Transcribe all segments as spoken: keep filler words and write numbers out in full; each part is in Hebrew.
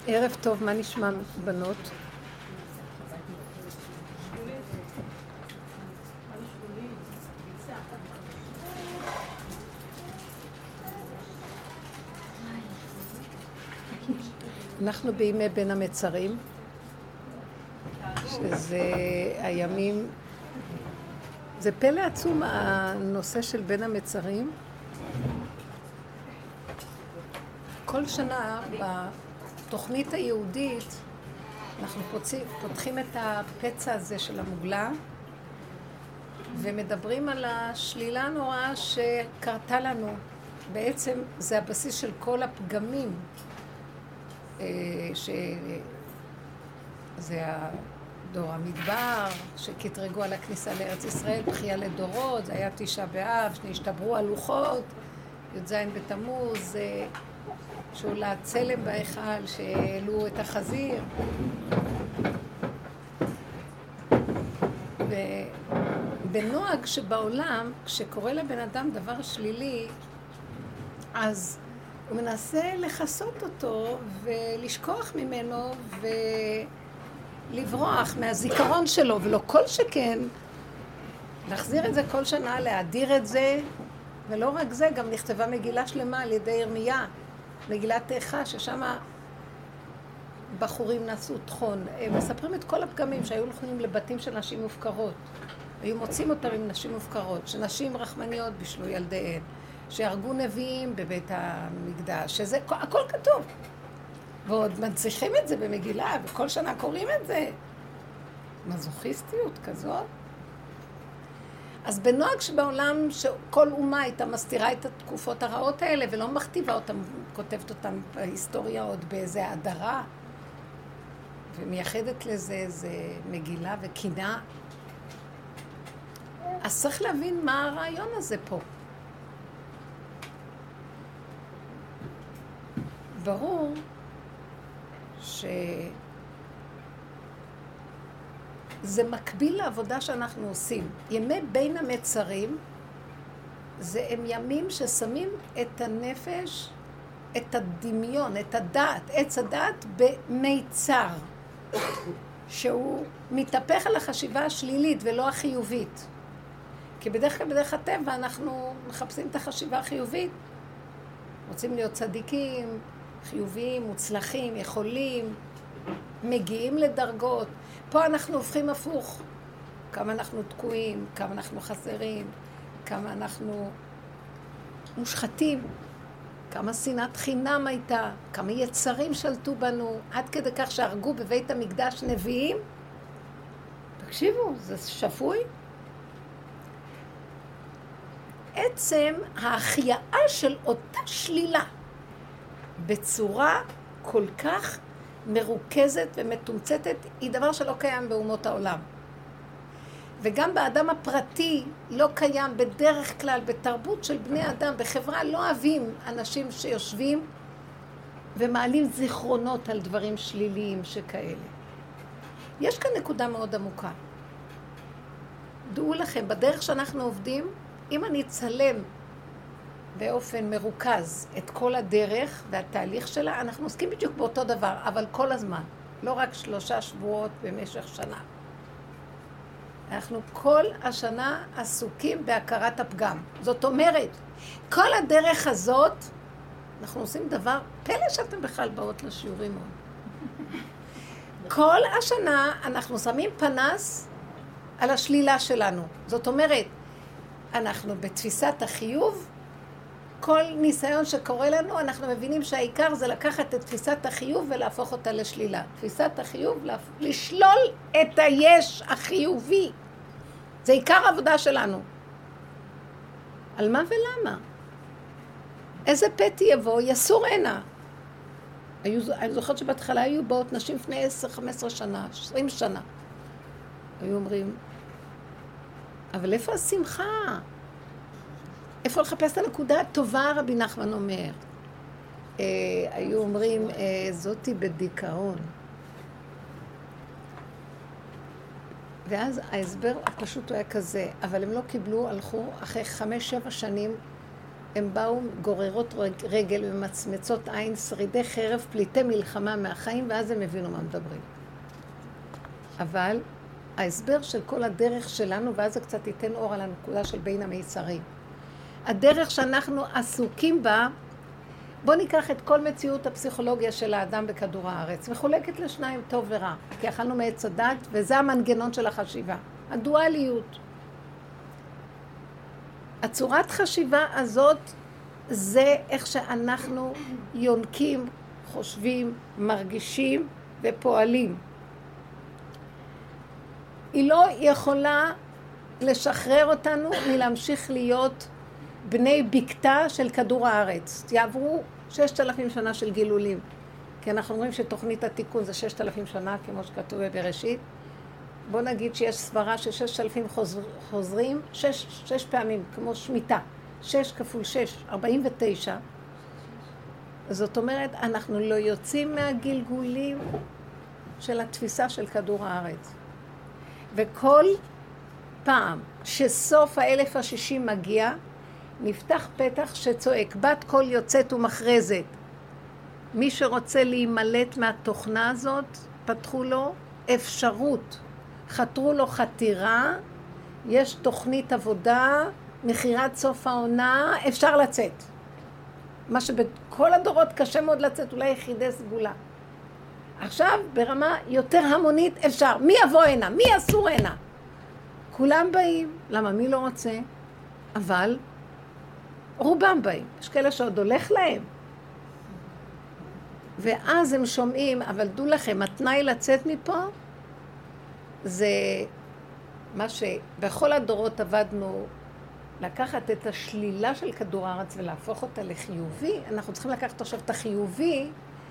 ערב טוב, מה נשמע בנות? אנחנו בימי בין המצרים, שזה הימים, זה פלא עצום הנושא של בין המצרים. כל שנה בתוכנית היהודית אנחנו פותחים את הפצע הזה של המוגלה ומדברים על השלילה הנוראה שקרתה לנו. בעצם זה הבסיס של כל הפגמים, שזה הדור המדבר שקטרגו על הכניסה לארץ ישראל, בחייה לדורות, זה היה תשעה באב, שנשתברו הלוחות, י"ז בתמוז, שעולה צלם בהיכל, שהעלו את החזיר. ובנוהג שבעולם, כשקורה לבן אדם דבר שלילי, אז הוא מנסה לחסות אותו ולשכוח ממנו ולברוח מהזיכרון שלו, ולא כל שכן להחזיר את זה כל שנה, להאדיר את זה. ולא רק זה, גם נכתבה מגילה שלמה על ידי ירמיה, מגילת איכה, ששם בחורים נעשו טחון. הם מספרים את כל הפגמים שהיו הולכים לבתים של נשים מופקרות. היו מוצאים אותם עם נשים מופקרות, שנשים רחמניות בישלו ילדיהן, שהרגו נביאים בבית המקדש, שזה הכל כתוב. ועוד מנציחים את זה במגילה, וכל שנה קוראים את זה. מזוכיסטיות כזאת. אז בנוהג שבעולם שכל אומה הייתה מסתירה את התקופות הרעות האלה ולא מכתיבה אותם, כותבת אותם בהיסטוריה עוד באיזה הדרה ומייחדת לזה איזה מגילה וקינה. אז צריך להבין מה הרעיון הזה פה. ברור ש... זה מקביל לעבודה שאנחנו עושים. ימי בין המצרים זה הם ימים ששמים את הנפש, את הדמיון, את הדעת, עץ הדעת במיצר, שהוא מתהפך על החשיבה השלילית ולא החיובית. כי בדרך כלל בדרך הטבע אנחנו מחפשים את החשיבה החיובית. רוצים להיות צדיקים, חיוביים, מוצלחים, יכולים, מגיעים לדרגות. פה אנחנו הופכים הפוך. כמה אנחנו תקועים, כמה אנחנו חסרים, כמה אנחנו מושחתים, כמה שנאת חינם הייתה, כמה יצרים שלטו בנו, עד כדי כך שהרגו בבית המקדש נביאים. תקשיבו, זה שפוי. עצם ההחייאה של אותה שלילה בצורה כל כך מרוכזת ומתומצתת, היא דבר שלא קיים באומות העולם. וגם באדם הפרטי לא קיים בדרך כלל, בתרבות של בני אדם, בחברה לא אוהבים אנשים שיושבים ומעלים זיכרונות על דברים שליליים שכאלה. יש כאן נקודה מאוד עמוקה. דעו לכם, בדרך שאנחנו עובדים, אם אני אצלם באופן מרוכז את כל הדרך והתהליך שלה, אנחנו עוסקים בדיוק באותו דבר, אבל כל הזמן, לא רק שלושה שבועות במשך שנה. אנחנו כל השנה עסוקים בהכרת הפגם. זאת אומרת, כל הדרך הזאת, אנחנו עושים דבר, פלא שאתם בכלל באות לשיעורים. כל השנה אנחנו שמים פנס על השלילה שלנו. זאת אומרת, אנחנו בתפיסת החיוב, כל ניסיון שקורה לנו, אנחנו מבינים שהעיקר זה לקחת את תפיסת החיוב ולהפוך אותה לשלילה. תפיסת החיוב, לשלול את היש החיובי. זה עיקר העבודה שלנו. על מה ולמה? איזה פתי יבוא? יסור הנה. אני זוכרת שבהתחלה היו באות נשים לפני עשר חמש עשרה שנה, עשרים שנה. היו אומרים, אבל איפה השמחה? איפה לחפש את הנקודה הטובה, רבי נחמן אומר. אה, היו אומרים, אה, זאתי בדיכאון. ואז ההסבר הפשוט היה כזה, אבל הם לא קיבלו, הלכו אחרי חמש, שבע שנים, הם באו גוררות רגל ומצמצות עין, שרידי חרב, פליטי מלחמה מהחיים, ואז הם הבינו מה מדברים. אבל ההסבר של כל הדרך שלנו, ואז זה קצת ייתן אור על הנקודה של בין המיצרים. הדרך שאנחנו עסוקים בה, בוא ניקח את כל מציאות הפסיכולוגיה של האדם בכדור הארץ, מחולקת לשניים, טוב ורע, כי אכלנו מעץ הדת, וזה המנגנון של החשיבה, הדואליות. הצורת חשיבה הזאת, זה איך שאנחנו יונקים, חושבים, מרגישים ופועלים. היא לא יכולה לשחרר אותנו מלהמשיך להיות בני בקתה של כדור הארץ. יעברו ששת אלפים שנה של גילולים. כי אנחנו אומרים שתוכנית התיקון זה ששת אלפים שנה, כמו שכתוב בבראשית. בוא נגיד שיש סברה שששת אלפים חוזר, חוזרים, שש, שש פעמים, כמו שמיטה. שש כפול שש, ארבעים ותשע. זאת אומרת, אנחנו לא יוצאים מהגלגולים של התפיסה של כדור הארץ. וכל פעם שסוף האלף השישים מגיע, נפתח פתח שצועק, בת קול יוצאת ומכרזת. מי שרוצה להימלט מהתוכנה הזאת, פתחו לו אפשרות. חתרו לו חתירה, יש תוכנית עבודה, מחירת סוף העונה, אפשר לצאת. מה שבכל הדורות קשה מאוד לצאת, אולי יחידי סגולה. עכשיו, ברמה יותר המונית, אפשר. מי יבוא הנה? מי אסור הנה? כולם באים. למה? מי לא רוצה? אבל רובם באים. יש כאלה שעוד הולך להם. ואז הם שומעים, אבל דו לכם, התנאי לצאת מפה, זה מה שבכל הדורות עבדנו, לקחת את השלילה של כדור הארץ ולהפוך אותה לחיובי. אנחנו צריכים לקחת עכשיו את החיובי,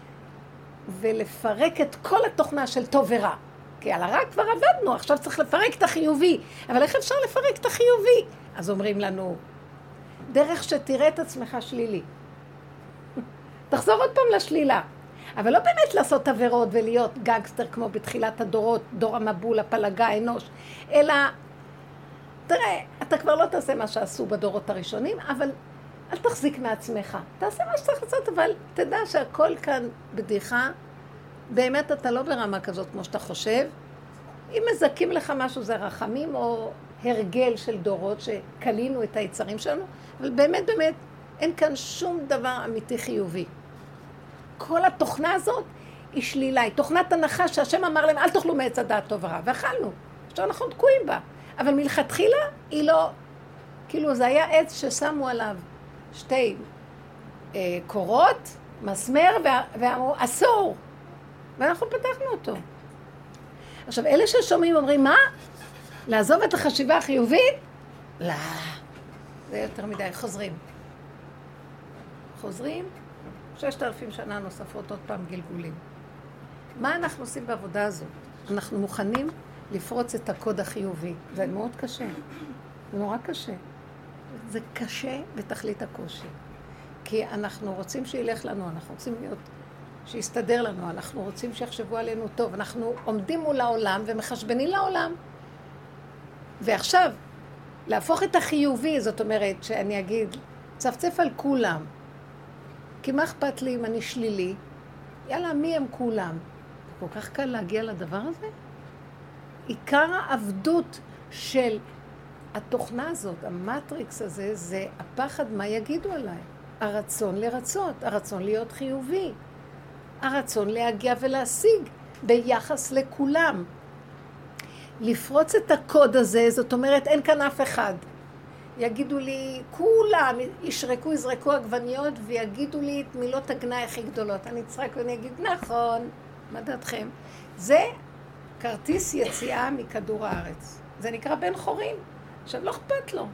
ולפרק את כל התוכנה של טוב ורע. כי על הרע כבר עבדנו, עכשיו צריך לפרק את החיובי. אבל איך אפשר לפרק את החיובי? אז אומרים לנו, דרך שתראה את עצמך שלילי. תחזור עוד פעם לשלילה. אבל לא באמת לעשות עבירות ולהיות גנגסטר כמו בתחילת הדורות, דור המבול, הפלגה, האנוש, אלא, תראה, אתה כבר לא תעשה מה שעשו בדורות הראשונים, אבל אל תחזיק מעצמך. תעשה מה שצריך לעשות, אבל תדע שהכל כאן בדיחה. באמת אתה לא ברמה כזאת כמו שאתה חושב. אם מזכים לך משהו זה רחמים או הרגל של דורות שקלינו את היצרים שלנו, אבל באמת באמת אין כאן שום דבר אמיתי חיובי. כל התוכנה הזאת היא שלילה, היא תוכנת הנחה שהשם אמר להם אל תאכלו מעץ הדעת טוב ורע, ואכלנו. עכשיו אנחנו תקועים בה, אבל מלכתחילה היא לא, כאילו זה היה עץ ששמו עליו שתי אה, קורות, מסמר, ואמרו, אסור. ואנחנו פתחנו אותו. עכשיו, אלה ששומעים אומרים, מה? לעזוב את החשיבה החיובית? לא. זה יותר מדי. חוזרים. חוזרים, ששת אלפים שנה נוספות עוד פעם גלגולים. מה אנחנו עושים בעבודה הזאת? אנחנו מוכנים לפרוץ את הקוד החיובי. זה מאוד קשה. זה נורא קשה. זה קשה בתכלית הקושי. כי אנחנו רוצים שילך לנו, אנחנו רוצים להיות, שיסתדר לנו, אנחנו רוצים שיחשבו עלינו טוב. אנחנו עומדים מול העולם ומחשבנים לעולם. ועכשיו, להפוך את החיובי, זאת אומרת, שאני אגיד, צפצף על כולם. כי מה אכפת לי אם אני שלילי? יאללה, מי הם כולם? כל כך קל להגיע לדבר הזה? עיקר העבדות של התוכנה הזאת, המטריקס הזה, זה הפחד מה יגידו עליי. הרצון לרצות, הרצון להיות חיובי. הרצון להגיע ולהשיג ביחס לכולם. לפרוץ את הקוד הזה, זאת אומרת, אין כאן אף אחד. יגידו לי, כולם ישרקו, יזרקו עגבניות, ויגידו לי את מילות הגנאי הכי גדולות. אני אצחק ואני אגיד, נכון, מה דעתכם? זה כרטיס יציאה מכדור הארץ. זה נקרא בן חורים. עכשיו, לא אכפת לו.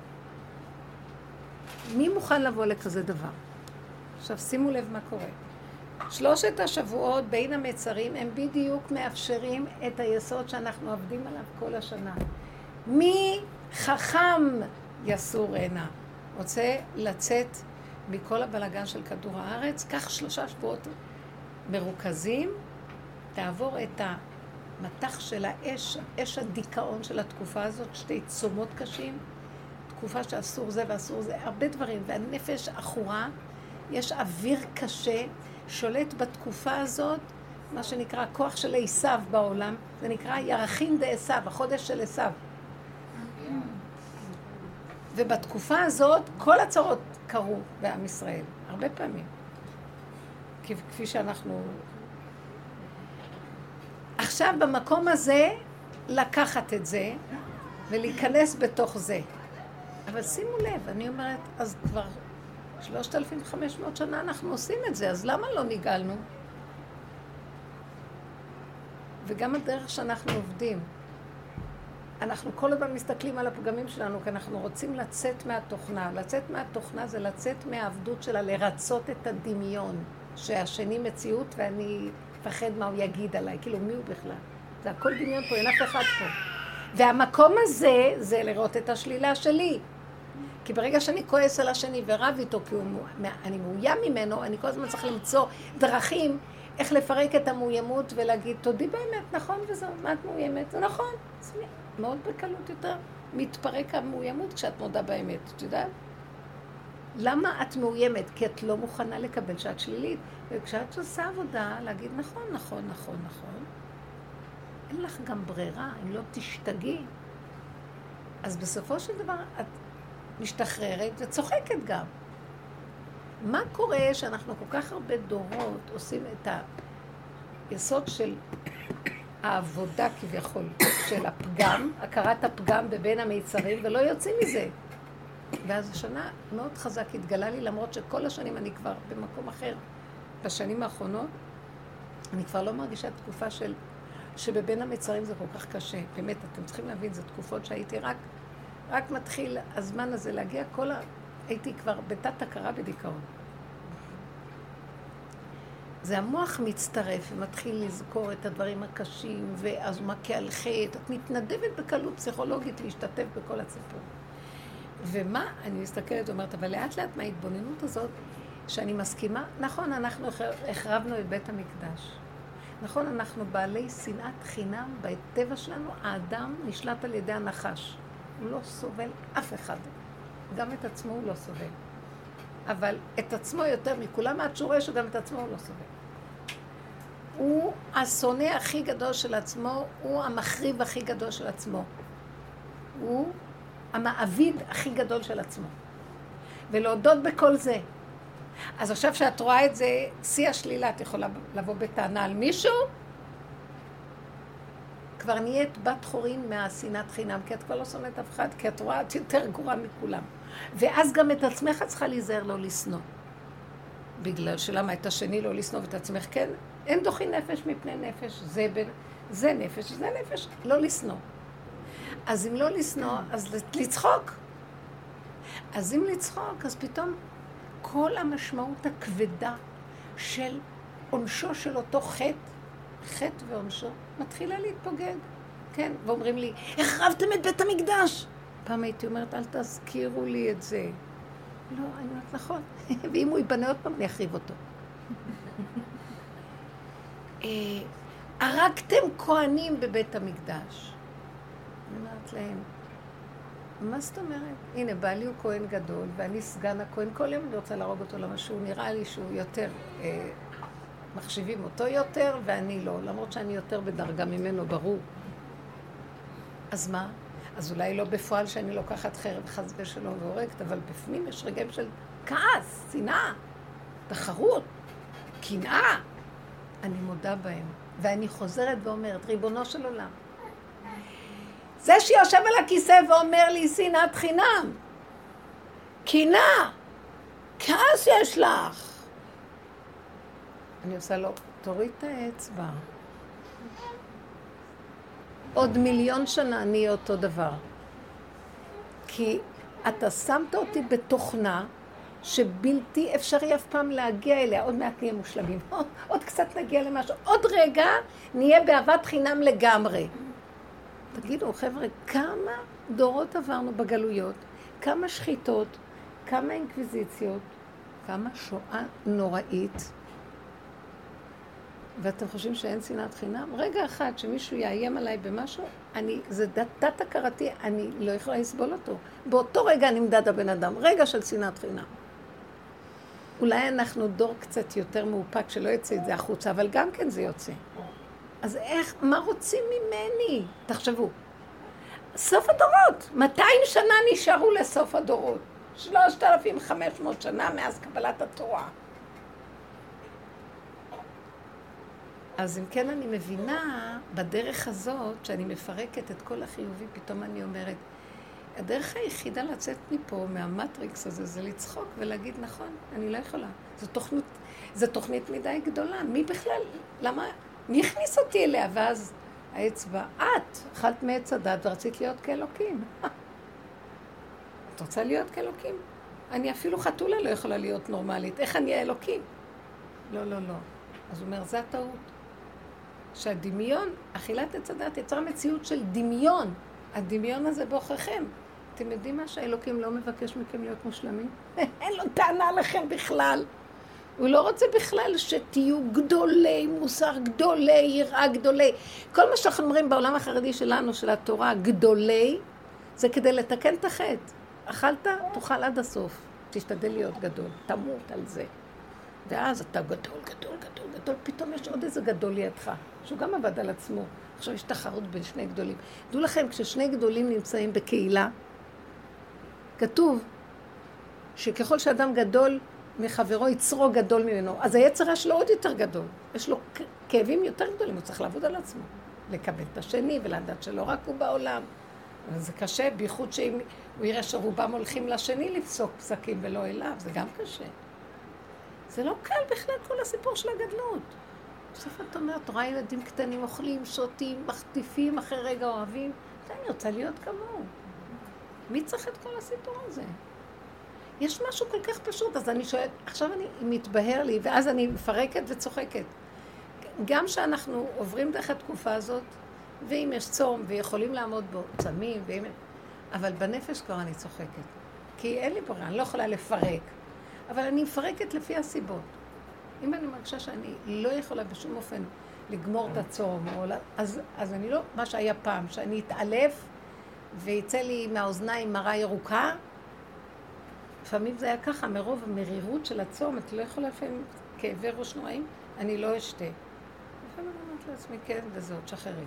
מי מוכן לבוא לכזה דבר? עכשיו, שימו לב מה קורה. שלושת השבועות בין המצרים הם בדיוק מאפשרים את היסוד שאנחנו עובדים עליו כל השנה. מי חכם יסור הנה? רוצה לצאת מכל הבלגן של כדור הארץ? קח שלושה שבועות מרוכזים, תעבור את המתח של האש, אש הדיכאון של התקופה הזאת, שתי צומות קשים, תקופה שאסור זה ואסור זה, הרבה דברים, והנפש אחורה, יש אוויר קשה, שולט בתקופה הזאת, מה שנקרא כוח של עשיו בעולם, זה נקרא ירחים דעשיו, החודש של עשיו. ובתקופה הזאת, כל הצרות קרו בעם ישראל, הרבה פעמים. כפי שאנחנו... עכשיו במקום הזה, לקחת את זה, ולהיכנס בתוך זה. אבל שימו לב, אני אומרת, אז כבר שלושת אלפים וחמש מאות שנה אנחנו עושים את זה, אז למה לא נגאלנו? וגם הדרך שאנחנו עובדים. אנחנו כל הזמן מסתכלים על הפגמים שלנו, כי אנחנו רוצים לצאת מהתוכנה. לצאת מהתוכנה זה לצאת מהעבדות שלה, לרצות את הדמיון, שהשני מציאות ואני מפחד מה הוא יגיד עליי, כאילו מי הוא בכלל? זה הכל דמיון פה, אין אף אחד פה. והמקום הזה, זה לראות את השלילה שלי. כי ברגע שאני כועס על השני ורב איתו, כי הוא, אני מאוים ממנו, אני כל הזמן צריך למצוא דרכים איך לפרק את המאוימות ולהגיד, תודי באמת, נכון וזהו, מה את מאוימת? זה נכון. זה מאוד בקלות יותר מתפרק המאוימות כשאת מודה באמת, את יודעת? למה את מאוימת? כי את לא מוכנה לקבל שאת שלילית. וכשאת עושה עבודה, להגיד נכון, נכון, נכון, נכון, אין לך גם ברירה, אם לא תשתגי. אז בסופו של דבר את משתחררת וצוחקת גם. מה קורה שאנחנו כל כך הרבה דורות עושים את היסוד של העבודה כביכול, של הפגם, הכרת הפגם בבין המיצרים, ולא יוצאים מזה. ואז השנה מאוד חזק התגלה לי, למרות שכל השנים אני כבר במקום אחר. בשנים האחרונות, אני כבר לא מרגישה תקופה של, שבבין המצרים זה כל כך קשה. באמת, אתם צריכים להבין, זה תקופות שהייתי רק, רק מתחיל הזמן הזה להגיע, כל ה... הייתי כבר בתת הכרה בדיכאון. זה המוח מצטרף ומתחיל לזכור את הדברים הקשים, ואז הוא מכה על חטא. את מתנדבת בקלות פסיכולוגית להשתתף בכל הציפור. ומה? אני מסתכלת ואומרת, אבל לאט לאט מההתבוננות הזאת, שאני מסכימה, נכון, אנחנו החרבנו את בית המקדש. נכון, אנחנו בעלי שנאת חינם בטבע שלנו, האדם נשלט על ידי הנחש. הוא לא סובל אף אחד. גם את עצמו הוא לא סובל. אבל את עצמו יותר מכולם, עד שהוא רואה שגם את עצמו הוא לא סובל. הוא השונא הכי גדול של עצמו, הוא המחריב הכי גדול של עצמו. הוא המעביד הכי גדול של עצמו. ולהודות בכל זה. אז עכשיו שאת רואה את זה, שיא השלילה, את יכולה לבוא בטענה על מישהו, כבר נהיית בת חורין מהשנאת חינם, כי את כבר לא שונאת אף אחד, כי את רואה את יותר גרועה מכולם. ואז גם את עצמך צריכה להיזהר לא לשנוא. בגלל שלמה את השני לא לשנוא ואת עצמך, כן, אין דוחי נפש מפני נפש, זה, בין, זה נפש, זה נפש, לא לשנוא. אז אם לא לשנוא, אז לצחוק. אז אם לצחוק, אז פתאום כל המשמעות הכבדה של עונשו של אותו חטא, חטא ועונשו, מתחילה להתפוגג. כן, ואומרים לי, החרבתם את בית המקדש. פעם הייתי אומרת, אל תזכירו לי את זה. לא, אני אומרת, נכון. ואם הוא ייבנה עוד פעם, אני אחריב אותו. הרגתם כהנים בבית המקדש. אני אומרת להם, מה זאת אומרת? הנה, בעלי הוא כהן גדול, ואני סגן הכהן. כל יום אני רוצה להרוג אותו, למה שהוא נראה לי שהוא יותר, אה, מחשיבים אותו יותר, ואני לא, למרות שאני יותר בדרגה ממנו, ברור. אז מה? אז אולי לא בפועל שאני לוקחת חרב חס ושלום והורגת, אבל בפנים יש רגעים של כעס, שנאה, תחרות, קנאה. אני מודה בהם, ואני חוזרת ואומרת, ריבונו של עולם, זה שיושב על הכיסא ואומר לי שנאת חינם, קנאה, כעס יש לך. אני עושה לו, תוריד את האצבע. עוד מיליון שנה אני אהיה אותו דבר. כי אתה שמת אותי בתוכנה שבלתי אפשרי אף פעם להגיע אליה. עוד מעט נהיה מושלמים, עוד, עוד קצת נגיע למשהו. עוד רגע נהיה באהבת חינם לגמרי. תגידו, חבר'ה, כמה דורות עברנו בגלויות, כמה שחיתות, כמה אינקוויזיציות, כמה שואה נוראית. ואתם חושבים שאין שנאת חינם? רגע אחד שמישהו יאיים עליי במשהו, אני, זה דת הכרתי, אני לא יכולה לסבול אותו. באותו רגע נמדד הבן אדם, רגע של שנאת חינם. אולי אנחנו דור קצת יותר מאופק שלא יצא את זה החוצה, אבל גם כן זה יוצא. אז איך, מה רוצים ממני? תחשבו. סוף הדורות, מאתיים שנה נשארו לסוף הדורות. שלושת אלפים וחמש מאות שנה מאז קבלת התורה. אז אם כן אני מבינה, בדרך הזאת, שאני מפרקת את כל החיובי, פתאום אני אומרת, הדרך היחידה לצאת מפה, מהמטריקס הזה, זה לצחוק ולהגיד, נכון, אני לא יכולה. זו תוכנית, זו תוכנית מדי גדולה. מי בכלל, למה, מי הכניס אותי אליה? ואז האצבע, את, אכלת מעץ הדת ורצית להיות כאלוקים. את רוצה להיות כאלוקים? אני אפילו חתולה לא יכולה להיות נורמלית. איך אני האלוקים? לא, לא, לא. אז הוא אומר, זה הטעות. שהדמיון, אכילת עץ הדת, יצרה מציאות של דמיון. הדמיון הזה באוכריכם. אתם יודעים מה? שהאלוקים לא מבקש מכם להיות מושלמים? אין לו טענה לכם בכלל. הוא לא רוצה בכלל שתהיו גדולי מוסר, גדולי יראה, גדולי. כל מה שאנחנו אומרים בעולם החרדי שלנו, של התורה, גדולי, זה כדי לתקן את החטא. אכלת, תאכל עד הסוף. תשתדל להיות גדול, תמות על זה. ואז אתה גדול, גדול, גדול, גדול. פתאום יש עוד איזה גדול לידך, שהוא גם עבד על עצמו. עכשיו יש תחרות בין שני גדולים. דעו לכם, כששני גדולים נמצאים בקהילה, כתוב שככל שאדם גדול מחברו יצרו גדול ממנו, אז היצרה שלו עוד יותר גדול. יש לו כאבים יותר גדולים, הוא צריך לעבוד על עצמו. לקבל את השני ולדעת שלא רק הוא בעולם. אבל זה קשה, בייחוד שאם הוא יראה שרובם הולכים לשני לפסוק פסקים ולא אליו, זה גם קשה. זה לא קל בכלל כל הסיפור של הגדלות. בסוף את אומרת, רואה ילדים קטנים אוכלים, שותים, מחטיפים, אחרי רגע אוהבים. אני רוצה להיות כמוהו. מי צריך את כל הסיפור הזה? יש משהו כל כך פשוט, אז אני שואלת, עכשיו אני מתבהר לי, ואז אני מפרקת וצוחקת. גם שאנחנו עוברים דרך התקופה הזאת, ואם יש צום ויכולים לעמוד בו, צמים, ואם... אבל בנפש כבר אני צוחקת. כי אין לי ברירה, אני לא יכולה לפרק. אבל אני מפרקת לפי הסיבות. אם אני מרגישה שאני לא יכולה בשום אופן לגמור את הצום, אז, אז אני לא, מה שהיה פעם, שאני אתעלף ויצא לי מהאוזניים מראה ירוקה, לפעמים זה היה ככה, מרוב המרירות של הצום, את לא יכולה לפעמים כאבי ראש נוראים, אני לא אשתה. לפעמים אני אומרת לעצמי, כן, וזאת, שחררי.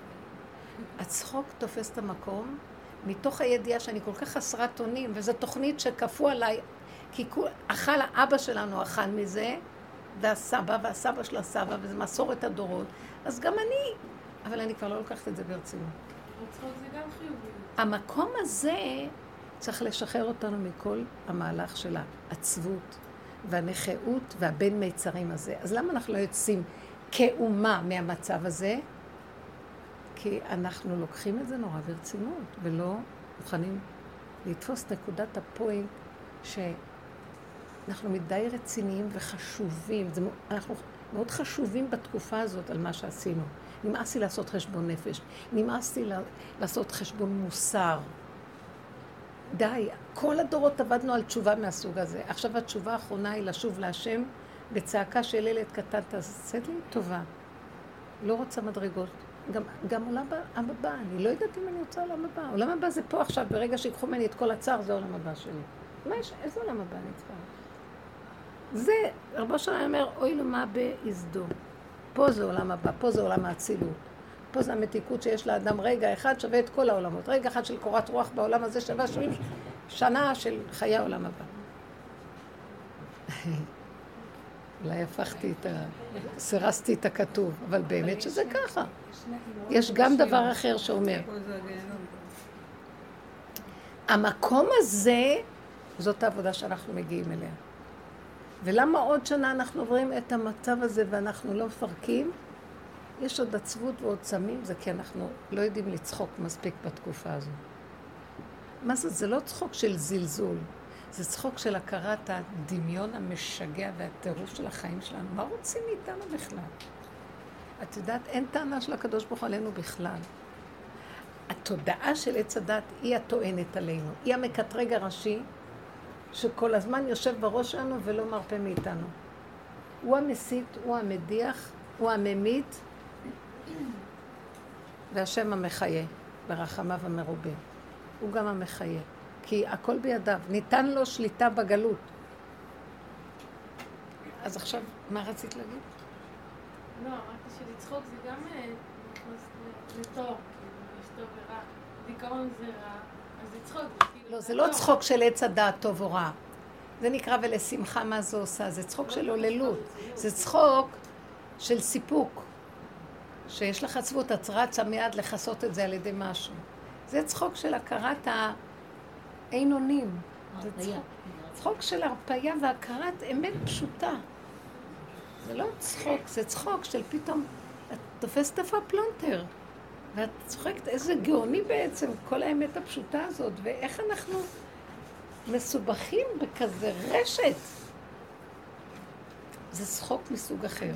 הצחוק תופס את המקום, מתוך הידיעה שאני כל כך חסרת אונים, וזו תוכנית שכפו עליי, כי אכל האבא שלנו אכל מזה, והסבא והסבא של הסבא, וזה מסורת הדורות, אז גם אני, אבל אני כבר לא לוקחת את זה ברצינות. הצחוק זה גם חיובי. המקום הזה צריך לשחרר אותנו מכל המהלך של העצבות והנכאות והבין מיצרים הזה. אז למה אנחנו לא יוצאים כאומה מהמצב הזה? כי אנחנו לוקחים את זה נורא ברצינות, ולא מוכנים לתפוס נקודת הפוינט שאנחנו מדי רציניים וחשובים. זה, אנחנו מאוד חשובים בתקופה הזאת על מה שעשינו. נמאס לי לעשות חשבון נפש, נמאס לי לעשות חשבון מוסר. די, כל הדורות עבדנו על תשובה מהסוג הזה. עכשיו התשובה האחרונה היא לשוב להשם בצעקה של ילד קטן, תעשה לי טובה. לא רוצה מדרגות. גם, גם עולם הבא, אני לא יודעת אם אני רוצה עולם הבא. עולם הבא זה פה עכשיו, ברגע שיקחו ממני את כל הצער, זה עולם הבא שלי. מה יש, איזה עולם הבא אני צריכה? זה, רבו שלנו אומר, אוי לו מה ביזדו. פה זה עולם הבא, פה זה עולם האצילות. פה זה המתיקות שיש לאדם רגע אחד שווה את כל העולמות. רגע אחד של קורת רוח בעולם הזה שווה שבעים שנה של חיי העולם הבא. אולי הפכתי את ה... סירסתי את הכתוב, אבל באמת שזה ככה. יש גם דבר אחר שאומר. המקום הזה, זאת העבודה שאנחנו מגיעים אליה. ולמה עוד שנה אנחנו עוברים את המצב הזה ואנחנו לא מפרקים? יש עוד עצבות ועוד צמים, זה כי אנחנו לא יודעים לצחוק מספיק בתקופה הזו. מה זה? זה לא צחוק של זלזול, זה צחוק של הכרת הדמיון המשגע והטירוף של החיים שלנו. מה רוצים מאיתנו בכלל? את יודעת, אין טענה של הקדוש ברוך הוא עלינו בכלל. התודעה של עץ הדת היא הטוענת עלינו, היא המקטרג הראשי, שכל הזמן יושב בראש שלנו ולא מרפא מאיתנו. הוא המסית, הוא המדיח, הוא הממית והשם המחיה, ברחמיו המרובים. הוא גם המחיה, כי הכל בידיו. ניתן לו שליטה בגלות. אז עכשיו, מה רצית להגיד? לא, אמרתי שלצחוק זה גם נכנס לטוב, יש טוב ורע. דיכאון זה רע, אז לצחוק זה כאילו... לא, זה לא צחוק של עץ הדעת טוב או רע. זה נקרא ולשמחה מה זה עושה. זה צחוק של עוללות. זה צחוק של סיפוק. שיש לך עצבות, את רצה מיד לחסות את זה על ידי משהו. זה צחוק של הכרת האין אונים. זה צחוק, צחוק של הרפאיה והכרת אמת פשוטה. זה לא צחוק, זה צחוק של פתאום, את תופסת איפה פלונטר, ואת צוחקת איזה גאוני בעצם, כל האמת הפשוטה הזאת, ואיך אנחנו מסובכים בכזה רשת. זה צחוק מסוג אחר.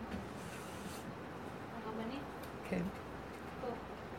הרבנית? כן. פה.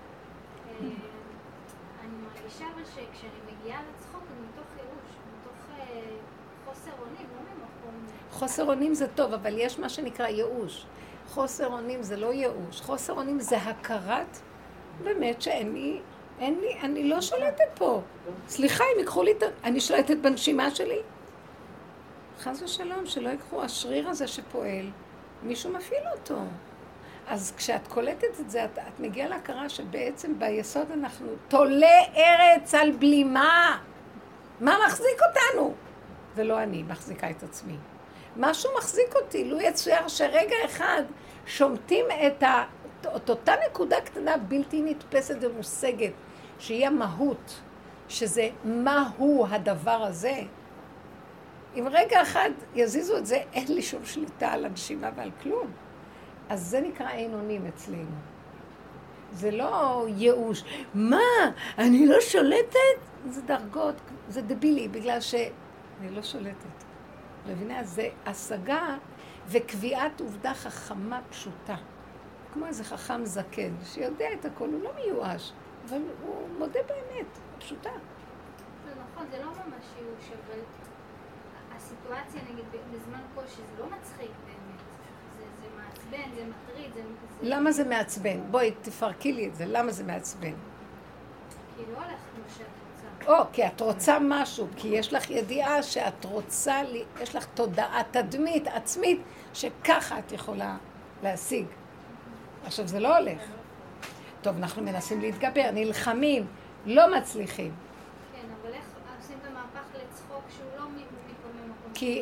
אני מרגישה שכשאני מגיעה לצחוק, אני מתוך ייאוש, מתוך חוסר אונים, לא ממקום... חוסר אונים זה טוב, אבל יש מה שנקרא ייאוש. חוסר אונים זה לא ייאוש. חוסר אונים זה הכרת, באמת שאין לי, אין לי, אני לא שולטת פה. סליחה, אם יקחו לי את... אני שולטת בנשימה שלי. חס ושלום, שלא יקחו השריר הזה שפועל, מישהו מפעיל אותו. אז כשאת קולטת את זה, את, את מגיעה להכרה שבעצם ביסוד אנחנו תולה ארץ על בלימה. מה מחזיק אותנו? ולא אני מחזיקה את עצמי. משהו מחזיק אותי, לו יצויר שרגע אחד שומטים את, ה, את אותה נקודה קטנה בלתי נתפסת ומושגת, שהיא המהות, שזה מהו הדבר הזה. אם רגע אחד יזיזו את זה, אין לי שום שליטה על הנשימה ועל כלום. אז זה נקרא אין אונים אצלנו. זה לא ייאוש. מה? אני לא שולטת? זה דרגות, זה דבילי, בגלל שאני לא שולטת. מבינה? זה השגה וקביעת עובדה חכמה פשוטה. כמו איזה חכם זקן, שיודע את הכל, הוא לא מיואש, אבל הוא מודה באמת, פשוטה. זה נכון, זה לא ממש ייאוש, אבל הסיטואציה, נגיד, בזמן קושי, זה לא מצחיק באמת. זה, זה מעצבן, זה מטריד, זה... למה זה מעצבן? בואי, תפרקי לי את זה, למה זה מעצבן? כי לא הולך כמו שאת רוצה. או, כי את רוצה משהו, כי יש לך ידיעה שאת רוצה, לי, יש לך תודעה, תדמית עצמית, שככה את יכולה להשיג. עכשיו, זה לא הולך. טוב, אנחנו מנסים להתגבר, נלחמים, לא מצליחים. כן, אבל איך עושים את המהפך לצחוק שהוא לא מפה ממקום? כי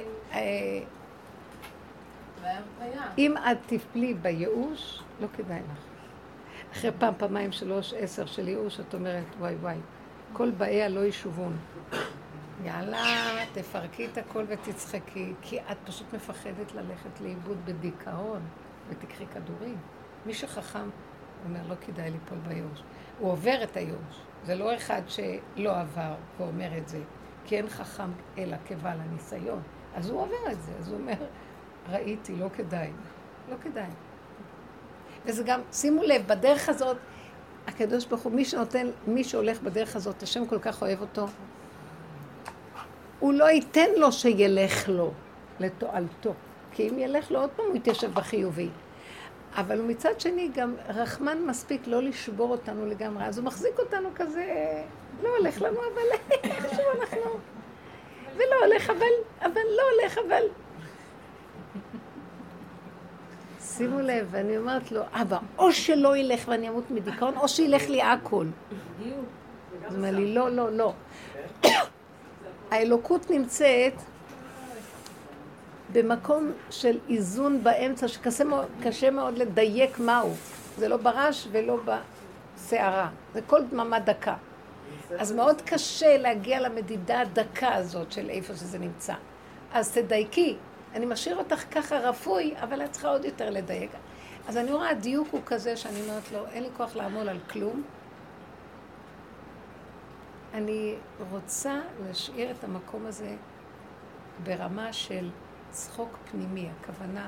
אם את תפלי בייאוש, לא כדאי לך. אחרי פעם, פעמיים, שלוש, עשר של ייאוש, את אומרת, וואי וואי, כל באיה לא ישובון. יאללה, תפרקי את הכל ותצחקי, כי את פשוט מפחדת ללכת לאיבוד בדיכאון, ותקחי כדורים. מי שחכם אומר, לא כדאי ליפול בייאוש. הוא עובר את הייאוש. זה לא אחד שלא עבר ואומר את זה, כי אין חכם אלא כבעל הניסיון. אז הוא עובר את זה, אז הוא אומר, ראיתי, לא כדאי. לא כדאי. וזה גם, שימו לב, בדרך הזאת, הקדוש ברוך הוא, מי שנותן, מי שהולך בדרך הזאת, השם כל כך אוהב אותו, הוא לא ייתן לו שילך לו לתועלתו. כי אם ילך לו עוד פעם, הוא יתיישב בחיובי. אבל הוא מצד שני גם רחמן מספיק לא לשבור אותנו לגמרי. אז הוא מחזיק אותנו כזה, לא הולך לנו, אבל חשוב אנחנו. ולא הולך, אבל, אבל לא הולך, אבל. שימו לב, ואני אומרת לו, אבא, או שלא ילך ואני אמות מדיכאון, או שילך לי הכל. אז אומר לי, לא, לא, לא. האלוקות נמצאת במקום של איזון באמצע, שקשה מאוד לדייק מהו. זה לא ברש ולא בסערה. זה כל דממה דקה. אז מאוד קשה להגיע למדידה הדקה הזאת של איפה שזה נמצא. אז תדייקי. אני משאיר אותך ככה רפוי, אבל את צריכה עוד יותר לדייק. אז אני רואה, הדיוק הוא כזה שאני אומרת לו, אין לי כוח לעמול על כלום. אני רוצה להשאיר את המקום הזה ברמה של צחוק פנימי, הכוונה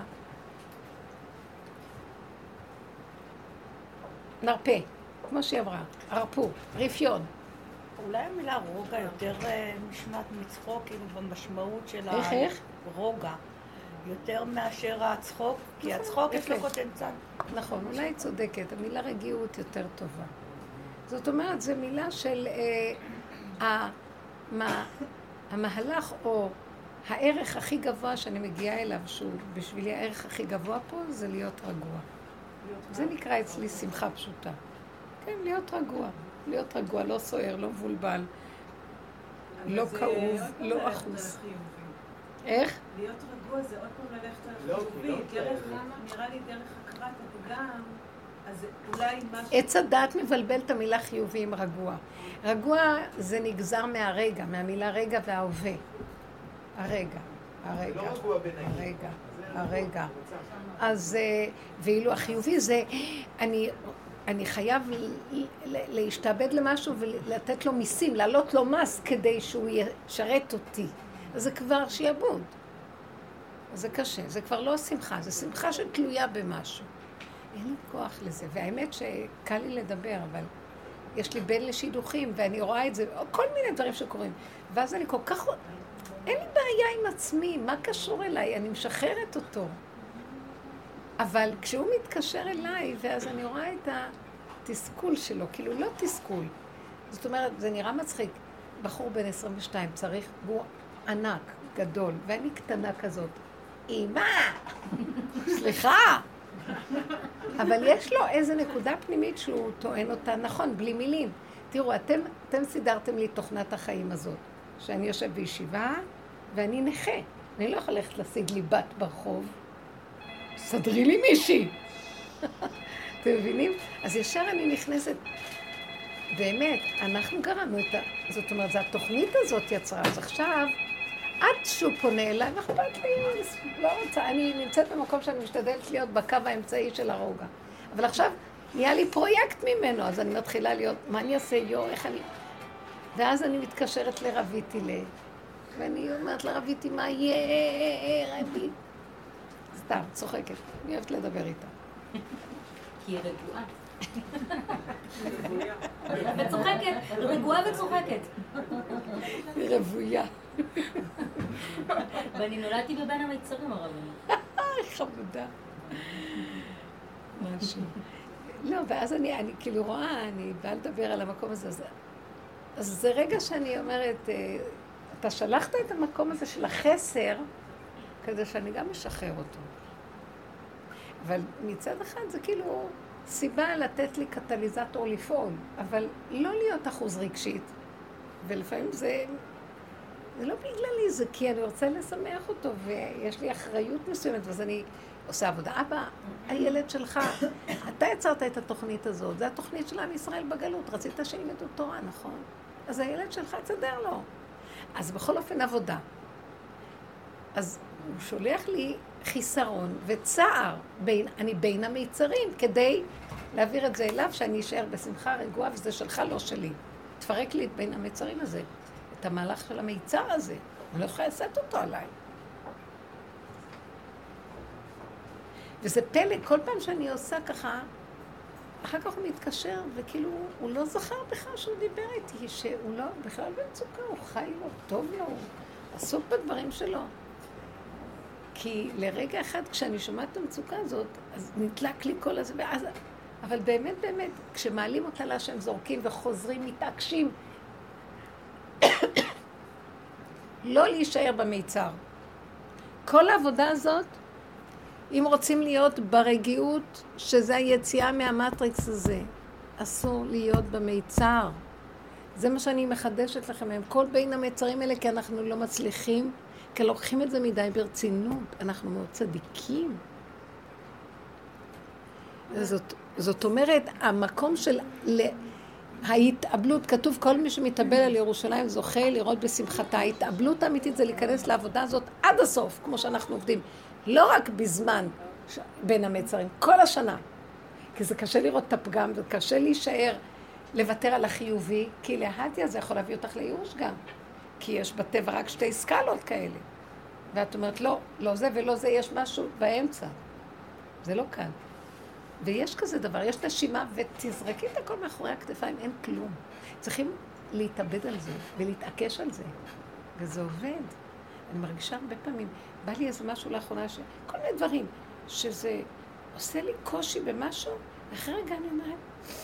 נרפה, כמו שהיא אמרה, הרפו, רפיון. אולי המילה רוגע יותר נשמעת מצחוק, כאילו במשמעות של איך, איך? הרוגע. יותר מאשר הצחוק, כי הצחוק יש לו פוטנציאל. נכון, אולי צודקת, המילה רגיעות יותר טובה. זאת אומרת, זו מילה של אה, מה, המהלך או הערך הכי גבוה שאני מגיעה אליו, שהוא בשבילי הערך הכי גבוה פה, זה להיות רגוע. זה נקרא אצלי שמחה פשוטה. כן, להיות רגוע. להיות רגוע, לא סוער, לא מבולבל, לא כאוב, לא אחוס. איך? להיות רגוע זה עוד פעם ללכת על חיובי, דרך, נראה לי דרך הכרת הפגם, אז אולי משהו... עץ הדעת מבלבל את המילה חיובי עם רגוע. רגוע זה נגזר מהרגע, מהמילה רגע וההווה. הרגע, הרגע, הרגע, הרגע. אז, ואילו החיובי זה, אני... אני חייב להשתעבד למשהו ולתת לו מיסים, להעלות לו מס כדי שהוא ישרת אותי. אז זה כבר שיעבוד. זה קשה, זה כבר לא שמחה, זה שמחה שתלויה במשהו. אין לי כוח לזה, והאמת שקל לי לדבר, אבל יש לי בן לשידוכים, ואני רואה את זה, כל מיני דברים שקורים. ואז אני כל כך... אין לי בעיה עם עצמי, מה קשור אליי? אני משחררת אותו. אבל כשהוא מתקשר אליי, ואז אני רואה את התסכול שלו, כאילו לא תסכול. זאת אומרת, זה נראה מצחיק. בחור בן עשרים ושתיים צריך, והוא ענק, גדול, ואני קטנה כזאת. אמא! סליחה! אבל יש לו איזו נקודה פנימית שהוא טוען אותה, נכון, בלי מילים. תראו, אתם, אתם סידרתם לי תוכנת החיים הזאת, שאני יושב בישיבה, ואני נכה. אני לא יכולה ללכת להשיג לי בת ברחוב. סדרי לי מישהי. אתם מבינים? אז ישר אני נכנסת, באמת, אנחנו גרמנו את ה... זאת אומרת, זו התוכנית הזאת יצרה, אז עכשיו, עד שהוא פונה אליי, ואכפת לי, לא רוצה, אני נמצאת במקום שאני משתדלת להיות בקו האמצעי של הרוגע. אבל עכשיו נהיה לי פרויקט ממנו, אז אני מתחילה להיות, מה אני אעשה, יו, איך אני... ואז אני מתקשרת לרביתי ל... ואני אומרת לרביתי, מה יהיה, רבי? סתם, צוחקת. אני אוהבת לדבר איתה. כי היא רגועה. וצוחקת, רגועה וצוחקת. היא רבויה. ואני נולדתי בבין המיצרים הרבים. חמודה. משהו. לא, ואז אני, אני כאילו רואה, אני באה לדבר על המקום הזה. אז, אז זה רגע שאני אומרת, אתה שלחת את המקום הזה של החסר, כדי שאני גם אשחרר אותו. אבל מצד אחד זה כאילו סיבה לתת לי קטליזטור לפעול, אבל לא להיות אחוז רגשית. ולפעמים זה, זה לא בגללי, זה כי אני רוצה לשמח אותו, ויש לי אחריות מסוימת, ואז אני עושה עבודה. אבא, הילד שלך, אתה יצרת את התוכנית הזאת, זו התוכנית של עם ישראל בגלות, רצית שילמדו תורה, נכון? אז הילד שלך תסדר לו. אז בכל אופן עבודה. אז הוא שולח לי חיסרון וצער, בין, אני בין המיצרים, כדי להעביר את זה אליו, שאני אשאר בשמחה רגועה, וזה שלך, לא שלי. תפרק לי את בין המיצרים הזה, את המהלך של המיצר הזה. אני לא יכולה לעשות אותו עליי. וזה פלא, כל פעם שאני עושה ככה, אחר כך הוא מתקשר, וכאילו הוא לא זכר בכלל שהוא דיבר איתי, שהוא לא, בכלל במצוקה, הוא חי לו, טוב לו, הוא עסוק בדברים שלו. כי לרגע אחד, כשאני שומעת את המצוקה הזאת, אז נתלק לי כל הזה, ואז... אבל באמת, באמת, כשמעלים אותה לה שהם זורקים וחוזרים, מתעקשים, לא להישאר במיצר. כל העבודה הזאת, אם רוצים להיות ברגיעות, שזה היציאה מהמטריקס הזה, אסור להיות במיצר. זה מה שאני מחדשת לכם, הם כל בין המיצרים האלה, כי אנחנו לא מצליחים, כי לוקחים את זה מדי ברצינות, אנחנו מאוד צדיקים. זאת, זאת אומרת, המקום של ההתאבלות, כתוב כל מי שמתאבל על ירושלים זוכה לראות בשמחתה. ההתאבלות האמיתית זה להיכנס לעבודה הזאת עד הסוף, כמו שאנחנו עובדים. לא רק בזמן בין המצרים, כל השנה. כי זה קשה לראות את הפגם, וקשה להישאר, לוותר על החיובי, כי להטיה זה יכול להביא אותך לייאוש גם. כי יש בטבע רק שתי סקלות כאלה. ואת אומרת, לא, לא זה ולא זה, יש משהו באמצע. זה לא כאן. ויש כזה דבר, יש נשימה, ותזרקי את הכל מאחורי הכתפיים, אין כלום. צריכים להתאבד על זה ולהתעקש על זה. וזה עובד. אני מרגישה הרבה פעמים, בא לי איזה משהו לאחרונה, ש... כל מיני דברים, שזה עושה לי קושי במשהו, ואחרי רגע אני אומרת,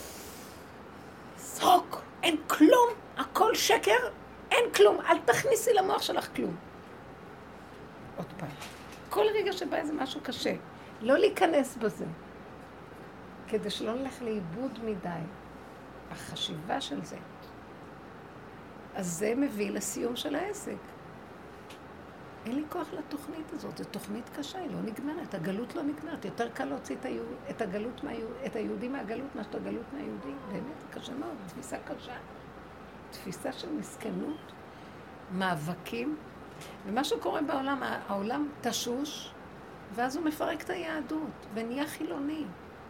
זרוק, אין כלום, הכל שקר, אין כלום, אל תכניסי למוח שלך כלום. עוד פעם, כל רגע שבא איזה משהו קשה, לא להיכנס בזה, כדי שלא נלך לאיבוד מדי, החשיבה של זה. אז זה מביא לסיום של העסק. אין לי כוח לתוכנית הזאת, זו תוכנית קשה, היא לא נגמרת, הגלות לא נגמרת, יותר קל להוציא את, היהוד, את, הגלות מה, את היהודי מהגלות, מה שאת הגלות מהיהודי, באמת, זה קשה מאוד, תפיסה קשה, תפיסה של מסכנות, מאבקים, ומה שקורה בעולם, העולם תשוש, ואז הוא מפרק את היהדות, ונהיה חילוני.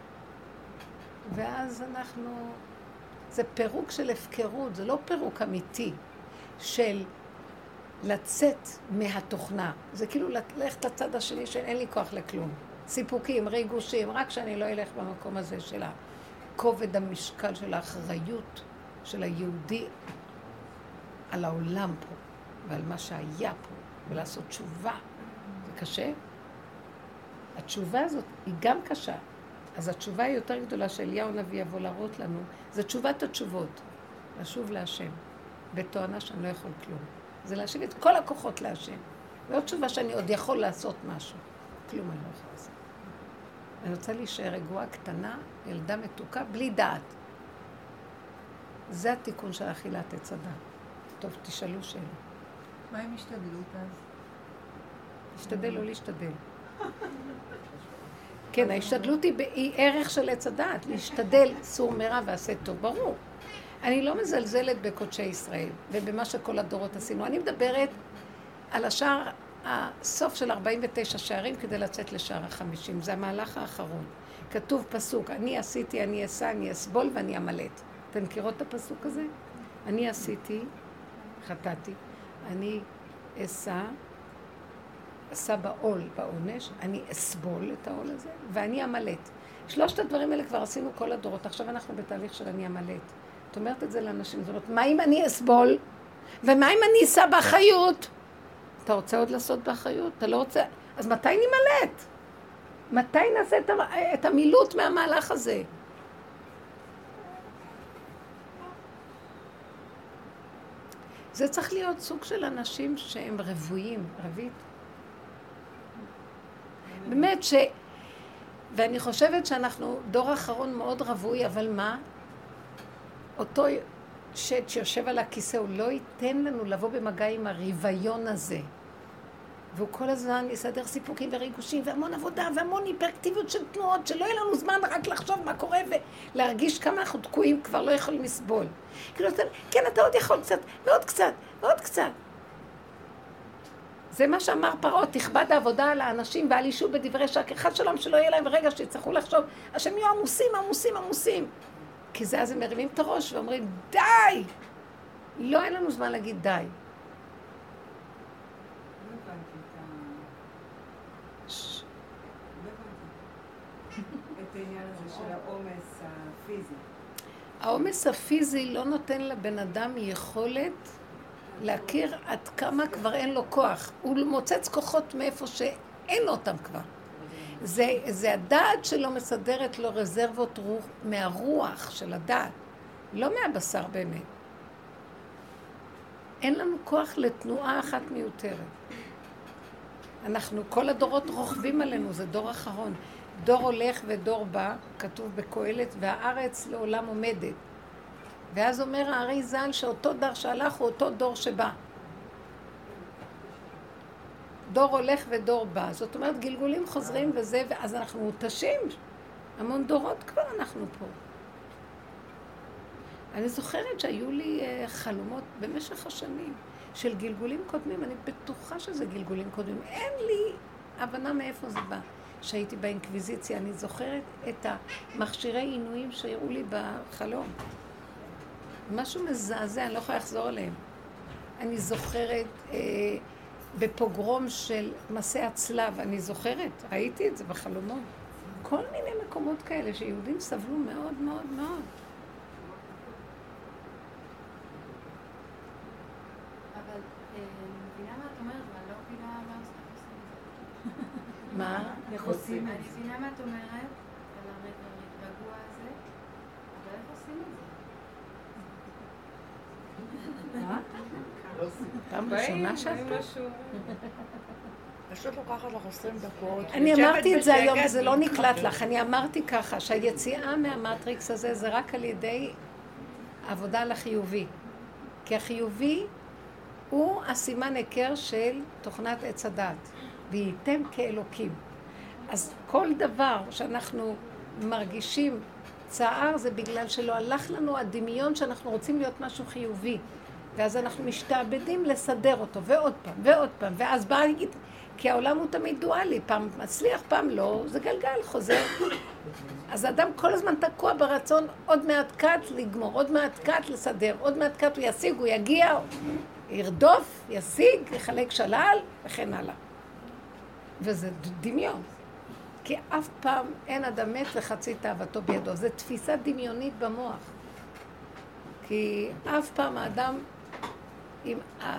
ואז אנחנו, זה פירוק של הפקרות, זה לא פירוק אמיתי של לצאת מהתוכנה. זה כאילו ללכת לצד השני שאין לי כוח לכלום. סיפוקים, ריגושים, רק שאני לא אלך במקום הזה של הכובד המשקל של האחריות של היהודי על העולם פה, ועל מה שהיה פה, ולעשות תשובה. זה קשה. התשובה הזאת היא גם קשה. אז התשובה היא יותר גדולה שאליהו הנביא יבוא להראות לנו, זה תשובת התשובות, לשוב להשם, בתואנה שאני לא יכול כלום. זה להשיב את כל הכוחות להשם. לא תשובה שאני עוד יכול לעשות משהו. כלום אני לא יכולה לעשות. אני רוצה להישאר רגועה קטנה, ילדה מתוקה, בלי דעת. זה התיקון של אכילת עץ הדת. טוב, תשאלו שאלה. מה עם השתדלות אז? להשתדל, לא להשתדל. כן, ההשתדלות היא, היא ערך של עץ הדעת, להשתדל סור מרע ועשה טוב, ברור. אני לא מזלזלת בקודשי ישראל ובמה שכל הדורות עשינו. אני מדברת על השער, הסוף של ארבעים ותשע שערים כדי לצאת לשער החמישים. זה המהלך האחרון. כתוב פסוק, אני עשיתי, אני אעשה, אני אסבול ואני אמלט. אתם מכירות את הפסוק הזה? אני עשיתי, חטאתי, אני אעשה, עשה בעול, בעונש, אני אסבול את העול הזה, ואני אמלט. שלושת הדברים האלה כבר עשינו כל הדורות, עכשיו אנחנו בתהליך של אני אמלט. את אומרת את זה לאנשים, זאת אומרת, מה אם אני אסבול? ומה אם אני אסע באחריות? אתה רוצה עוד לעשות באחריות? אתה לא רוצה? אז מתי נמלט? מתי נעשה את, את המילוט מהמהלך הזה? זה צריך להיות סוג של אנשים שהם רבויים, רבית. באמת ש... ואני חושבת שאנחנו דור אחרון מאוד רבוי, אבל מה? אותו שד שיושב על הכיסא, הוא לא ייתן לנו לבוא במגע עם הרוויון הזה. והוא כל הזמן יסדר סיפוקים וריגושים, והמון עבודה, והמון היפראקטיביות של תנועות, שלא יהיה לנו זמן רק לחשוב מה קורה, ולהרגיש כמה אנחנו תקועים, כבר לא יכולים לסבול. כאילו, כן, אתה עוד יכול קצת, ועוד קצת, ועוד קצת. זה מה שאמר פרעה, תכבד העבודה על האנשים ועל אישות בדברי שקר. אחד שלום שלא יהיה להם רגע שיצטרכו לחשוב, השם יהיו עמוסים, עמוסים, עמוסים. כי זה אז הם מרימים את הראש ואומרים, די! לא אין לנו זמן להגיד די. לא הבנתי את ה... לא הבנתי את העניין הזה של העומס הפיזי. העומס הפיזי לא נותן לבן אדם יכולת להכיר עד כמה כבר אין לו כוח. הוא מוצץ כוחות מאיפה שאין אותם כבר. זה, זה הדעת שלו מסדרת לו רזרבות רוח, מהרוח של הדעת, לא מהבשר באמת. אין לנו כוח לתנועה אחת מיותרת. אנחנו, כל הדורות רוכבים עלינו, זה דור אחרון. דור הולך ודור בא, כתוב בקהלת, והארץ לעולם עומדת. ואז אומר הארי ז"ל שאותו דור שהלך הוא אותו דור שבא. דור הולך ודור בא. זאת אומרת, גלגולים חוזרים וזה, ואז אנחנו מותשים. המון דורות כבר אנחנו פה. אני זוכרת שהיו לי חלומות במשך השנים של גלגולים קודמים. אני בטוחה שזה גלגולים קודמים. אין לי הבנה מאיפה זה בא. שהייתי באינקוויזיציה, אני זוכרת את המכשירי עינויים שהראו לי בחלום. משהו מזעזע, אני לא יכולה לחזור עליהם. אני זוכרת אה, בפוגרום של מסעי הצלב, אני זוכרת, ראיתי את זה בחלומות. כל מיני מקומות כאלה שיהודים סבלו מאוד מאוד מאוד. אבל אני מבינה מה את אומרת, ואני לא מה? איך עושים אני את זה? מבינה מה את אומרת על הרגוע הזה, אבל איך עושים את זה? פעם ראשונה שאת פה? פשוט לוקחת לך עשרים דקות. אני לשבת אמרתי את זה בשקט, היום וזה לא ולהתחבר. נקלט לך. אני אמרתי ככה, שהיציאה מהמטריקס הזה זה רק על ידי עבודה על החיובי. כי החיובי הוא הסימן היכר של תוכנת עץ הדת. והייתם כאלוקים. אז כל דבר שאנחנו מרגישים צער זה בגלל שלא הלך לנו הדמיון שאנחנו רוצים להיות משהו חיובי. ואז אנחנו משתעבדים לסדר אותו, ועוד פעם, ועוד פעם, ואז באה להגיד, כי העולם הוא תמיד דואלי, פעם מצליח, פעם לא, זה גלגל, חוזר. אז האדם כל הזמן תקוע ברצון, עוד מעט קט לגמור, עוד מעט קט לסדר, עוד מעט קט הוא ישיג, הוא יגיע, ירדוף, ישיג, יחלק שלל, וכן הלאה. וזה דמיון. כי אף פעם אין אדם מת וחצי תאוותו בידו, זו תפיסה דמיונית במוח. כי אף פעם האדם עם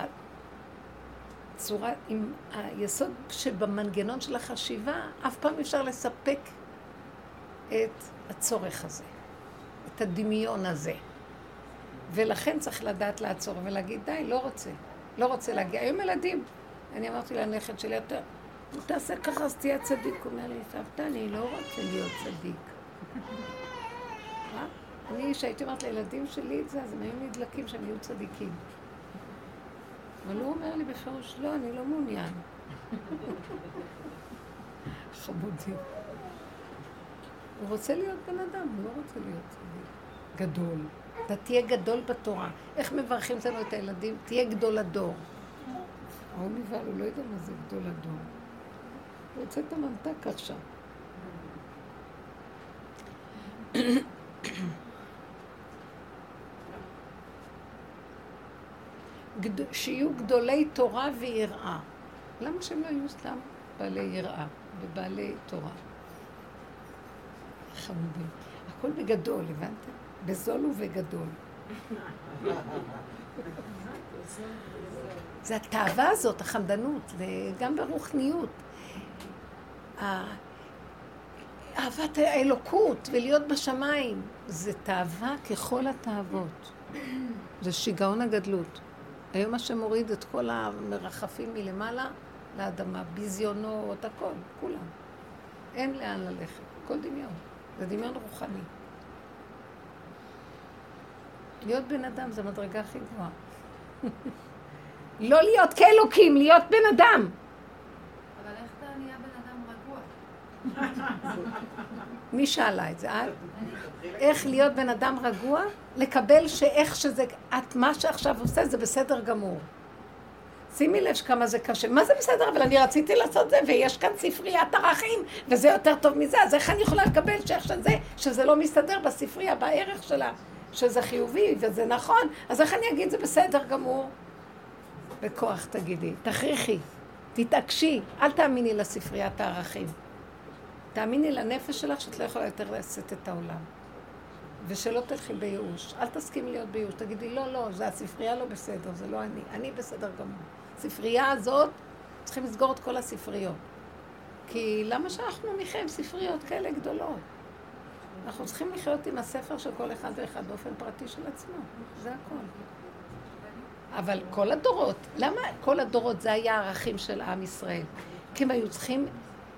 הצורה, עם היסוד שבמנגנון של החשיבה, אף פעם אפשר לספק את הצורך הזה, את הדמיון הזה. ולכן צריך לדעת לעצור ולהגיד, די, לא רוצה, לא רוצה להגיע. היום ילדים, אני אמרתי לנכד שלי, אתה תעשה ככה, אז תהיה צדיק. הוא אומר לי, סבתא, אני לא רוצה להיות צדיק. מה? אני, שהייתי אומרת לילדים שלי את זה, אז הם היו נדלקים שהם יהיו צדיקים. אבל הוא אומר לי בפירוש, לא, אני לא מעוניין. חמודים. הוא רוצה להיות בן אדם, הוא לא רוצה להיות צדיק. גדול. אתה תהיה גדול בתורה. איך מברכים לנו את הילדים? תהיה גדול הדור. הוא נבהל, הוא לא יודע מה זה גדול הדור. הוא רוצה את הממתק עכשיו. שיהיו גדולי תורה ויראה. למה שהם לא יהיו סתם בעלי יראה ובעלי תורה? חמודים. הכל בגדול, הבנתם? בזול ובגדול. זה התאווה הזאת, החמדנות, וגם ברוחניות. אהבת האלוקות ולהיות בשמיים, זה תאווה ככל התאוות. זה שיגעון הגדלות. היום מה שמוריד את כל המרחפים מלמעלה לאדמה, ביזיונות, הכל, כולם. אין לאן ללכת, כל דמיון. זה דמיון רוחני. להיות בן אדם זה מדרגה הכי גבוהה. לא להיות כאלוקים, להיות בן אדם. אבל איך אתה נהיה בן אדם רגוע? מי שאלה את זה? את? איך להיות בן אדם רגוע? לקבל שאיך שזה, את מה שעכשיו עושה זה בסדר גמור. שימי לב כמה זה קשה. מה זה בסדר? אבל אני רציתי לעשות זה, ויש כאן ספריית ערכים, וזה יותר טוב מזה, אז איך אני יכולה לקבל שאיך שזה, שזה לא מסתדר בספרייה, בערך שלה, שזה חיובי וזה נכון, אז איך אני אגיד זה בסדר גמור? בכוח תגידי, תכריחי, תתעקשי, אל תאמיני לספריית הערכים. תאמיני לנפש שלך שאת לא יכולה יותר לעשות את העולם. ושלא תלכי בייאוש. אל תסכים להיות בייאוש. תגידי, לא, לא, זה הספרייה לא בסדר, זה לא אני. אני בסדר גמור. הספרייה הזאת, צריכים לסגור את כל הספריות. כי למה שאנחנו נחיה עם ספריות כאלה גדולות? אנחנו צריכים לחיות עם הספר של כל אחד ואחד באופן פרטי של עצמו. זה הכל. אבל כל הדורות, למה כל הדורות זה היה הערכים של עם ישראל? כי הם היו צריכים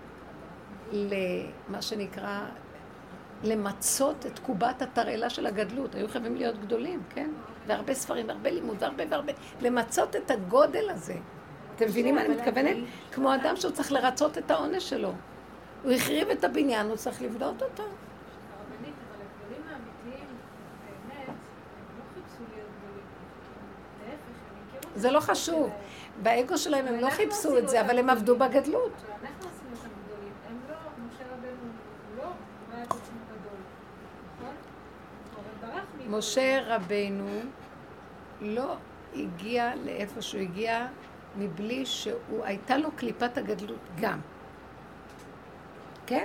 למה שנקרא, למצות את קובת התרעלה של הגדלות. היו חייבים להיות גדולים, כן? והרבה ספרים, הרבה לימוד, והרבה והרבה. למצות את הגודל הזה. אתם מבינים מה אני מתכוונת? כמו אדם שהוא צריך לרצות את העונש שלו. הוא החריב את הבניין, הוא צריך לבדות אותו. הרבנית, אבל הגדולים האמיתיים, באמת, הם לא חיפשו להיות גדולים. להפך, הם הכירו... זה לא חשוב. באגו שלהם הם לא חיפשו את זה, אבל הם עבדו בגדלות. אנחנו עשינו אותם גדולים. הם לא, משה רבנו, הוא לא ראה את עצמו גדול. נכון? אבל ברח מגדול. משה רבנו לא הגיע לאיפה שהוא הגיע מבלי שהוא, הייתה לו קליפת הגדלות גם. כן?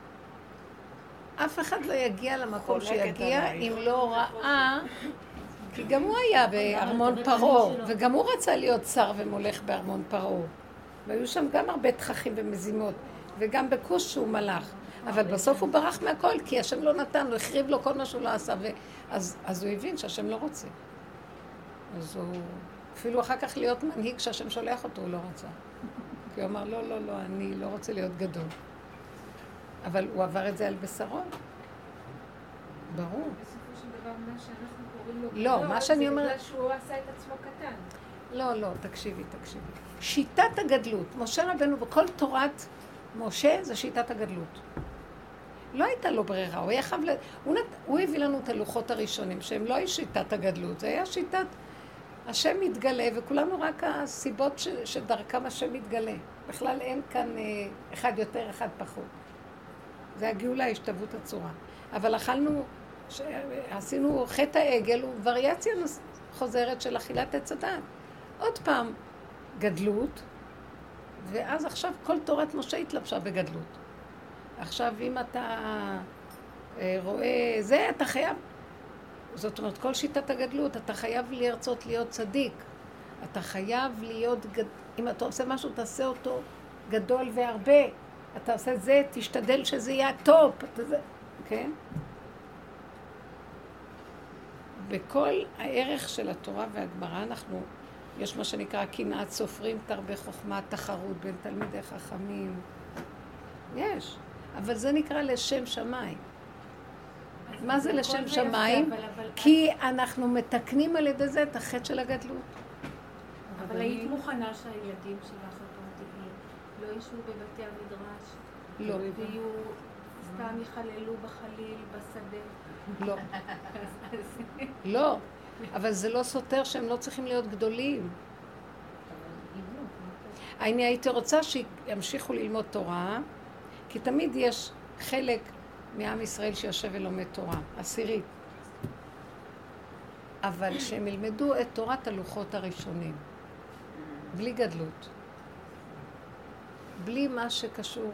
אף אחד לא יגיע למקום שיגיע אם לא ראה, כי גם הוא היה בארמון פרעה, וגם הוא רצה להיות שר ומולך בארמון פרעה. והיו שם גם הרבה תככים ומזימות. וגם בכוש שהוא מלאך. אבל בסוף הוא ברח מהכל, כי השם לא נתן, הוא החריב לו כל מה שהוא לא עשה, ואז, אז הוא הבין שהשם לא רוצה. אז הוא, אפילו אחר כך להיות מנהיג שהשם שולח אותו, הוא לא רצה. כי הוא אמר, לא, לא, לא, אני לא רוצה להיות גדול. אבל הוא עבר את זה על בשרו. ברור. בסופו של דבר, מה שאנחנו קוראים לו לא, גדול, מה שאני זה אומרת- בגלל שהוא עשה את עצמו קטן. לא, לא, תקשיבי, תקשיבי. שיטת הגדלות, משה רבנו בכל תורת משה זה שיטת הגדלות. לא הייתה לו ברירה, הוא היה חייב ל... הוא, נת... הוא הביא לנו את הלוחות הראשונים, שהם לא היו שיטת הגדלות, זה היה שיטת... השם מתגלה, וכולנו רק הסיבות ש... שדרכם השם מתגלה. בכלל אין כאן אה, אחד יותר, אחד פחות. זה הגאולה, השתוות הצורה. אבל אכלנו, ש... עשינו חטא העגל, הוא וריאציה נוס... חוזרת של אכילת עץ הדת. עוד פעם, גדלות, ואז עכשיו כל תורת משה התלבשה בגדלות. עכשיו, אם אתה אה, רואה זה, אתה חייב... זאת אומרת, כל שיטת הגדלות, אתה חייב לרצות להיות צדיק. אתה חייב להיות... גד... אם אתה עושה משהו, תעשה אותו גדול והרבה. אתה עושה זה, תשתדל שזה יהיה טופ. אתה זה... כן? בכל הערך של התורה והגמרא, אנחנו... יש מה שנקרא קנאת סופרים, תרבה חוכמה, תחרות בין תלמידי חכמים. יש. אבל זה נקרא לשם שמיים. מה זה לשם שמיים? כי אנחנו מתקנים על ידי זה את החטא של הגדלות. אבל היית מוכנה שהילדים שלך הפרטיים לא ישבו בבתי המדרש? לא. ויהיו סתם יחללו בחליל, בשדה? לא. לא. אבל זה לא סותר שהם לא צריכים להיות גדולים. אני הייתי רוצה שימשיכו ללמוד תורה, כי תמיד יש חלק מעם ישראל שיושב ולומד תורה, עשירית. אבל שהם ילמדו את תורת הלוחות הראשונים, בלי גדלות. בלי מה שקשור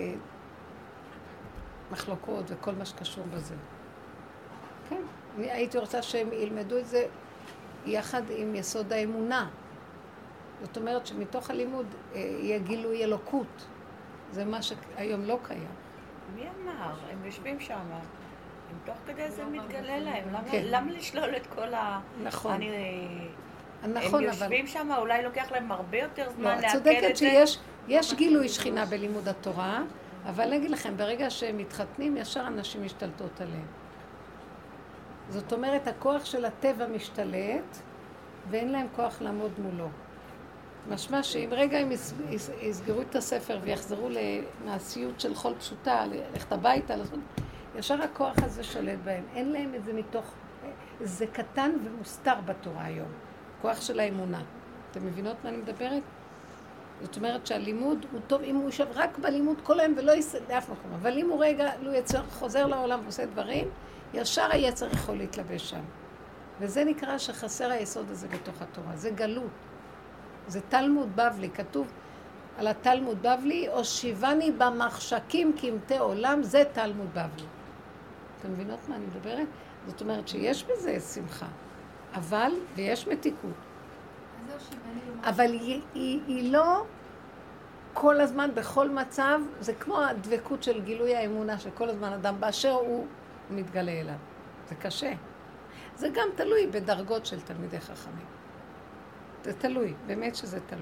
למחלוקות וכל מה שקשור בזה. כן, אני הייתי רוצה שהם ילמדו את זה יחד עם יסוד האמונה. זאת אומרת שמתוך הלימוד יהיה גילוי אלוקות. זה מה שהיום לא קיים. מי אמר? הם יושבים שם. הם תוך כדי זה מתגלה להם. למה- כן. למה לשלול את כל ה... נכון. אני- הם נכון, אבל... יושבים שם, אולי לוקח להם הרבה יותר לא, זמן את לעכל צודקת את זה. שיש יש גילוי שכינה בלימוד התורה, אבל אני אגיד לכם, ברגע שהם מתחתנים, ישר אנשים משתלטות עליהם. זאת אומרת, הכוח של הטבע משתלט, ואין להם כוח לעמוד מולו. משמע שאם רגע הם יס- יס- יסגרו את הספר ויחזרו למעשיות של חול פשוטה, ללכת הביתה, לעשות, ישר הכוח הזה שולט בהם. אין להם את זה מתוך... זה קטן ומוסתר בתורה היום. כוח של האמונה. אתם מבינות מה אני מדברת? זאת אומרת שהלימוד הוא טוב אם הוא יושב רק בלימוד כל היום ולא ייסע לאף מקום. אבל אם הוא רגע, הוא יצר, חוזר לעולם ועושה דברים, ישר היצר יכול להתלבש שם. וזה נקרא שחסר היסוד הזה בתוך התורה. זה גלות. זה תלמוד בבלי. כתוב על התלמוד בבלי, או שיבני במחשקים כמתי עולם, זה תלמוד בבלי. אתם מבינות מה אני מדברת? זאת אומרת שיש בזה שמחה. אבל, ויש מתיקות. אז זהו שיבני במחשכים. אבל היא, היא, היא לא כל הזמן, בכל מצב, זה כמו הדבקות של גילוי האמונה, שכל הזמן אדם באשר הוא מתגלה אליו. זה קשה. זה גם תלוי בדרגות של תלמידי חכמים. זה תלוי, באמת שזה תלוי.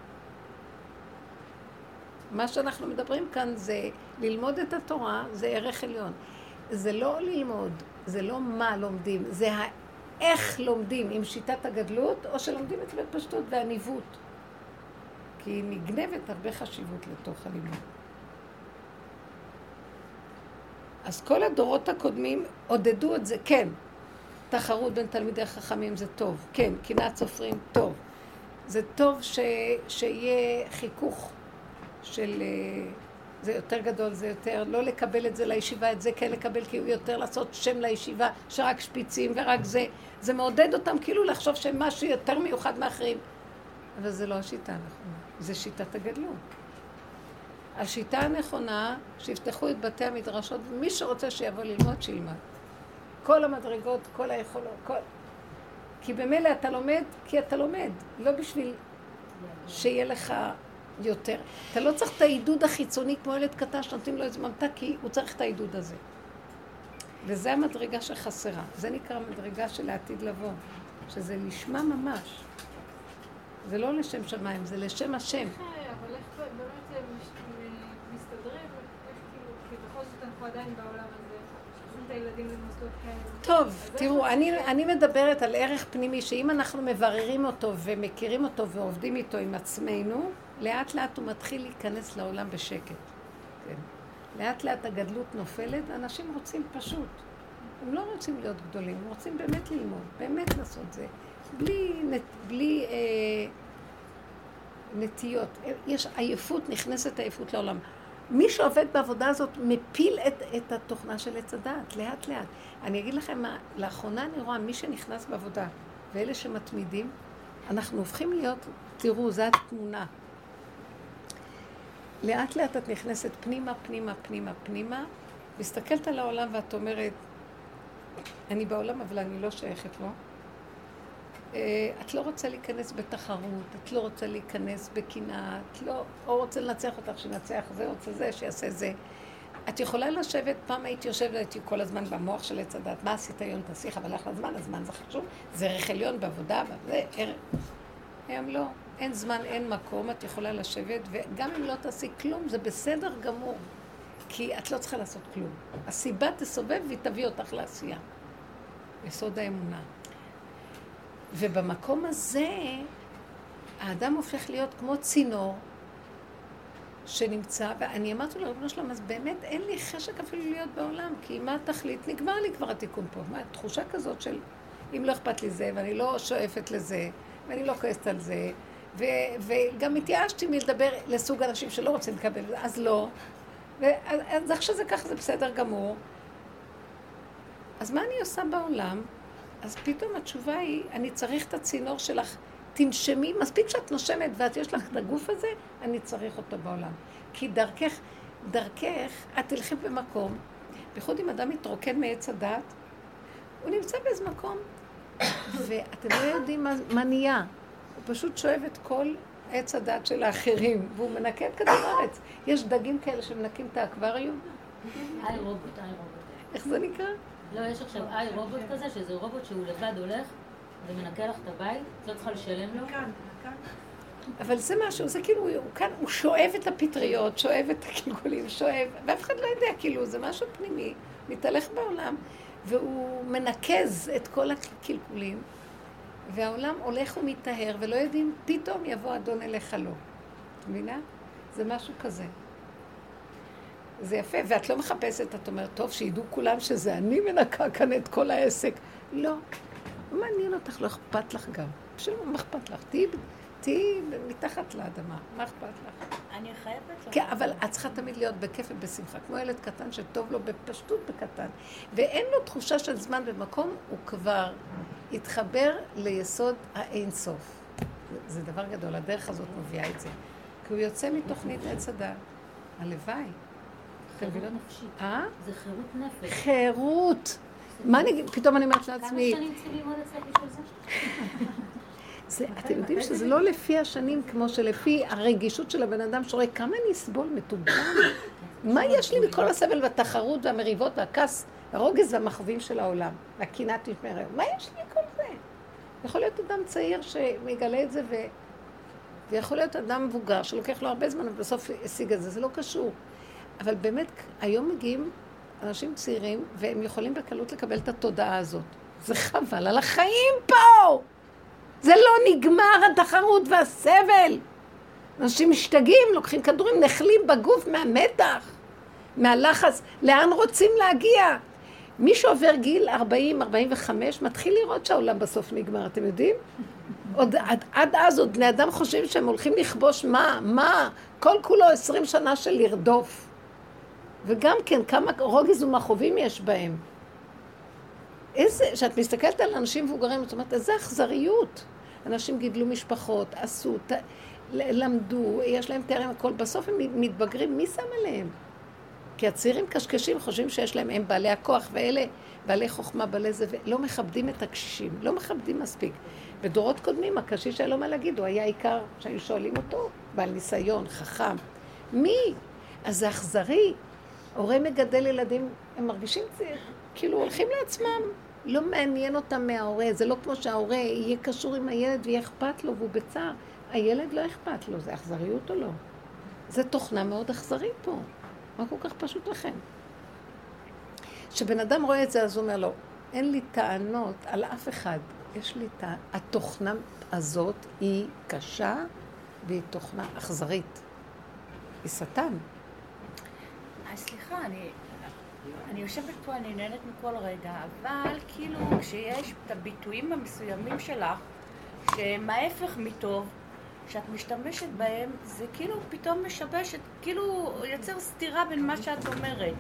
מה שאנחנו מדברים כאן זה ללמוד את התורה, זה ערך עליון. זה לא ללמוד, זה לא מה לומדים, זה איך לומדים, עם שיטת הגדלות, או שלומדים את זה בפשטות והניווט. כי היא נגנבת הרבה חשיבות לתוך הלימוד. אז כל הדורות הקודמים עודדו את זה, כן. תחרות בין תלמידי חכמים זה טוב, כן. קנאת סופרים, טוב. זה טוב ש... שיהיה חיכוך של... זה יותר גדול, זה יותר... לא לקבל את זה לישיבה, את זה כן לקבל, כי הוא יותר לעשות שם לישיבה, שרק שפיצים ורק זה. זה מעודד אותם כאילו לחשוב שמשהו יותר מיוחד מאחרים. אבל זה לא השיטה הנכונה, זה שיטת הגדלות. השיטה הנכונה, שיפתחו את בתי המדרשות, ומי שרוצה שיבוא ללמוד, שילמד. כל המדרגות, כל היכולות, כל... כי במילא אתה לומד, כי אתה לומד, לא בשביל שיהיה לך יותר. אתה לא צריך את העידוד החיצוני כמו ילד קטן שנותנים לו איזה ממתק, כי הוא צריך את העידוד הזה. וזה המדרגה שחסרה. זה נקרא מדרגה של העתיד לבוא, שזה לשמה ממש. זה לא לשם שמיים, זה לשם השם. אבל איך באמת הם מסתדרים? איך כאילו, כי בכל זאת אנחנו עדיין בעולם הזה, שולחים את הילדים למוסדות כאלה. טוב, תראו, אני, אני מדברת על ערך פנימי, שאם אנחנו מבררים אותו ומכירים אותו ועובדים איתו עם עצמנו, לאט לאט הוא מתחיל להיכנס לעולם בשקט. כן. לאט לאט הגדלות נופלת, אנשים רוצים פשוט. הם לא רוצים להיות גדולים, הם רוצים באמת ללמוד, באמת לעשות זה. בלי, בלי אה, נטיות. יש עייפות, נכנסת עייפות לעולם. מי שעובד בעבודה הזאת מפיל את, את התוכנה של עץ הדעת, לאט לאט. אני אגיד לכם מה, לאחרונה אני רואה מי שנכנס בעבודה, ואלה שמתמידים, אנחנו הופכים להיות, תראו, זו התמונה. לאט לאט את נכנסת פנימה, פנימה, פנימה, פנימה, מסתכלת על העולם ואת אומרת, אני בעולם אבל אני לא שייכת לו. את לא רוצה להיכנס בתחרות, את לא רוצה להיכנס בקנאה, את לא, או רוצה לנצח אותך, שנצח זה, רוצה זה, שיעשה זה. את יכולה לשבת, פעם הייתי יושבת, הייתי כל הזמן במוח של עץ הדת, מה עשית היום תעשי, אבל לך לזמן, הזמן זה חשוב, זה ערך עליון בעבודה, וזה ערך. היום לא, אין זמן, אין מקום, את יכולה לשבת, וגם אם לא תעשי כלום, זה בסדר גמור, כי את לא צריכה לעשות כלום. הסיבה תסובב והיא תביא אותך לעשייה. יסוד האמונה. ובמקום הזה, האדם הופך להיות כמו צינור שנמצא, ואני אמרתי לו, רבנו שלום, אז באמת אין לי חשק אפילו להיות בעולם, כי מה התכלית? נגמר לי כבר התיקון פה. מה, תחושה כזאת של, אם לא אכפת לי זה, ואני לא שואפת לזה, ואני לא כועסת על זה, ו- וגם התייאשתי מלדבר לסוג אנשים שלא רוצים לקבל, אז לא. אז איך שזה ככה זה בסדר גמור. אז מה אני עושה בעולם? אז פתאום התשובה היא, אני צריך את הצינור שלך, תנשמי, מספיק שאת נושמת ואת יש לך את הגוף הזה, אני צריך אותו בעולם. כי דרכך, דרכך, את תלכי במקום, בייחוד אם אדם מתרוקן מעץ הדעת, הוא נמצא באיזה מקום, ואתם לא יודעים מה, מה נהיה. הוא פשוט שואב את כל עץ הדעת של האחרים, והוא מנקה את כדור הארץ. יש דגים כאלה שמנקים את האקווריום. איי רובוט, איי רובוט. איך זה נקרא? לא, יש עכשיו איי רובוט כזה, שזה רובוט שהוא לבד הולך, ומנקה לך את הבית, את לא צריכה לשלם לו. כאן, כאן. אבל זה משהו, זה כאילו, הוא כאן, הוא שואב את הפטריות, שואב את הקלקולים, שואב, ואף אחד לא יודע, כאילו, זה משהו פנימי, מתהלך בעולם, והוא מנקז את כל הקלקולים, והעולם הולך ומתאר, ולא יודעים, פתאום יבוא אדון אליך לא. את מבינה? זה משהו כזה. זה יפה, ואת לא מחפשת, את אומרת, טוב, שידעו כולם שזה אני מנקה כאן את כל העסק. לא. מעניין אותך, לא אכפת לך גם. פשוט מה אכפת לך? תהיי, תהיי מתחת לאדמה, מה אכפת לך? אני חייבת לך. כן, אבל את צריכה תמיד להיות בכיף ובשמחה, כמו ילד קטן שטוב לו בפשטות בקטן. ואין לו תחושה של זמן במקום, הוא כבר התחבר ליסוד האינסוף. זה דבר גדול, הדרך הזאת מביאה את זה. כי הוא יוצא מתוכנית עץ הדעת. הלוואי. חירות נפשית. אה? זה חירות נפש. חירות. מה אני, פתאום אני אומרת לעצמי... כמה שנים צריכים ללמוד אצלך בשביל זה? זה, אתם יודעים שזה לא לפי השנים, כמו שלפי הרגישות של הבן אדם שרואה כמה אני אסבול מטומטם. מה יש לי מכל הסבל והתחרות והמריבות והכעס, הרוגז והמחווים של העולם, והקנאה תשמרה? מה יש לי מכל זה? יכול להיות אדם צעיר שמגלה את זה, ו... ויכול להיות אדם מבוגר שלוקח לו הרבה זמן ובסוף השיג את זה, זה לא קשור. אבל באמת, היום מגיעים אנשים צעירים, והם יכולים בקלות לקבל את התודעה הזאת. זה חבל על החיים פה! זה לא נגמר התחרות והסבל. אנשים משתגעים, לוקחים כדורים, נחלים בגוף מהמתח, מהלחץ. לאן רוצים להגיע? מי שעובר גיל ארבעים ארבעים וחמש, מתחיל לראות שהעולם בסוף נגמר, אתם יודעים? עוד, עד, עד אז עוד בני אדם חושבים שהם הולכים לכבוש מה? מה? כל כולו עשרים שנה של לרדוף. וגם כן, כמה רוגז ומחובים יש בהם. איזה, שאת מסתכלת על אנשים מבוגרים, זאת אומרת, איזה אכזריות. אנשים גידלו משפחות, עשו, ת, למדו, יש להם תארים הכל, בסוף הם מתבגרים, מי שם עליהם? כי הצעירים קשקשים חושבים שיש להם, הם בעלי הכוח, ואלה בעלי חוכמה, בעלי זה, ולא מכבדים את הקשישים, לא מכבדים מספיק. בדורות קודמים, הקשיש היה לו מה להגיד, הוא היה עיקר שהיו שואלים אותו, בעל ניסיון, חכם. מי? אז זה אכזרי. הורה מגדל ילדים, הם מרגישים צעיר, כאילו הולכים לעצמם. לא מעניין אותם מההורה, זה לא כמו שההורה יהיה קשור עם הילד ויהיה אכפת לו, והוא בצער. הילד לא אכפת לו, זה אכזריות או לא? זה תוכנה מאוד אכזרית פה. מה כל כך פשוט לכם? כשבן אדם רואה את זה, אז הוא אומר לו, אין לי טענות על אף אחד. יש לי טענות. התוכנה הזאת היא קשה, והיא תוכנה אכזרית. היא שטן. אז סליחה, אני, אני יושבת פה, אני נהנית מכל רגע, אבל כאילו כשיש את הביטויים המסוימים שלך, שהם ההפך מטוב, שאת משתמשת בהם, זה כאילו פתאום משבשת, כאילו יוצר סתירה בין מה שאת אומרת.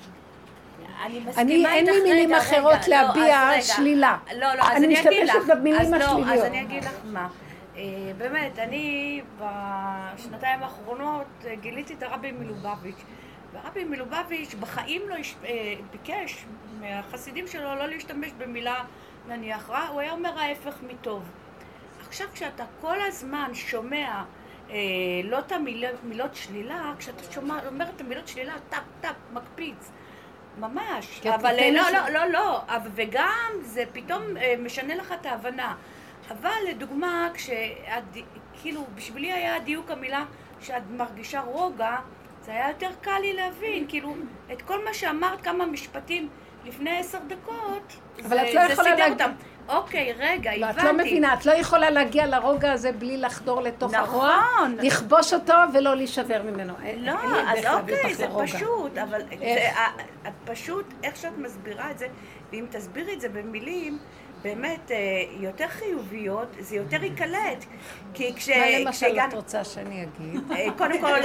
אני מסכימה אין לי מילים אחרות להביע שלילה. לא, לא, אז אני אגיד לך. אני משתמשת במילים השליליות. אז אני אגיד לך מה. באמת, אני בשנתיים האחרונות גיליתי את הרבי מלובביץ'. והרבי מלובביץ' בחיים לא ביקש מהחסידים שלו לא להשתמש במילה נניח רע, הוא היה אומר ההפך מטוב. עכשיו כשאתה כל הזמן שומע אה, לא את המילות, מילות שלילה, כשאתה שומע, אומר את המילות שלילה, טאפ טאפ, מקפיץ. ממש. אבל לא, לא, לא, לא, אבל וגם זה פתאום אה, משנה לך את ההבנה. אבל לדוגמה, כשאת, כאילו, בשבילי היה דיוק המילה שאת מרגישה רוגע, זה היה יותר קל לי להבין, כאילו, את כל מה שאמרת כמה משפטים לפני עשר דקות, אבל זה, את לא יכולה להגיד... אותם. אוקיי, רגע, לא, הבנתי. את לא מבינה, את לא יכולה להגיע לרוגע הזה בלי לחדור לתוך נכון. הרוע, לכבוש אותו ולא להישבר ממנו. לא, אז אוקיי, זה פשוט, אבל זה, את פשוט, איך שאת מסבירה את זה, ואם תסבירי את זה במילים, באמת יותר חיוביות, זה יותר יקלט. כי כש... מה למשל את רוצה שאני אגיד? קודם כל,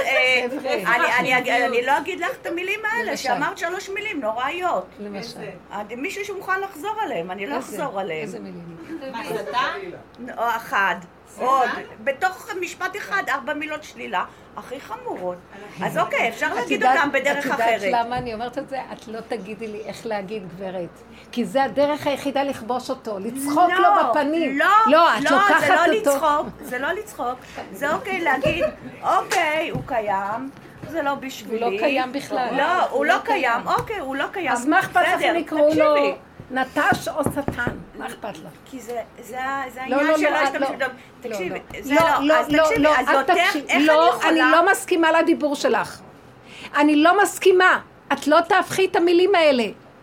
אני לא אגיד לך את המילים האלה, שאמרת שלוש מילים נוראיות. למשל. מישהו שמוכן לחזור עליהם, אני לא אחזור עליהם. איזה מילים? מה, סתה? או אחד. עוד. בתוך משפט אחד, ארבע מילות שלילה, הכי חמורות. אז אוקיי, אפשר להגיד אותם בדרך אחרת. את יודעת למה אני אומרת את זה? את לא תגידי לי איך להגיד גברת. כי זה הדרך היחידה לכבוש אותו, לצחוק לו בפנים. לא, לא, את לא, לוקחת זה לא אותו. לצחוק, זה לא לצחוק. זה אוקיי להגיד, אוקיי, הוא קיים, זה לא בשבילי. הוא לא קיים בכלל. לא, הוא לא קיים, אוקיי, הוא לא קיים. אז מה אכפת לך אם יקראו לו נטש או שטן? מה אכפת לך? כי זה העניין שלא השתמש בדום. תקשיבי, זה לא, לא, אז תקשיבי, אז יותר, איך אני יכולה... לא, אני לא מסכימה לדיבור שלך. אני לא מסכימה. את לא תהפכי את המילים האלה.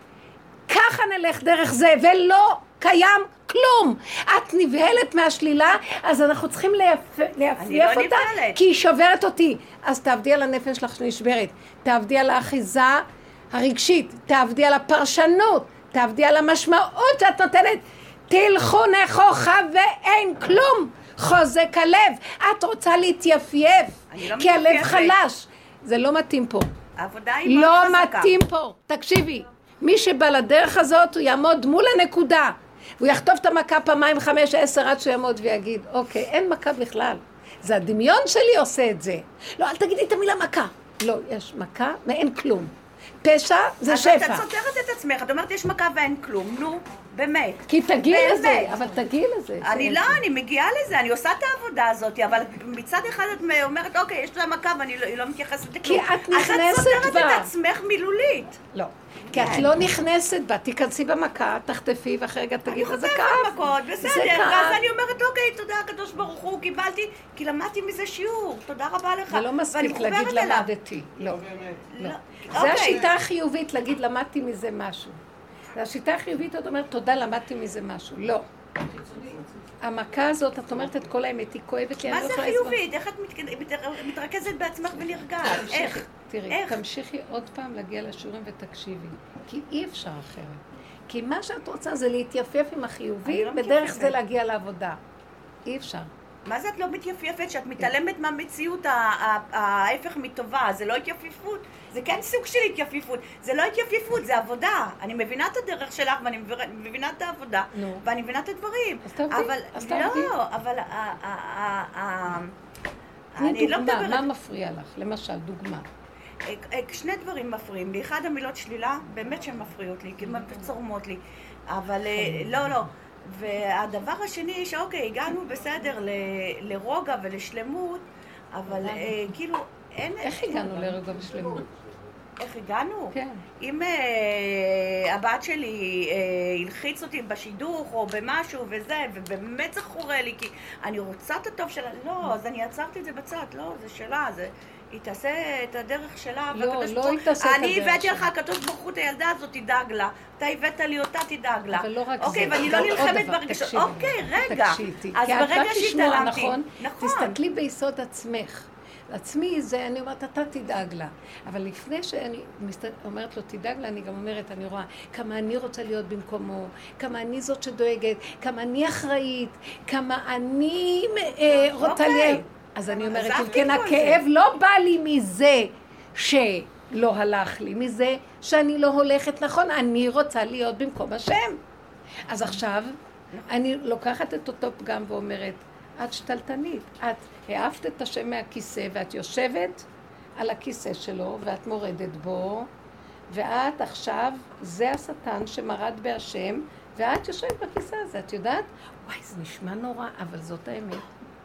ככה נלך דרך זה, ולא קיים כלום. את נבהלת מהשלילה, אז אנחנו צריכים להפייף אותה, כי היא שוברת אותי. אז תעבדי על הנפש שלך שנשברת. תעבדי על האחיזה הרגשית. תעבדי על הפרשנות. תעבדי על המשמעות שאת נותנת. תלכו נכוחה ואין כלום. חוזק הלב. את רוצה להתייפייף, לא כי הלב חלש. זה לא מתאים פה. העבודה היא לא מאוד חזקה. מתאים פה. תקשיבי, מי שבא לדרך הזאת הוא יעמוד מול הנקודה. הוא יכתוב את המכה פעמיים, חמש, עשר, עד שהוא יעמוד ויגיד, אוקיי, אין מכה בכלל. זה הדמיון שלי עושה את זה. לא, אל תגידי את המילה מכה. לא, יש מכה ואין כלום. פשע זה שפע. אז את סותרת את עצמך, את אומרת יש מכה ואין כלום, נו, באמת. כי תגיעי לזה, אבל תגיעי לזה. אני לא, אני מגיעה לזה, אני עושה את העבודה הזאת, אבל מצד אחד את אומרת, אוקיי, יש לה מכה ואני לא מתייחסת לכלום. כי את נכנסת בה. אז את סותרת את עצמך מילולית. לא. כי את לא נכנסת בה, תיכנסי במכה, תחטפי, ואחרי רגע תגיד, זה כאב. אני חוטפת מכות, בסדר, ואז אני אומרת, אוקיי, תודה הקדוש ברוך הוא, קיבלתי, כי למדתי מזה שיעור, תודה רבה לך. זה לא מספיק להגיד למדתי, לא. זה השיטה החיובית, להגיד למדתי מזה משהו. זה השיטה החיובית, את אומרת, תודה, למדתי מזה משהו. לא. המכה הזאת, את אומרת את כל האמת, היא כואבת לי. מה זה חיובית? איך את מתרכזת בעצמך ונרגעת? איך? תראי, תמשיכי עוד פעם להגיע לשיעורים ותקשיבי. כי אי אפשר אחרת. כי מה שאת רוצה זה להתייפף עם החיובי, בדרך זה להגיע לעבודה. אי אפשר. מה זה את לא מתייפפת? שאת מתעלמת מהמציאות ההפך מטובה, זה לא התייפיפות, זה כן סוג של התייפיפות, זה לא התייפיפות, זה עבודה. אני מבינה את הדרך שלך ואני מבינה את העבודה, ואני מבינה את הדברים. אז תעבדי, אז תעבדי. לא, אבל אני לא מדברת... מה מפריע לך? למשל, דוגמה. שני דברים מפריעים לי. אחד, המילות שלילה, באמת שהן מפריעות לי, כמעט צורמות לי. אבל לא, לא. והדבר השני, שאוקיי, הגענו בסדר לרוגע ולשלמות, אבל כאילו אין... איך הגענו לרוגע ושלמות? איך הגענו? כן. אם uh, הבת שלי uh, הלחיץ אותי בשידוך או במשהו וזה, ובאמת זה חורה לי, כי אני רוצה את הטוב שלה, לא, אז אני עצרתי את זה בצד, לא, זה שלה, זה... היא תעשה את הדרך שלה, לא, לא היא תעשה את הדרך שלה. אני הבאתי לך, הקדוש ברוך הוא, את הילדה הזאת, תדאג לה. אתה הבאת לי אותה, תדאג לה. אבל לא רק זה. אוקיי, ואני לא נלחמת ברגשות. אוקיי, רגע. אז ברגע שהתעלמתי. נכון. תסתכלי ביסוד עצמך. עצמי זה, אני אומרת, אתה תדאג לה. אבל לפני שאני אומרת לו, תדאג לה, אני גם אומרת, אני רואה כמה אני רוצה להיות במקומו, כמה אני זאת שדואגת, כמה אני אחראית, כמה אני רוצה להיות. אז אני אומרת, אם כן, הכאב לא בא לי מזה שלא הלך לי, מזה שאני לא הולכת נכון, אני רוצה להיות במקום השם. אז עכשיו, אני לוקחת את אותו פגם ואומרת, את שתלטנית, את העפת את השם מהכיסא ואת יושבת על הכיסא שלו ואת מורדת בו, ואת עכשיו, זה השטן שמרד בהשם, ואת יושבת בכיסא הזה, את יודעת? וואי, זה נשמע נורא, אבל זאת האמת.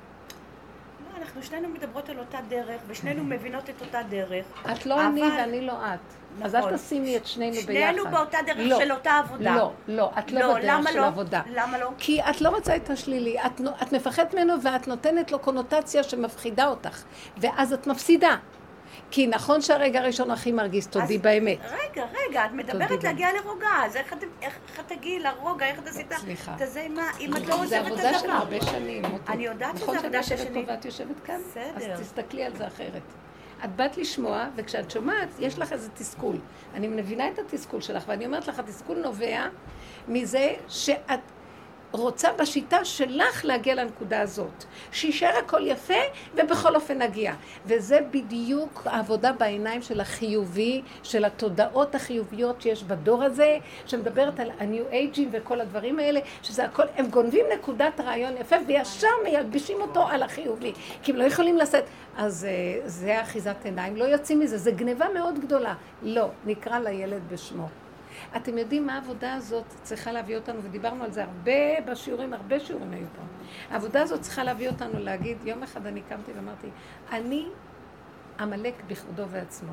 אנחנו שנינו מדברות על אותה דרך, ושנינו מבינות את אותה דרך. את לא אני ואני לא את. אז אל תשימי את שנינו ביחד. שנינו באותה דרך של אותה עבודה. לא, לא, את לא בדרך של עבודה. למה לא? כי את לא רוצה את השלילי. את מפחדת ממנו ואת נותנת לו קונוטציה שמפחידה אותך. ואז את מפסידה. כי נכון שהרגע הראשון הכי מרגיש, תודי באמת. רגע, רגע, את מדברת להגיע לרוגע, אז איך את תגיעי לרוגע, איך את עשית? סליחה. תזה מה, אם את לא עוזרת את זה הדבר. עבודה של הרבה שנים. אני יודעת שזה עבודה של שנים. נכון שאת יושבת פה ואת יושבת כאן? בסדר. אז תסתכלי על זה אחרת. את באת לשמוע, וכשאת שומעת, יש לך איזה תסכול. אני מבינה את התסכול שלך, ואני אומרת לך, התסכול נובע מזה שאת רוצה בשיטה שלך להגיע לנקודה הזאת. שישאר הכל יפה ובכל אופן נגיע. וזה בדיוק העבודה בעיניים של החיובי, של התודעות החיוביות שיש בדור הזה, שמדברת על ה-New Aging וכל הדברים האלה, שזה הכל, הם גונבים נקודת רעיון יפה וישר מילבישים אותו על החיובי. כי הם לא יכולים לשאת, אז זה אחיזת עיניים, לא יוצאים מזה, זה גניבה מאוד גדולה. לא, נקרא לילד בשמו. אתם יודעים מה העבודה הזאת צריכה להביא אותנו, ודיברנו על זה הרבה בשיעורים, הרבה שיעורים היו פה. העבודה הזאת צריכה להביא אותנו להגיד, יום אחד אני קמתי ואמרתי, אני עמלק בכבודו ועצמו.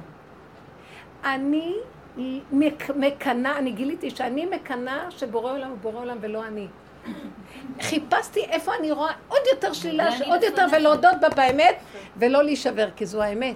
אני מקנה, אני גיליתי שאני מקנה שבורא עולם הוא בורא עולם ולא אני. חיפשתי איפה אני רואה עוד יותר שלילה, עוד יותר ולהודות בה באמת, ולא להישבר, כי זו האמת.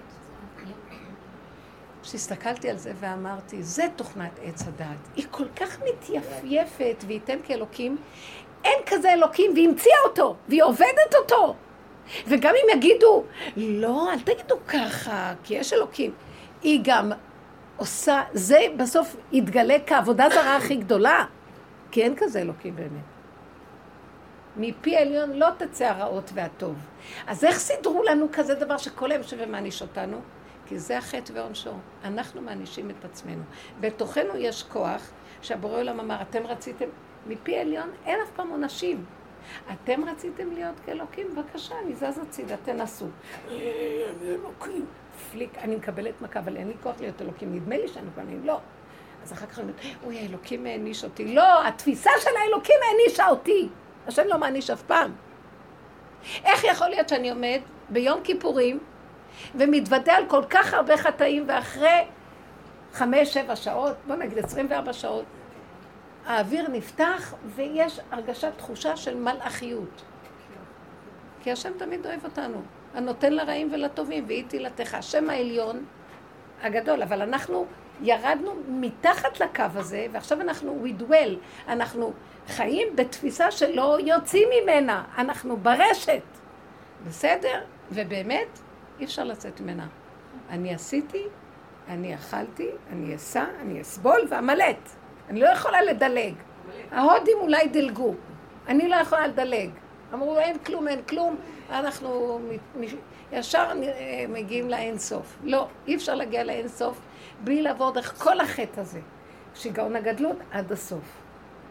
כשהסתכלתי על זה ואמרתי, זה תוכנת עץ הדעת. היא כל כך מתייפייפת וייתן כאלוקים, אין כזה אלוקים, והיא המציאה אותו, והיא עובדת אותו. וגם אם יגידו, לא, אל תגידו ככה, כי יש אלוקים. היא גם עושה, זה בסוף יתגלה כעבודה זרה הכי גדולה, כי אין כזה אלוקים באמת. מפי עליון לא תצא הרעות והטוב. אז איך סידרו לנו כזה דבר שכל היום שווה מעניש אותנו? כי זה החטא ועונשו. אנחנו מענישים את עצמנו. בתוכנו יש כוח שהבורא עולם אמר, אתם רציתם, מפי עליון אין אף פעם עונשים. אתם רציתם להיות כאלוקים? בבקשה, אני זז הצידה, תנסו. אני אלוקים. פליק, אני מקבלת מכה, אבל אין לי כוח להיות אלוקים. נדמה לי שאני פעמים, לא. אז אחר כך אני אומרת, אוי, האלוקים העניש אותי. לא, התפיסה של האלוקים הענישה אותי. השם לא מעניש אף פעם. איך יכול להיות שאני עומד ביום כיפורים, ומתוודע על כל כך הרבה חטאים, ואחרי חמש, שבע שעות, בוא נגיד עשרים וארבע שעות, האוויר נפתח ויש הרגשת תחושה של מלאכיות. כי השם תמיד אוהב אותנו, הנותן לרעים ולטובים, והיא תהילתך, השם העליון הגדול, אבל אנחנו ירדנו מתחת לקו הזה, ועכשיו אנחנו we dwell, אנחנו חיים בתפיסה שלא יוצאים ממנה, אנחנו ברשת, בסדר? ובאמת, אי אפשר לצאת ממנה. אני עשיתי, אני אכלתי, אני אסע, אני אסבול ואמלט. אני לא יכולה לדלג. ההודים אולי דלגו. אני לא יכולה לדלג. אמרו, אין כלום, אין כלום. אנחנו ישר מגיעים לאין סוף. לא, אי אפשר להגיע לאין סוף בלי לעבור דרך כל החטא הזה. שיגעון הגדלות עד הסוף.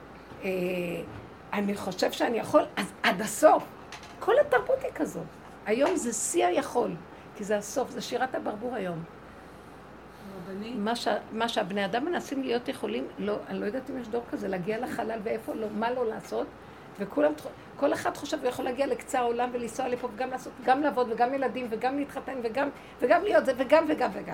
אני חושב שאני יכול, אז עד הסוף. כל התרבות היא כזאת. היום זה שיא היכול. כי זה הסוף, זה שירת הברבור היום. מה, ש... מה שהבני אדם מנסים להיות יכולים, לא, אני לא יודעת אם יש דור כזה, להגיע לחלל ואיפה, לא, מה לא לעשות, וכולם, כל אחד חושב הוא יכול להגיע לקצה העולם ולנסוע לפה וגם לעשות, גם לעבוד וגם ילדים וגם להתחתן וגם, וגם להיות זה וגם וגם וגם.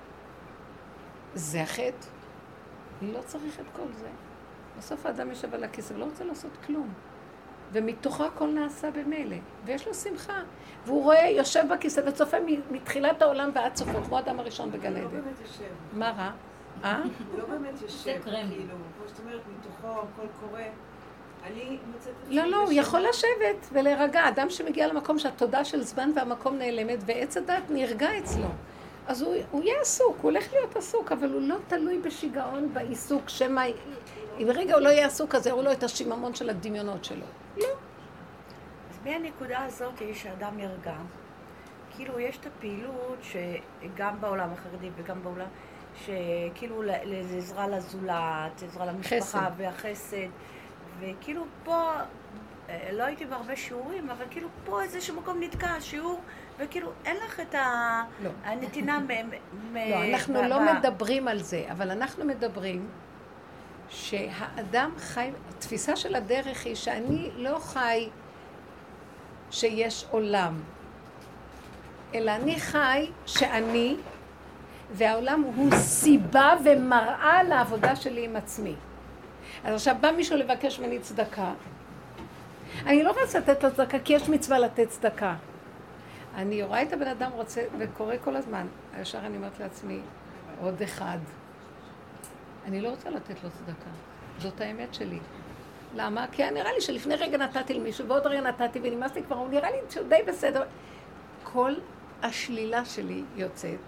זה החטא. לא צריך את כל זה. בסוף האדם יושב על הכיסא ולא רוצה לעשות כלום. ומתוכו הכל נעשה במילא, ויש לו שמחה. והוא רואה, יושב בכיסא וצופה מתחילת העולם ועד סופו, כמו האדם הראשון בגן עדן. הוא לא באמת יושב. מה רע? אה? הוא לא באמת יושב, כאילו, כמו שאת אומרת, מתוכו הכל קורה. אני מוצאת... לא, לא, הוא יכול לשבת ולהירגע. אדם שמגיע למקום שהתודה של זמן והמקום נעלמת, ועץ הדת נרגע אצלו. אז הוא, הוא יהיה עסוק, הוא הולך להיות עסוק, אבל הוא לא תלוי בשיגעון, בעיסוק, שמה... אם רגע הוא לא יהיה עסוק, אז יראו לו את השיממון של הדמיונות שלו. לא. אז מהנקודה הזאת יש אדם ירגע. כאילו יש את הפעילות שגם בעולם החרדי וגם בעולם, שכאילו לעזרה לזולת, עזרה למשפחה והחסד. וכאילו פה, לא הייתי בהרבה שיעורים, אבל כאילו פה איזשהו מקום נתקע, שיעור, וכאילו אין לך את הנתינה מ... לא, אנחנו לא מדברים על זה, אבל אנחנו מדברים שהאדם חי, התפיסה של הדרך היא שאני לא חי שיש עולם, אלא אני חי שאני, והעולם הוא סיבה ומראה לעבודה שלי עם עצמי. אז עכשיו בא מישהו לבקש ממני צדקה. אני לא רוצה לתת לו צדקה, כי יש מצווה לתת צדקה. אני רואה את הבן אדם רוצה, וקורא כל הזמן. הישר אני אומרת לעצמי, עוד אחד. אני לא רוצה לתת לו צדקה. זאת האמת שלי. למה? כי נראה לי שלפני רגע נתתי למישהו, ועוד רגע נתתי ונמאסתי כבר, הוא נראה לי שהוא די בסדר. כל השלילה שלי יוצאת.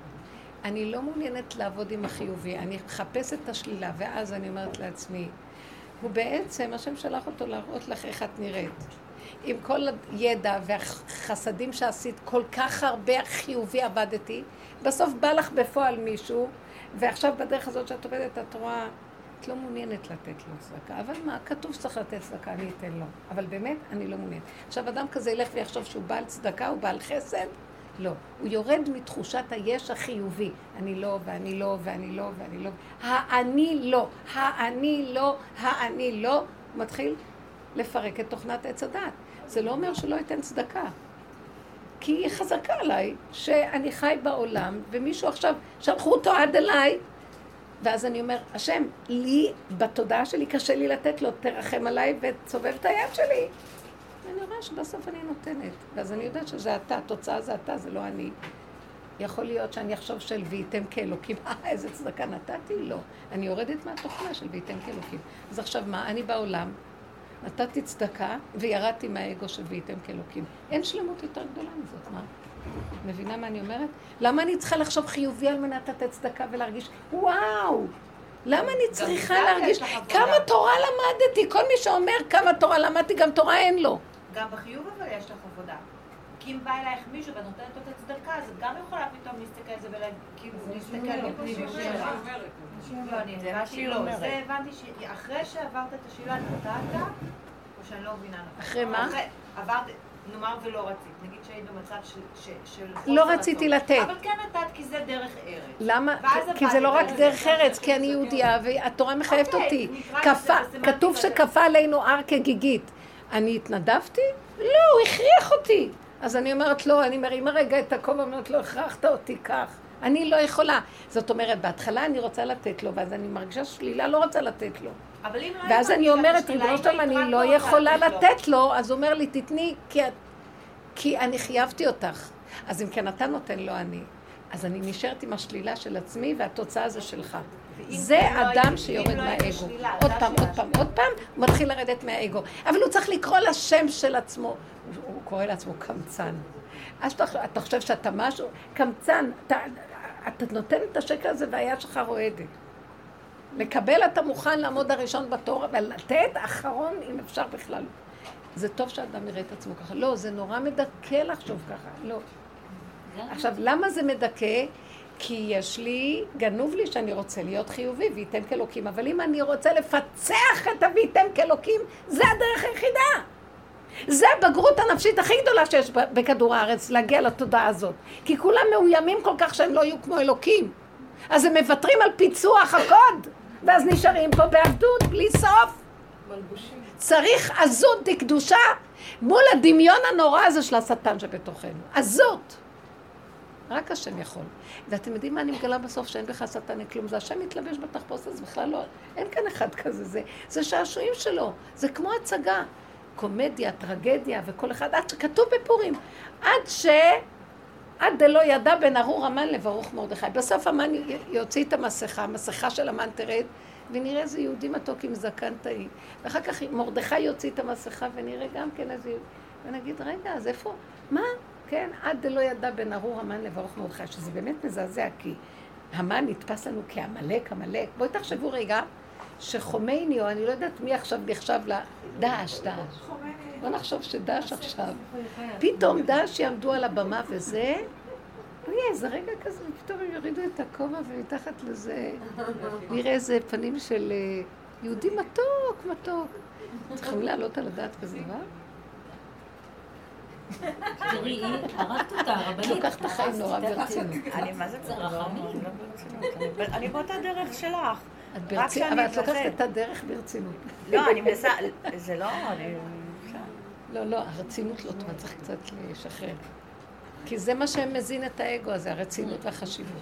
אני לא מעוניינת לעבוד עם החיובי, אני מחפשת את השלילה, ואז אני אומרת לעצמי, הוא בעצם, השם שלח אותו להראות לך איך את נראית. עם כל הידע והחסדים שעשית, כל כך הרבה חיובי עבדתי, בסוף בא לך בפועל מישהו, ועכשיו בדרך הזאת שאת עובדת, את רואה, את לא מעוניינת לתת לו צדקה. אבל מה, כתוב שצריך לתת צדקה, אני אתן לו. אבל באמת, אני לא מעוניינת. עכשיו, אדם כזה ילך ויחשוב שהוא בעל צדקה, הוא בעל חסד, לא. הוא יורד מתחושת היש החיובי. אני לא, ואני לא, ואני לא, ואני לא. האני לא, האני לא, האני לא. הוא מתחיל לפרק את תוכנת עץ הדת. זה לא אומר שלא ייתן צדקה. כי היא חזקה עליי, שאני חי בעולם, ומישהו עכשיו, שלחו אותו עד אליי, ואז אני אומר, השם, לי, בתודעה שלי, קשה לי לתת לו, תרחם עליי ותסובב את היד שלי. ואני רואה שבסוף אני נותנת, ואז אני יודעת שזה אתה, התוצאה זה אתה, זה לא אני. יכול להיות שאני אחשוב של וייתם כאלוקים, אה, איזה צדקה נתתי? לא. אני יורדת מהתוכנה של וייתם כאלוקים. אז עכשיו מה? אני בעולם, נתתי צדקה וירדתי מהאגו של וייתם כאלוקים. אין שלמות יותר גדולה מזאת, מה? מבינה מה אני אומרת? למה אני צריכה לחשוב חיובי על מנת לתת צדקה ולהרגיש, וואו! למה אני צריכה להרגיש, כמה תורה למדתי? כל מי שאומר כמה תורה למדתי, גם תורה אין לו. גם בחיוב אבל יש לך עבודה. כי אם בא אלייך מישהו ונותנת לו את הצדקה, אז את גם יכולה פתאום להסתכל על זה ולהגיד, להסתכל בפנימיות שלך. לא, אני הבנתי לא. זה הבנתי שאחרי שעברת את השאלה, נתת, או שאני לא מבינה נכון. אחרי מה? עברת, נאמר ולא רצית. נגיד שהיית במצב של... לא רציתי לתת. אבל כן נתת, כי זה דרך ארץ. למה? כי זה לא רק דרך ארץ, כי אני יהודייה, והתורה מחייבת אותי. כתוב שכפה עלינו הר כגיגית. אני התנדבתי? לא, הוא הכריח אותי. אז אני אומרת, לא, אני מרימה רגע את הכובע, אומרת, לא הכרחת אותי כך. אני לא יכולה. זאת אומרת, בהתחלה אני רוצה לתת לו, ואז אני מרגישה שלילה, לא רוצה לתת לו. ואז אני אומרת, ריבונו שלום, אני לא יכולה לתת לו, אז הוא אומר לי, תתני, כי אני חייבתי אותך. אז אם כן אתה נותן לו אני, אז אני נשארת עם השלילה של עצמי, והתוצאה זה שלך. זה אדם שיורד מהאגו. עוד פעם, עוד פעם, עוד פעם, הוא מתחיל לרדת מהאגו. אבל הוא צריך לקרוא לשם של עצמו. הוא קורא לעצמו קמצן. אז אתה חושב שאתה משהו, קמצן, אתה נותן את השקר הזה והיד שלך רועדת. לקבל אתה מוכן לעמוד הראשון בתור, ולתת אחרון אם אפשר בכלל. זה טוב שאדם יראה את עצמו ככה. לא, זה נורא מדכא לחשוב ככה. לא. עכשיו, למה זה מדכא? כי יש לי, גנוב לי שאני רוצה להיות חיובי וייתם כאלוקים, אבל אם אני רוצה לפצח את הוייתם כאלוקים, זה הדרך היחידה. זה הבגרות הנפשית הכי גדולה שיש בכדור הארץ, להגיע לתודעה הזאת. כי כולם מאוימים כל כך שהם לא יהיו כמו אלוקים. אז הם מוותרים על פיצוח הקוד, ואז נשארים פה בעבדות בלי סוף. צריך עזות דקדושה מול הדמיון הנורא הזה של השטן שבתוכנו. עזות. רק השם יכול. ואתם יודעים מה אני מגלה בסוף? שאין בך שטן כלום. זה השם מתלבש בתחפושת, אז בכלל לא. אין כאן אחד כזה. זה, זה שעשועים שלו. זה כמו הצגה. קומדיה, טרגדיה וכל אחד. עד שכתוב בפורים. עד ש... עד דלא ידע בין ארור המן לברוך מרדכי. בסוף המן יוציא את המסכה, המסכה של המן תרד, ונראה איזה יהודי מתוק עם זקן תאי. ואחר כך מרדכי יוציא את המסכה, ונראה גם כן איזה יהודי. ונגיד, רגע, אז איפה? מה? כן, עד דלא ידע בין ארור המן לברוך מרדכי, שזה באמת מזעזע, כי המן נתפס לנו כעמלק, עמלק. בואי תחשבו רגע, שחומייני, או אני לא יודעת מי עכשיו נחשב לדאעש, דאעש. בוא נחשוב שדאעש עכשיו. פתאום דאעש יעמדו על הבמה וזה, ויהיה איזה רגע כזה, ופתאום הם יורידו את הכובע ומתחת לזה, נראה איזה פנים של יהודי מתוק, מתוק. צריכים לעלות על הדעת כזה דבר? תראי, היא הרגת אותה, הרבנית. לוקח את החיים נורא ברצינות. אני מה זה ברצינות? אני באותה דרך שלך. את ברצינות, אבל את לוקחת את הדרך ברצינות. לא, אני מנסה, זה לא, אני... לא, לא, הרצינות לא טובה, צריך קצת לשחרר. כי זה מה שמזין את האגו הזה, הרצינות והחשיבות.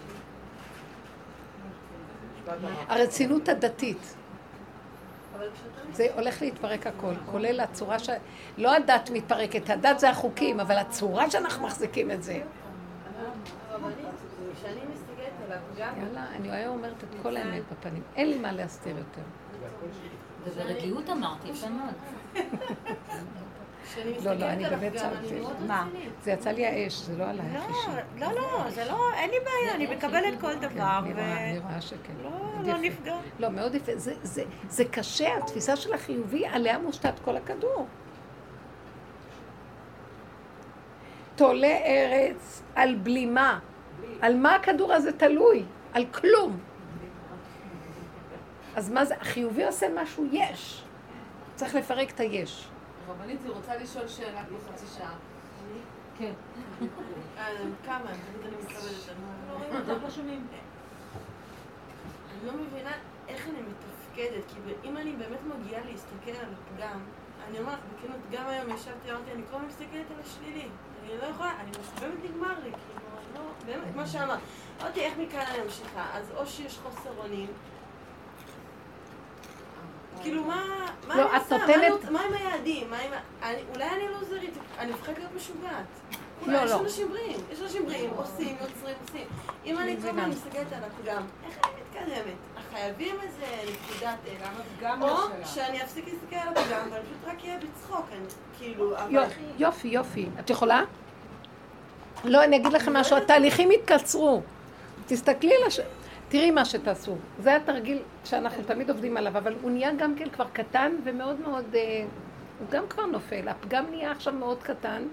הרצינות הדתית. זה הולך להתפרק הכל, כולל הצורה ש... לא הדת מתפרקת, הדת זה החוקים, אבל הצורה שאנחנו מחזיקים את זה. יאללה, אני היום אומרת את כל האמת בפנים. אין לי מה להסתיר יותר. וברגיעות אמרתי, יפה מאוד. לא, לא, אני באמת צרתי. מה? זה יצא לי האש, זה לא עלייך אישי. לא, לא, זה לא, אין לי בעיה, אני מקבלת כל דבר. אני רואה שכן. לא, לא נפגע. לא, מאוד יפה. זה קשה, התפיסה של החיובי, עליה מושתת כל הכדור. תולה ארץ על בלימה. על מה הכדור הזה תלוי? על כלום. אז מה זה? החיובי עושה משהו יש. צריך לפרק את היש. רבנית, היא רוצה לשאול שאלה כמו חצי שעה. כן. כמה? אני מתכבדת. לא שומעים. אני לא מבינה איך אני מתפקדת, כי אם אני באמת מגיעה להסתכל על הפגם, אני אומרת, בכנות, גם היום ישבתי, אמרתי, אני כל הזמן מסתכלת על השלילי. אני לא יכולה, אני באמת נגמר לי, כאילו, אני לא, באמת, כמו שאמרת. אמרתי, איך מכאן אני ממשיכה? אז או שיש חוסר אונים, כאילו, מה אני עושה? מה עם היעדים? אולי אני לא זרית, אני הופכת להיות משוגעת. יש אנשים בריאים, יש אנשים בריאים, עושים, יוצרים, עושים. אם אני כל הזמן מסתכלת על הפגם, איך אני מתקדמת? חייבים איזה נקודת אלה, או שאני אפסיק להסתכל על הפגם, ואני פשוט רק אהיה בצחוק, כאילו... יופי, יופי. את יכולה? לא, אני אגיד לכם משהו, התהליכים התקצרו. תסתכלי על הש... תראי מה שתעשו. זה התרגיל שאנחנו תמיד עובדים עליו, אבל הוא נהיה גם כן כבר קטן ומאוד מאוד... הוא גם כבר נופל. הפגם נהיה עכשיו מאוד קטן,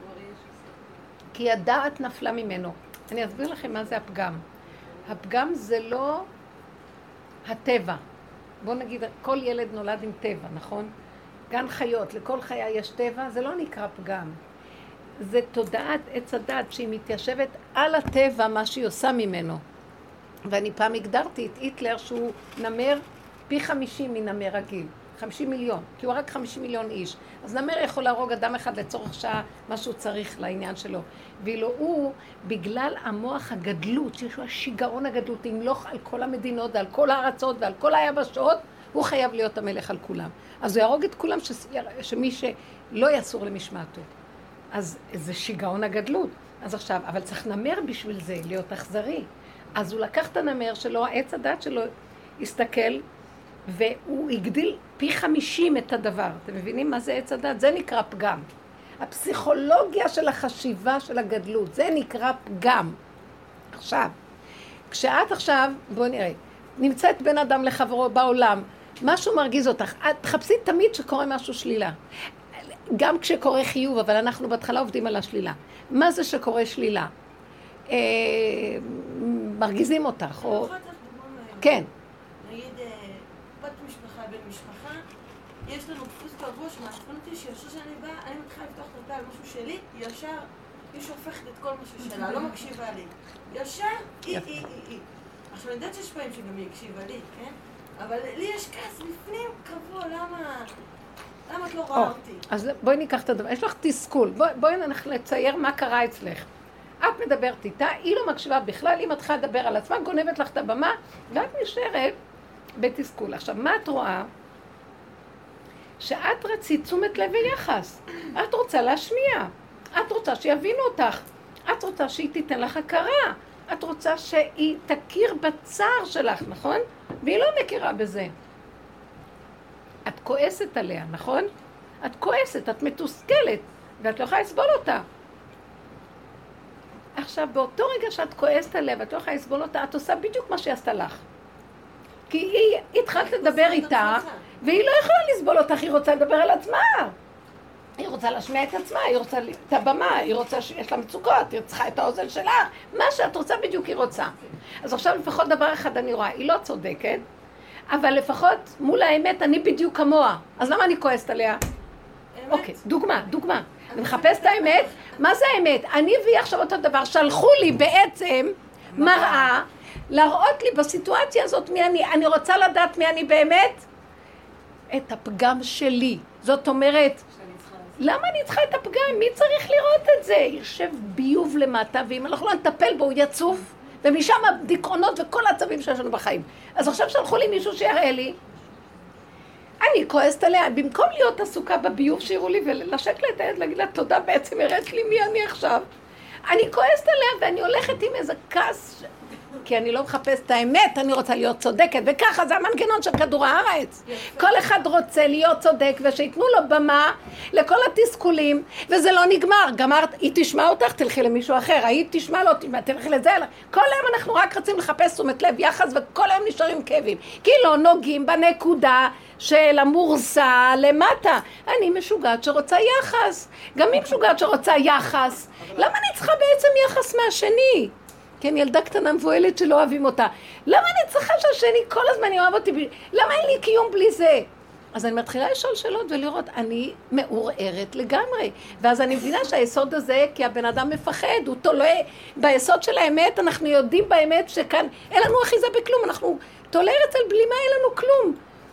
כי הדעת נפלה ממנו. אני אסביר לכם מה זה הפגם. הפגם זה לא הטבע. בואו נגיד, כל ילד נולד עם טבע, נכון? גן חיות, לכל חיה יש טבע, זה לא נקרא פגם. זה תודעת עץ הדת שהיא מתיישבת על הטבע, מה שהיא עושה ממנו. ואני פעם הגדרתי את היטלר שהוא נמר פי חמישים מנמר רגיל. חמישים מיליון, כי הוא רק חמישים מיליון איש. אז נמר יכול להרוג אדם אחד לצורך שעה, מה שהוא צריך לעניין שלו. ואילו הוא, בגלל המוח הגדלות, שיש לו השיגעון הגדלות, ימלוך על כל המדינות ועל כל הארצות ועל כל היבשות, הוא חייב להיות המלך על כולם. אז הוא יהרוג את כולם ש... שמי שלא יסור למשמעתו. אז זה שיגעון הגדלות. אז עכשיו, אבל צריך נמר בשביל זה, להיות אכזרי. אז הוא לקח את הנמר שלו, העץ הדת שלו, הסתכל, והוא הגדיל פי חמישים את הדבר. אתם מבינים מה זה עץ הדת? זה נקרא פגם. הפסיכולוגיה של החשיבה של הגדלות, זה נקרא פגם. עכשיו, כשאת עכשיו, בואו נראה, נמצאת בין אדם לחברו בעולם, משהו מרגיז אותך, את תחפשי תמיד שקורה משהו שלילה. גם כשקורה חיוב, אבל אנחנו בהתחלה עובדים על השלילה. מה זה שקורה שלילה? אה, מרגיזים אותך, או... כן. נגיד, בת משפחה, בן משפחה, יש לנו דפוס קבוע שמעצבן אותי שישר שאני באה, אני מתחילה לפתוח את הפה על משהו שלי, ישר היא שופכת את כל משהו שלה, לא מקשיבה לי. ישר, היא, היא, היא, היא. עכשיו, אני יודעת שיש פעמים שגם היא הקשיבה לי, כן? אבל לי יש כעס בפנים, קבוע, למה... למה את לא רואה אותי? אז בואי ניקח את הדבר, יש לך תסכול, בואי אנחנו נצייר מה קרה אצלך. את מדברת איתה, היא לא מקשיבה בכלל, היא מתחילה לדבר על עצמה, גונבת לך את הבמה, ואת נשארת בתסכול. עכשיו, מה את רואה? שאת רצית תשומת לב ויחס. את רוצה להשמיע. את רוצה שיבינו אותך. את רוצה שהיא תיתן לך הכרה. את רוצה שהיא תכיר בצער שלך, נכון? והיא לא מכירה בזה. את כועסת עליה, נכון? את כועסת, את מתוסכלת, ואת לא יכולה לסבול אותה. עכשיו, באותו רגע שאת כועסת עליה ואת לא יכולה לסבול אותה, את עושה בדיוק מה שהיא עשתה לך. כי היא התחלת לדבר איתה, והיא לא יכולה לסבול אותך, היא רוצה לדבר על עצמה. היא רוצה להשמיע את עצמה, היא רוצה את הבמה, היא רוצה שיש לה מצוקות, היא צריכה את האוזן שלה, מה שאת רוצה בדיוק היא רוצה. אז עכשיו לפחות דבר אחד אני רואה, היא לא צודקת, אבל לפחות מול האמת אני בדיוק כמוה. אז למה אני כועסת עליה? אוקיי, דוגמה, דוגמה. אני מחפשת האמת, מה זה האמת? אני והיא עכשיו אותו דבר, שלחו לי בעצם מראה, להראות לי בסיטואציה הזאת מי אני, אני רוצה לדעת מי אני באמת, את הפגם שלי. זאת אומרת, למה אני צריכה את הפגם? מי צריך לראות את זה? יושב ביוב למטה, ואם אנחנו לא נטפל בו, הוא יצוף, ומשם הדיכאונות וכל העצבים שיש לנו בחיים. אז עכשיו שלחו לי מישהו שיראה לי, אני כועסת עליה, במקום להיות עסוקה בביוב שיראו לי ולשק לה את היד, להגיד לה תודה, בעצם הראת לי מי אני עכשיו. אני כועסת עליה ואני הולכת עם איזה כעס, כי אני לא מחפשת את האמת, אני רוצה להיות צודקת, וככה זה המנגנון של כדור הארץ. כל אחד רוצה להיות צודק, ושיתנו לו במה לכל התסכולים, וזה לא נגמר. גמרת, היא תשמע אותך, תלכי למישהו אחר, היא תשמע לו, תלכי לזה. כל היום אנחנו רק רצים לחפש תשומת לב, יחס, וכל היום נשארים כאבים. כי לא נוגעים בנקודה של המורסה למטה. אני משוגעת שרוצה יחס. גם היא משוגעת שרוצה יחס. למה אני צריכה בעצם יחס מהשני? כן, ילדה קטנה מבועלת שלא אוהבים אותה. למה אני צריכה שהשני כל הזמן יאהב אותי? למה אין לי קיום בלי זה? אז אני מתחילה לשאול שאלות ולראות, אני מעורערת לגמרי. ואז אני מבינה שהיסוד הזה, כי הבן אדם מפחד, הוא תולה ביסוד של האמת, אנחנו יודעים באמת שכאן אין לנו אחיזה בכלום, אנחנו תולה אצל בלימה, אין לנו כלום.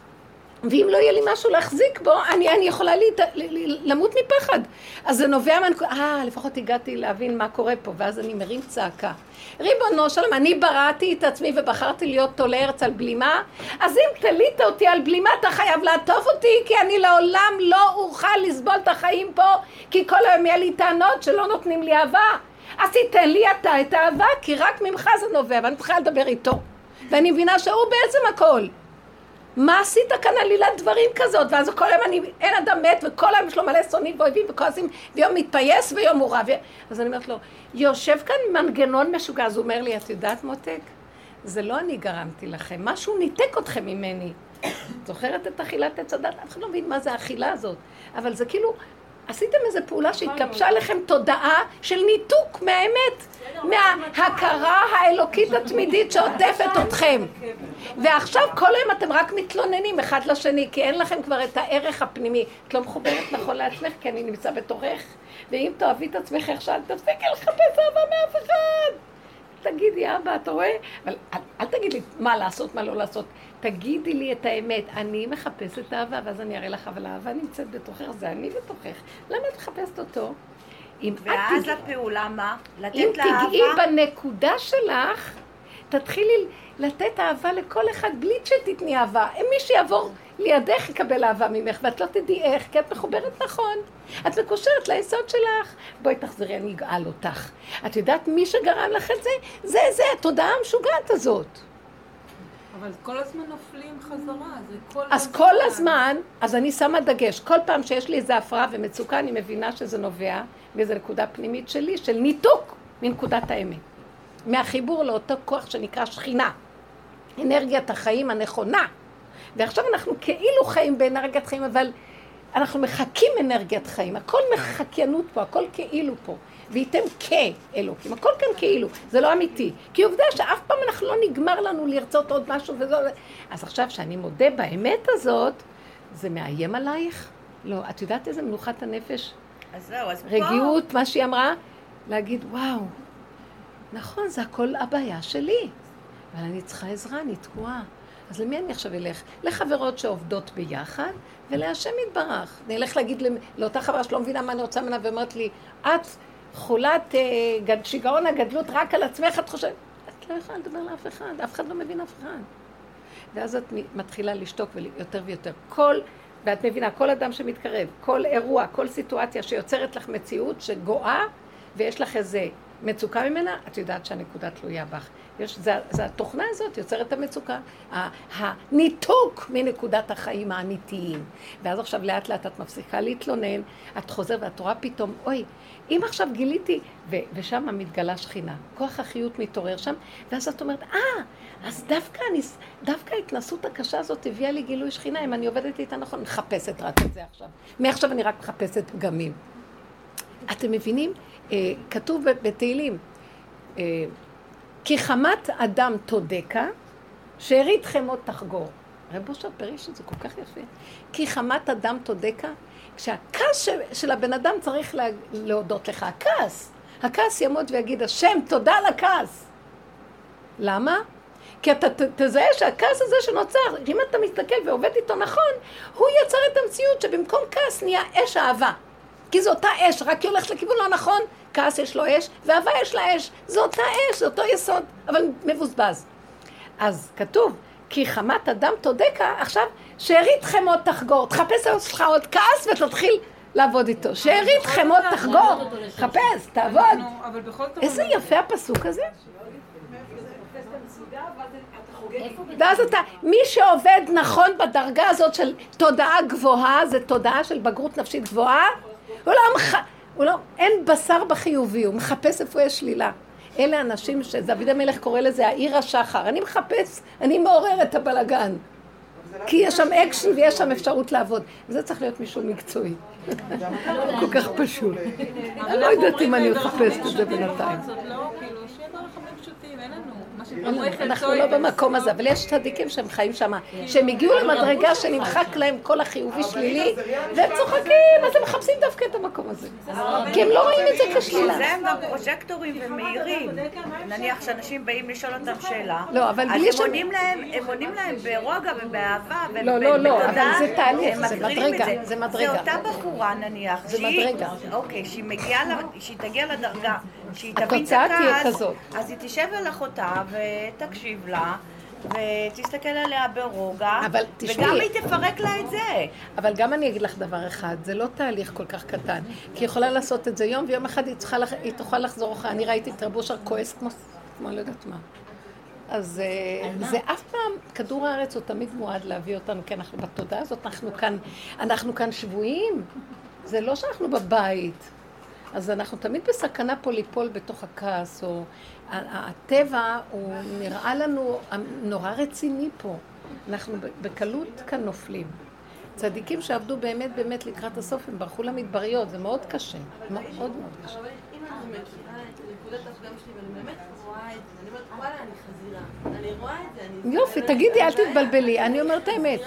ואם לא יהיה לי משהו להחזיק בו, אני, אני יכולה לי, למות מפחד. אז זה נובע מהנקודה, אה, לפחות הגעתי להבין מה קורה פה, ואז אני מרים צעקה. ריבונו שלום, אני בראתי את עצמי ובחרתי להיות תולה ארץ על בלימה, אז אם תלית אותי על בלימה, אתה חייב לעטוף אותי, כי אני לעולם לא אוכל לסבול את החיים פה, כי כל היום יהיה לי טענות שלא נותנים לי אהבה. אז תיתן לי אתה את האהבה, כי רק ממך זה נובע, ואני צריכה לדבר איתו. ואני מבינה שהוא בעצם הכל. מה עשית כאן עלילת דברים כזאת? ואז כל היום אני, אין אדם מת, וכל היום יש לו מלא שונאים ואוהבים וכועסים, ויום מתפייס ויום הוא רב. אז אני אומרת לו, יושב כאן מנגנון משוגע, אז הוא אומר לי, את יודעת מותק? זה לא אני גרמתי לכם, משהו ניתק אתכם ממני. זוכרת את אכילת עץ הדת? אף אחד לא מבין מה זה האכילה הזאת. אבל זה כאילו, עשיתם איזו פעולה שהתקבשה לכם תודעה של ניתוק מהאמת, מההכרה האלוקית התמידית שעוטפת אתכם. ועכשיו כל היום אתם רק מתלוננים אחד לשני, כי אין לכם כבר את הערך הפנימי. את לא מחוברת נכון לעצמך, כי אני נמצא בתורך. ואם תאהבי את עצמך עכשיו, תפסיקי לחפש אהבה מאף אחד. תגידי, אבא, אתה רואה? אבל אל, אל תגיד לי מה לעשות, מה לא לעשות. תגידי לי את האמת. אני מחפשת אהבה, ואז אני אראה לך, אבל האהבה נמצאת בתוכך, זה אני בתוכך. למה את מחפשת אותו? ואז תג... הפעולה מה? לתת אם לאהבה? תגעי בנקודה שלך, תתחילי לתת אהבה לכל אחד, בלי שתתני אהבה. מי שיעבור לידך יקבל אהבה ממך, ואת לא תדעי איך, כי את מחוברת נכון. את מקושרת ליסוד שלך. בואי תחזרי, אני אגאל אותך. את יודעת מי שגרם לך את זה? זה, זה, התודעה המשוגעת הזאת. אבל כל הזמן נופלים חזרה, זה כל אז הזמן. כל הזמן, אז אני שמה דגש. כל פעם שיש לי איזו הפרעה ומצוקה, אני מבינה שזה נובע מאיזו נקודה פנימית שלי, של ניתוק מנקודת האמת. מהחיבור לאותו כוח שנקרא שכינה. אנרגיית החיים הנכונה. ועכשיו אנחנו כאילו חיים באנרגיית חיים, אבל אנחנו מחכים אנרגיית חיים. הכל מחכיינות פה, הכל כאילו פה. וייתם כאלוקים, הכל כאן כאילו. זה לא אמיתי. כי עובדה שאף פעם אנחנו לא נגמר לנו לרצות עוד משהו וזו. אז עכשיו שאני מודה באמת הזאת, זה מאיים עלייך? לא, את יודעת איזה מנוחת הנפש? אז זהו, אז רגיעות, מה שהיא אמרה, להגיד, וואו, נכון, זה הכל הבעיה שלי. אבל אני צריכה עזרה, אני תקועה. אז למי אני עכשיו אלך? לחברות שעובדות ביחד, ולהשם יתברך. אני אלך להגיד לאותה חברה שלא מבינה מה אני רוצה ממנה, ואומרת לי, את חולת אה, שיגעון הגדלות רק על עצמך, את חושבת, את לא יכולה לדבר לאף אחד, אף אחד לא מבין אף אחד. ואז את מתחילה לשתוק יותר ויותר. כל, ואת מבינה, כל אדם שמתקרב, כל אירוע, כל סיטואציה שיוצרת לך מציאות שגואה, ויש לך איזה מצוקה ממנה, את יודעת שהנקודה תלויה בך. יש, זה, זה התוכנה הזאת יוצרת את המצוקה, הניתוק מנקודת החיים האמיתיים. ואז עכשיו לאט לאט את מפסיקה להתלונן, את חוזר ואת רואה פתאום, אוי, אם עכשיו גיליתי, ו, ושם מתגלה שכינה, כוח החיות מתעורר שם, ואז את אומרת, אה, אז דווקא, אני, דווקא ההתנסות הקשה הזאת הביאה לי גילוי שכינה, אם אני עובדת איתה נכון, מחפשת רק את זה עכשיו. מעכשיו אני רק מחפשת פגמים. אתם מבינים? אה, כתוב בתהילים, אה, כי חמת אדם תודקה, שארית חמות תחגור. רב אושר פירש את זה כל כך יפה. כי חמת אדם תודקה, כשהכעס של הבן אדם צריך להודות לך, הכעס. הכעס יעמוד ויגיד, השם, תודה על הכעס. למה? כי אתה תזהה שהכעס הזה שנוצר, אם אתה מסתכל ועובד איתו נכון, הוא יצר את המציאות שבמקום כעס נהיה אש אהבה. כי זו אותה אש, רק היא הולכת לכיוון לא נכון, כעס יש לו אש, ואהבה יש לה אש. זו אותה אש, זה אותו יסוד, אבל מבוזבז. אז כתוב, כי חמת אדם תודקה, עכשיו, שארית חמות תחגור. תחפש לך עוד כעס ותתחיל לעבוד איתו. שארית חמות תחגור. תחפש, תעבוד. איזה יפה הפסוק הזה. ואז אתה, מי שעובד נכון בדרגה הזאת של תודעה גבוהה, זה תודעה של בגרות נפשית גבוהה, הוא לא, מח... הוא לא, אין בשר בחיובי, הוא מחפש איפה יש שלילה. אלה אנשים שדוד המלך קורא לזה העיר השחר. אני מחפש, אני מעורר את הבלגן. כי יש שם אקשן ויש שם אפשרות לעבוד. וזה צריך להיות מישהו מקצועי. כל כך פשוט. אני לא יודעת אם אני מחפשת את זה בינתיים. אנחנו לא במקום הזה, אבל יש צדיקים שהם חיים שם, שהם הגיעו למדרגה שנמחק להם כל החיובי שלילי, והם צוחקים, אז הם מחפשים דווקא את המקום הזה. כי הם לא רואים את זה כשלילה. זה הם גם פרוז'קטורים ומהירים. נניח שאנשים באים לשאול אותם שאלה, אז הם עונים להם ברוגע ובאהבה, לא, לא, לא, אבל זה תהליך, זה מדרגה, זה מדרגה. זה אותה בחורה נניח, זה מדרגה. אוקיי, שהיא תגיע לדרגה, שהיא תבין את הכעס, אז היא תשב על אחותה ותקשיב לה, ותסתכל עליה ברוגע, וגם היא תפרק לה את זה. אבל גם אני אגיד לך דבר אחד, זה לא תהליך כל כך קטן, כי היא יכולה לעשות את זה יום, ויום אחד היא, צריכה, היא תוכל לחזור לך. אני ראיתי את רב אושר כועס כמו, כמו לא יודעת מה. אז זה אף פעם, כדור הארץ הוא תמיד מועד להביא אותנו, כי אנחנו בתודעה הזאת, אנחנו כאן, אנחנו כאן שבויים. זה לא שאנחנו בבית. אז אנחנו תמיד בסכנה פה ליפול בתוך הכעס, או הטבע הוא נראה לנו נורא רציני פה. אנחנו בקלות כאן נופלים. צדיקים שעבדו באמת באמת לקראת הסוף, הם ברחו למדבריות, זה מאוד קשה, מאוד מאוד קשה. אבל אם אני מכירה את נקודת הפגם שלי, ואני באמת רואה את זה, אני אומרת, וואלה, אני חזירה, אני רואה את זה, אני... יופי, תגידי, אל תתבלבלי, אני אומרת האמת.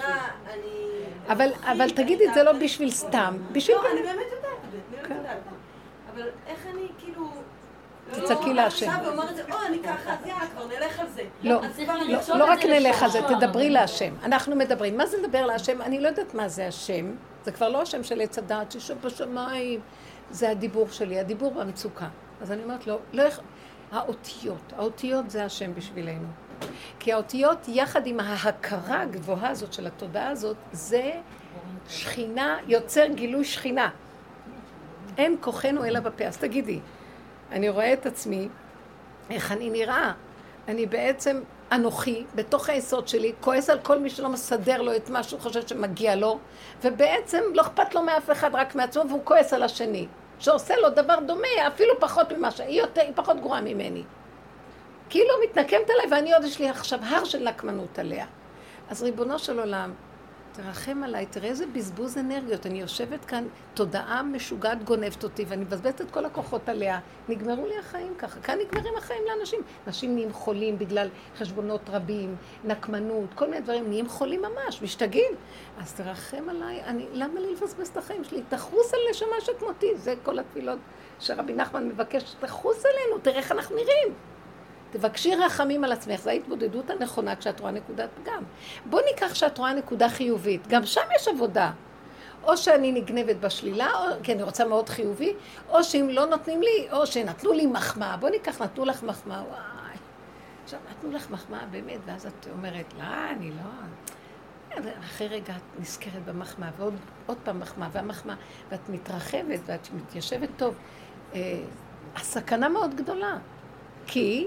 אבל תגידי את זה לא בשביל סתם, בשביל... לא, אני באמת יודעת, אני באמת יודעת. אבל איך אני כאילו... תצעקי להשם. עכשיו ואומר את זה, או, אני ככה, אז יאללה, כבר נלך על זה. לא, לא רק נלך על זה, תדברי להשם. אנחנו מדברים. מה זה לדבר להשם? אני לא יודעת מה זה השם. זה כבר לא השם של עץ הדעת, ששם בשמיים. זה הדיבור שלי, הדיבור במצוקה. אז אני אומרת לו, לא, האותיות, האותיות זה השם בשבילנו. כי האותיות, יחד עם ההכרה הגבוהה הזאת של התודעה הזאת, זה שכינה, יוצר גילוי שכינה. אין כוחנו אלא בפה. אז תגידי, אני רואה את עצמי, איך אני נראה. אני בעצם אנוכי, בתוך היסוד שלי, כועס על כל מי שלא מסדר לו את מה שהוא חושב שמגיע לו, ובעצם לא אכפת לו מאף אחד, רק מעצמו, והוא כועס על השני. שעושה לו דבר דומה, אפילו פחות ממה שהיא יותר, היא פחות גרועה ממני. כאילו מתנקמת עליי, ואני עוד יש לי עכשיו הר של נקמנות עליה. אז ריבונו של עולם, תרחם עליי, תראה איזה בזבוז אנרגיות. אני יושבת כאן, תודעה משוגעת גונבת אותי, ואני מבזבזת את כל הכוחות עליה. נגמרו לי החיים ככה. כאן נגמרים החיים לאנשים. אנשים נהיים חולים בגלל חשבונות רבים, נקמנות, כל מיני דברים, נהיים חולים ממש, משתגעים. אז תרחם עליי, אני, למה לי לבזבז את החיים שלי? תחוס על נשמה שכמותי. זה כל התפילות שרבי נחמן מבקש, תחוס עלינו, תראה איך אנחנו נראים. תבקשי רחמים על עצמך, זו ההתמודדות הנכונה כשאת רואה נקודת פגם. בוא ניקח שאת רואה נקודה חיובית, גם שם יש עבודה. או שאני נגנבת בשלילה, או כי אני רוצה מאוד חיובי, או שאם לא נותנים לי, או שנתנו לי מחמאה. בוא ניקח, נתנו לך מחמאה, וואי. עכשיו, נתנו לך מחמאה באמת, ואז את אומרת, לא, אני לא... אחרי רגע את נזכרת במחמאה, ועוד עוד פעם מחמאה, והמחמאה, ואת מתרחבת, ואת מתיישבת טוב. אה, הסכנה מאוד גדולה, כי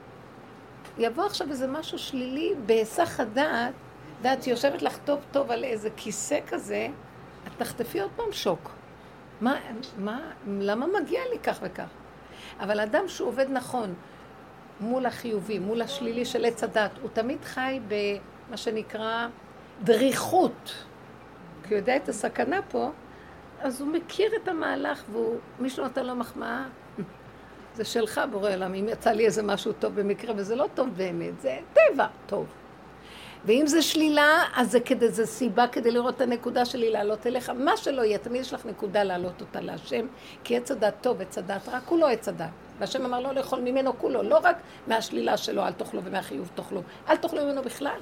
יבוא עכשיו איזה משהו שלילי בהיסח הדעת, ואת יושבת לך טוב טוב על איזה כיסא כזה, את תחטפי עוד פעם שוק. מה, מה, למה מגיע לי כך וכך? אבל אדם שהוא עובד נכון, מול החיובי, מול השלילי של עץ הדת, הוא תמיד חי במה שנקרא דריכות. כי הוא יודע את הסכנה פה, אז הוא מכיר את המהלך, והוא, מישהו נותן לו מחמאה, זה שלך בורא עולם, אם יצא לי איזה משהו טוב במקרה, וזה לא טוב באמת, זה טבע טוב. ואם זה שלילה, אז זה כדי, זה סיבה כדי לראות את הנקודה שלי לעלות אליך. מה שלא יהיה, תמיד יש לך נקודה לעלות אותה להשם, כי עץ הדת טוב, עץ הדת רע, כולו עץ הדת. והשם אמר לא לאכול ממנו כולו, לא רק מהשלילה שלו, אל תאכלו, ומהחיוב תאכלו, אל תאכלו ממנו בכלל.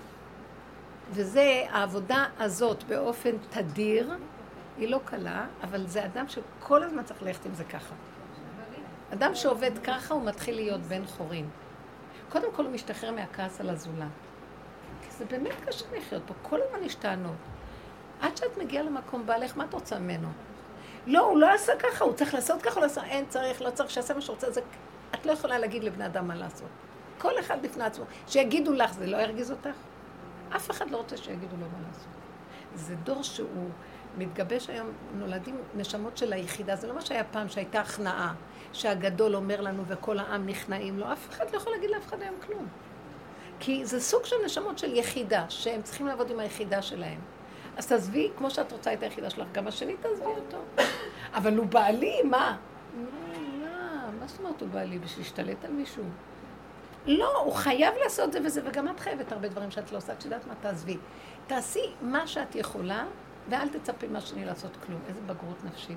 וזה, העבודה הזאת באופן תדיר, היא לא קלה, אבל זה אדם שכל הזמן צריך ללכת עם זה ככה. אדם שעובד ככה, הוא מתחיל להיות בן חורין. קודם כל הוא משתחרר מהכעס על הזולה. כי זה באמת קשה לחיות פה, כל הזמן יש טענות. עד שאת מגיעה למקום בעלך, מה את רוצה ממנו? לא, הוא לא עשה ככה, הוא צריך לעשות ככה, הוא לא עשה, אין צריך, לא צריך, שיעשה מה שרוצה, זה... את לא יכולה להגיד לבני אדם מה לעשות. כל אחד בפני עצמו. שיגידו לך, זה לא ירגיז אותך? אף אחד לא רוצה שיגידו לו מה לעשות. זה דור שהוא מתגבש היום, נולדים נשמות של היחידה, זה לא מה שהיה פעם שהייתה הכנעה, שהגדול אומר לנו וכל העם נכנעים לו, אף אחד לא יכול להגיד לאף אחד היום כלום. כי זה סוג של נשמות של יחידה, שהם צריכים לעבוד עם היחידה שלהם. אז תעזבי, כמו שאת רוצה את היחידה שלך, גם השני תעזבי אותו. אבל הוא בעלי, מה? לא, לא, מה זאת אומרת הוא בעלי? בשביל להשתלט על מישהו? לא, הוא חייב לעשות זה וזה, וגם את חייבת הרבה דברים שאת לא עושה, את יודעת מה, תעזבי. תעשי מה שאת יכולה, ואל תצפי מהשני לעשות כלום. איזה בגרות נפשית.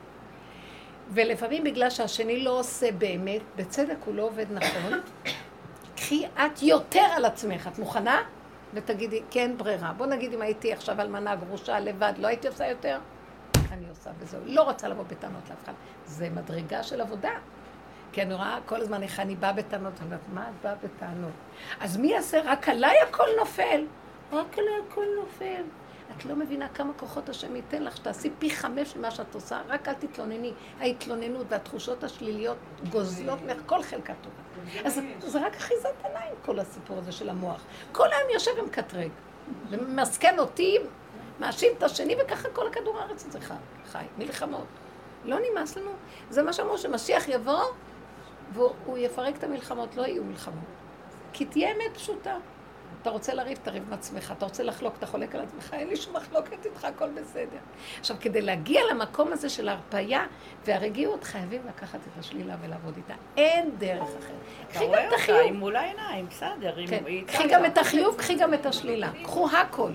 ולפעמים בגלל שהשני לא עושה באמת, בצדק הוא לא עובד נכון, קחי את יותר על עצמך. את מוכנה? ותגידי, כן, ברירה. בוא נגיד אם הייתי עכשיו אלמנה, גרושה, לבד, לא הייתי עושה יותר? אני עושה וזהו. לא רוצה לבוא בטענות לאף אחד. זה מדרגה של עבודה. כי אני רואה כל הזמן איך אני באה בטענות. אני אומרת, מה את באה בטענות? אז מי יעשה? רק עליי הכל נופל. רק עליי הכל נופל. את לא מבינה כמה כוחות השם ייתן לך, שתעשי פי חמש ממה שאת עושה, רק אל תתלונני. ההתלוננות והתחושות השליליות גוזלות לך כל חלקה טובה. אז זה רק אחיזת עיניים כל הסיפור הזה של המוח. כל היום יושב עם קטרג, ומסכן אותי, מאשים את השני, וככה כל הכדור הארץ הזה חי, מלחמות. לא נמאס לנו. זה מה שאמרו שמשיח יבוא, והוא יפרק את המלחמות, לא יהיו מלחמות. כי תהיה אמת פשוטה. אתה רוצה לריב, תריב מעצמך. אתה רוצה לחלוק, אתה חולק על עצמך. אין לי שום מחלוקת איתך, הכל בסדר. עכשיו, כדי להגיע למקום הזה של ההרפאיה והרגיעות, חייבים לקחת את השלילה ולעבוד איתה. אין דרך אחרת. אתה רואה אותה עם מול העיניים, בסדר. קחי גם את החיוב, קחי גם את השלילה. קחו הכל.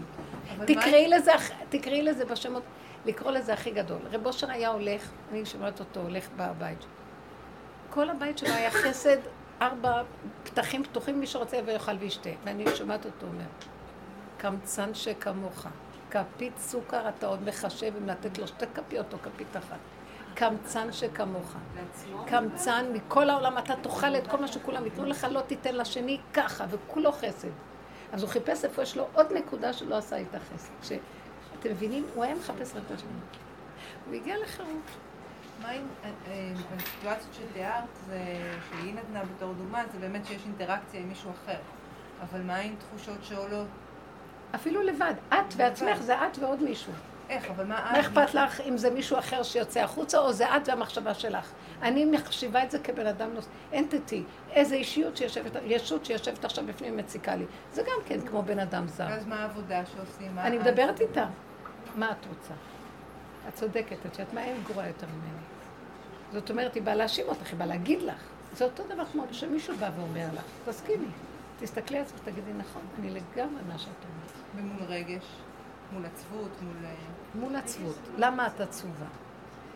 תקראי לזה בשמות, לקרוא לזה הכי גדול. רב אושר היה הולך, אני שמעת אותו, הולך בבית. כל הבית שלו היה חסד, ארבע פתחים פתוחים, מי שרוצה ויאכל וישתה. ואני שומעת אותו אומר, קמצן שכמוך, כפית סוכר אתה עוד מחשב אם לתת לו שתי כפיות או כפית אחת. קמצן שכמוך. קמצן, מכל העולם אתה תאכל את כל מה שכולם יתנו לך, לא תיתן לשני ככה, וכולו חסד. אז הוא חיפש איפה יש לו עוד נקודה שלא עשה איתה חסד. שאתם מבינים? הוא היה מחפש רק את השני. הוא הגיע לחירות. מה עם הסיטואציות שתיארת, שהיא נתנה בתור דוגמה, זה באמת שיש אינטראקציה עם מישהו אחר. אבל מה עם תחושות שעולות? אפילו לבד. את ועצמך זה את ועוד מישהו. איך? אבל מה את? מה אכפת לך אם זה מישהו אחר שיוצא החוצה, או זה את והמחשבה שלך? אני מחשיבה את זה כבן אדם נוס... אנטיטי. איזו אישיות שיושבת, ישות שיושבת עכשיו בפנים מציקה לי. זה גם כן כמו בן אדם זר. אז מה העבודה שעושים? אני מדברת איתה. מה את רוצה? את צודקת, את יודעת מה, אין גרועה יותר ממני. זאת אומרת, היא באה להאשים אותך, היא באה להגיד לך. זה אותו דבר כמו שמישהו בא ואומר לך, תסכימי, תסתכלי על זה ותגידי, נכון, אני לגמרי מה שאת אומרת. ומול רגש, מול עצבות, מול... מול עצבות. למה את עצובה?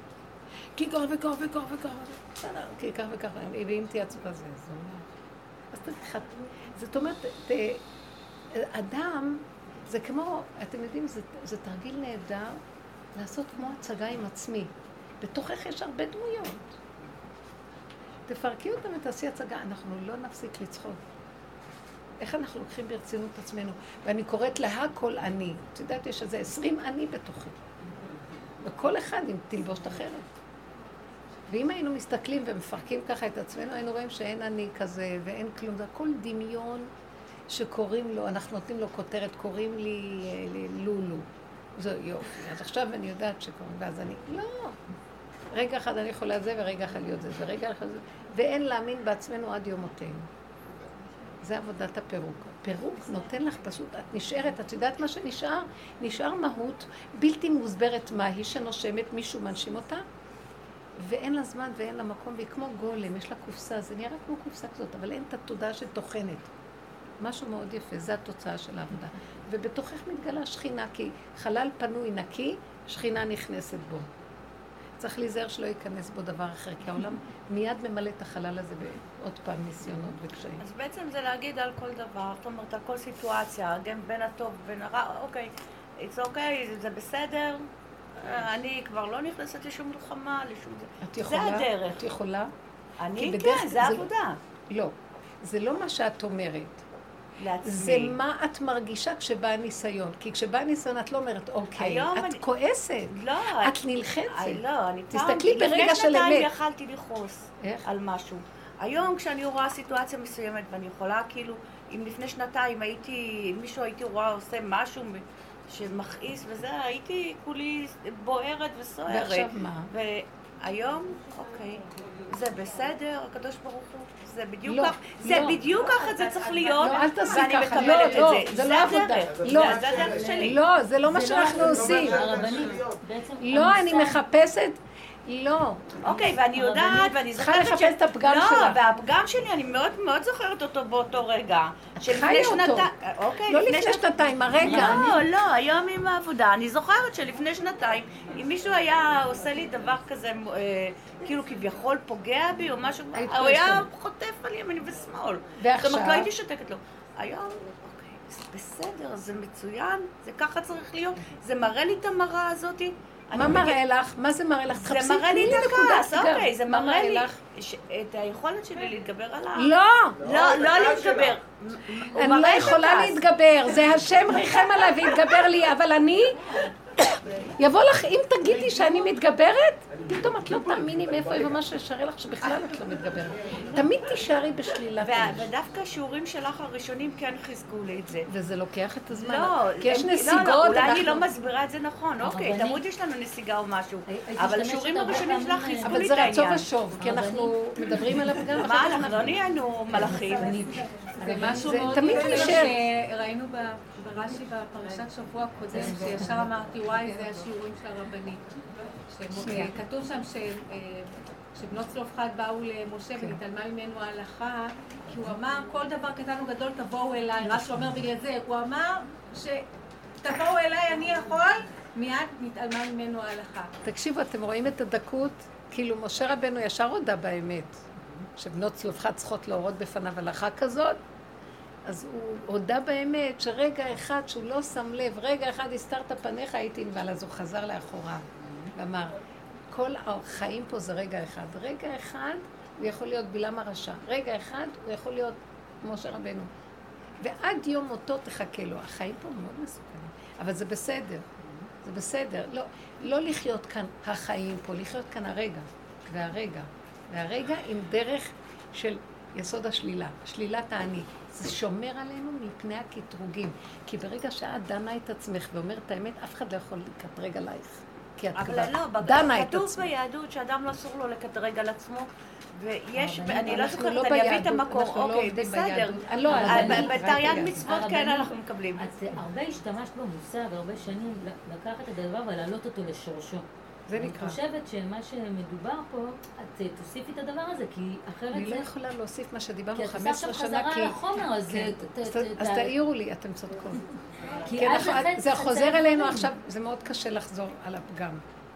כי כך וכך וכך וכך. בסדר, כי כך וכך. ואם תהיה עצובה זה, זה אומר. אז תלך, זאת אומרת, ת, אדם, זה כמו, אתם יודעים, זה, זה תרגיל נהדר לעשות כמו הצגה עם עצמי. בתוכך יש הרבה דמויות. תפרקי אותם ותעשי הצגה, אנחנו לא נפסיק לצחוק. איך אנחנו לוקחים ברצינות את עצמנו? ואני קוראת להכל אני. את יודעת, יש איזה עשרים אני בתוכי. וכל אחד עם תלבושת אחרת. ואם היינו מסתכלים ומפרקים ככה את עצמנו, היינו רואים שאין אני כזה ואין כלום. זה הכל דמיון שקוראים לו, אנחנו נותנים לו כותרת, קוראים לי, לי לולו. זה יופי. אז עכשיו אני יודעת שקוראים, ואז אני, לא. רגע אחד אני יכולה זה ורגע אחד להיות זה, ורגע אחד זה. ואין להאמין בעצמנו עד יומותינו. זה עבודת הפירוק. פירוק נותן לך פשוט, את נשארת, את יודעת מה שנשאר? נשאר מהות בלתי מוסברת מהי שנושמת, מישהו מנשים אותה, ואין לה זמן ואין לה מקום, והיא כמו גולם, יש לה קופסה, זה נראה כמו קופסה כזאת, אבל אין את התודעה שתוכנת. משהו מאוד יפה, זה התוצאה של העבודה. ובתוכך מתגלה שכינה, כי חלל פנוי נקי, שכינה נכנסת בו. צריך להיזהר שלא ייכנס בו דבר אחר, כי העולם מיד ממלא את החלל הזה בעוד פעם ניסיונות וקשיים. אז בעצם זה להגיד על כל דבר, זאת אומרת, על כל סיטואציה, גם בין הטוב ובין הרע, אוקיי, it's okay, זה בסדר, אני כבר לא נכנסת לשום מלחמה, לשום זה. זה הדרך. את יכולה? אני כן, זה עבודה. לא, זה לא מה שאת אומרת. לעצמי. זה מה את מרגישה כשבא הניסיון. כי כשבא הניסיון את לא אומרת, אוקיי, את אני... כועסת, לא, את נלחצת. I, לא, אני תסתכלי ברגע של אמת. לפני שנתיים יכלתי לכעוס איך? על משהו. היום כשאני רואה סיטואציה מסוימת, ואני יכולה כאילו, אם לפני שנתיים הייתי, מישהו הייתי רואה עושה משהו שמכעיס וזה, הייתי כולי בוערת וסוערת. ועכשיו מה? והיום, אוקיי, זה בסדר, הקדוש ברוך הוא. זה בדיוק לא, כך, זה לא. בדיוק ככה זה צריך להיות, לא, אל תעשי ואני ככה, מקבלת לא, את זה. זה לא עבודה. לא, זה הדרך שלי. לא, זה לא מה שאנחנו עושים. הרבנית, בעצם... לא, אני מחפשת, לא. אוקיי, ואני יודעת, ואני צריכה זוכרת לחפש את הפגם שלך. לא, והפגם שלי, אני מאוד מאוד זוכרת אותו באותו רגע. חיה אותו. אוקיי, לא לפני שנתיים, הרגע. לא, לא, היום עם העבודה. אני זוכרת שלפני שנתיים, אם מישהו היה עושה לי דבר כזה, כאילו כביכול פוגע בי או משהו, הוא היה חוטף על ימין ושמאל. ועכשיו? זאת אומרת, לא הייתי שותקת לו. היום, אוקיי, זה בסדר, זה מצוין, זה ככה צריך להיות. זה מראה לי את המראה הזאת. מה מראה לך? מה זה מראה לך? זה מראה לי את הכעס, אוקיי, זה מראה לי את היכולת שלי להתגבר עליו. לא! לא, לא להתגבר. אני לא יכולה להתגבר, זה השם ריחם עליי והתגבר לי, אבל אני... יבוא לך, אם תגידי שאני מתגברת, פתאום את לא תאמיני מאיפה היא ממש לשערי לך שבכלל את לא מתגברת. תמיד תישארי בשלילה. ודווקא השיעורים שלך הראשונים כן חיזקו לי את זה. וזה לוקח את הזמן. לא, כי יש נסיגות. לא, אולי אני לא מסבירה את זה נכון, אוקיי, תמיד יש לנו נסיגה או משהו. אבל השיעורים הראשונים שלך חיזקו לי את העניין. אבל זה רצון ושוב, כי אנחנו מדברים עליו גם. מה, אנחנו לא נהיינו מלאכים. זה משהו מאוד יפה שראינו ברש"י בפרשת שבוע קודם, שישר אמרתי, וואי, זה השיעורים של הרבנית. כתוב שם שבנות צלופחד באו למשה ונתעלמה ממנו ההלכה, כי הוא אמר, כל דבר קטן או גדול תבואו אליי, רש"י אומר בגלל זה, הוא אמר שתבואו אליי, אני יכול, מיד נתעלמה ממנו ההלכה. תקשיבו, אתם רואים את הדקות? כאילו משה רבנו ישר הודה באמת, שבנות צלופחד צריכות להורות בפניו הלכה כזאת, אז הוא הודה באמת שרגע אחד שהוא לא שם לב, רגע אחד הסתרת פניך הייתי נבהל, אז הוא חזר לאחורה ואמר, כל החיים פה זה רגע אחד. רגע אחד הוא יכול להיות בלעם הרשע, רגע אחד הוא יכול להיות משה רבנו. ועד יום מותו תחכה לו. החיים פה מאוד מסוכנים, אבל זה בסדר, זה בסדר. לא, לא לחיות כאן החיים פה, לחיות כאן הרגע והרגע, והרגע עם דרך של יסוד השלילה, שלילת האני. זה שומר עלינו מפני הקטרוגים. כי ברגע שאת דנה את עצמך ואומרת האמת, אף אחד לא יכול לקטרג עלייך. כי את כבר דנה את עצמך. כתוב ביהדות שאדם לא אסור לו לקטרג על עצמו, ויש, אני לא זוכרת, אני אביא את המקור, אוקיי, בסדר. בתרי"ג מצוות כן אנחנו מקבלים. אז הרבה השתמשת במושג, הרבה שנים, לקחת את הדבר ולהעלות אותו לשורשו. אני חושבת שמה שמדובר פה, את תוסיפי את הדבר הזה, כי אחרת זה... אני לא יכולה להוסיף מה שדיברנו חמש עשרה שנה, כי... כי את חזרה על החומר, אז... אז תעירו לי, אתם צודקות. זה חוזר אלינו עכשיו, זה מאוד קשה לחזור על הפגם.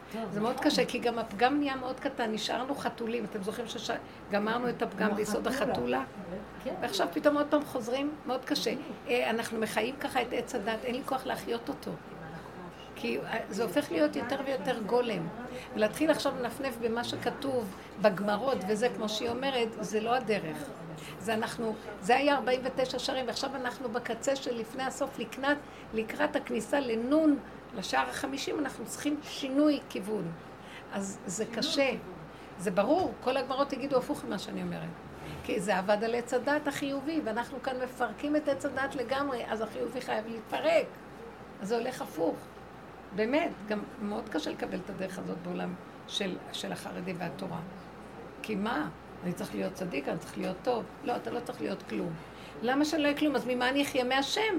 זה מאוד קשה, כי גם הפגם נהיה מאוד קטן, נשארנו חתולים. אתם זוכרים שגמרנו את הפגם ביסוד החתולה? ועכשיו פתאום עוד פעם חוזרים, מאוד קשה. אנחנו מחיים ככה את עץ הדת, אין לי כוח להחיות אותו. כי זה הופך להיות יותר ויותר גולם. ולהתחיל עכשיו לנפנף במה שכתוב בגמרות, וזה כמו שהיא אומרת, זה לא הדרך. זה אנחנו, זה היה ארבעים ותשע שערים, ועכשיו אנחנו בקצה של לפני הסוף לקנת, לקראת הכניסה לנון, לשער החמישים, אנחנו צריכים שינוי כיוון. אז זה קשה. זה ברור, כל הגמרות יגידו הפוך ממה שאני אומרת. כי זה עבד על עץ הדת החיובי, ואנחנו כאן מפרקים את עץ הדת לגמרי, אז החיובי חייב להתפרק. אז זה הולך הפוך. באמת, גם מאוד קשה לקבל את הדרך הזאת בעולם של, של החרדי והתורה. כי מה? אני צריך להיות צדיק, אני צריך להיות טוב. לא, אתה לא צריך להיות כלום. למה שאני לא יהיה כלום? אז ממה אני אחיה? מהשם?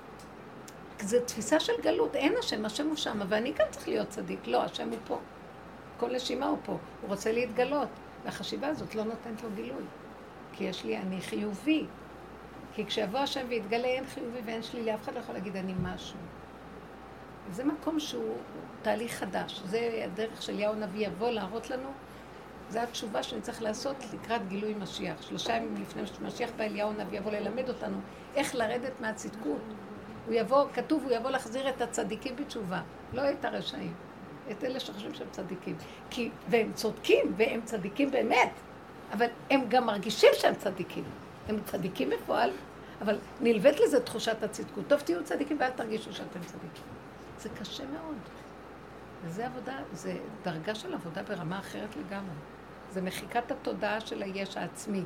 זו תפיסה של גלות. אין השם, השם הוא שם, ואני כאן צריך להיות צדיק. לא, השם הוא פה. כל נשימה הוא פה. הוא רוצה להתגלות. והחשיבה הזאת לא נותנת לו גילוי. כי יש לי, אני חיובי. כי כשיבוא השם ויתגלה, אין חיובי ואין שלילי. אף אחד לא יכול להגיד, אני משהו. זה מקום שהוא תהליך חדש. זה הדרך של יהו נביא יבוא להראות לנו. זו התשובה שאני צריך לעשות לקראת גילוי משיח. שלושה ימים לפני משיח בא אליהו נביא יבוא ללמד אותנו איך לרדת מהצדקות. הוא יבוא, כתוב, הוא יבוא להחזיר את הצדיקים בתשובה. לא את הרשעים. את אלה שחושבים שהם צדיקים. כי, והם צודקים, והם צדיקים באמת. אבל הם גם מרגישים שהם צדיקים. הם צדיקים בפועל, אבל נלווית לזה תחושת הצדקות. טוב, תהיו צדיקים ואל תרגישו שאתם צדיקים. זה קשה מאוד. וזה עבודה, זה דרגה של עבודה ברמה אחרת לגמרי. זה מחיקת התודעה של היש העצמי.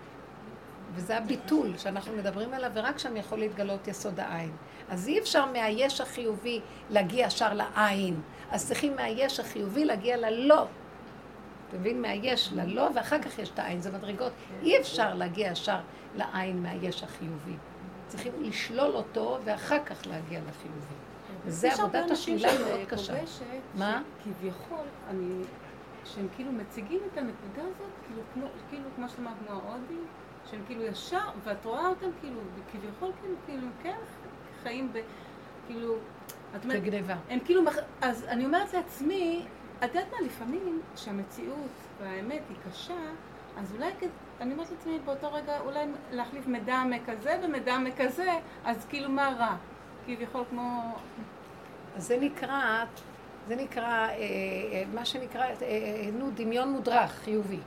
וזה הביטול שאנחנו מדברים עליו, ורק שם יכול להתגלות יסוד העין. אז אי אפשר מהיש החיובי להגיע ישר לעין. אז צריכים מהיש החיובי להגיע ללא. אתה מבין? מהיש ללא, ואחר כך יש את העין. זה מדרגות. אי אפשר להגיע ישר לעין מהיש החיובי. צריכים לשלול אותו, ואחר כך להגיע לחיובי. וזה עבודת השלילה מאוד קשה. מה? כביכול, אני, שהם כאילו מציגים את הנקודה הזאת, כאילו כמו, כאילו כמו שאתה אמרת, כמו ההודים, שהם כאילו ישר, ואת רואה אותם כאילו, כביכול כאילו, כאילו, כן, חיים ב, כאילו, את אומרת, בגניבה. הם כאילו, אז אני אומרת לעצמי, את יודעת מה, לפעמים, שהמציאות והאמת היא קשה, אז אולי, אני אומרת לעצמי באותו רגע, אולי להחליף מדמה כזה ומדמה כזה, אז כאילו מה רע? כביכול כמו... אז זה נקרא, זה נקרא, אה, מה שנקרא, אה, אה, נו, דמיון מודרך, חיובי.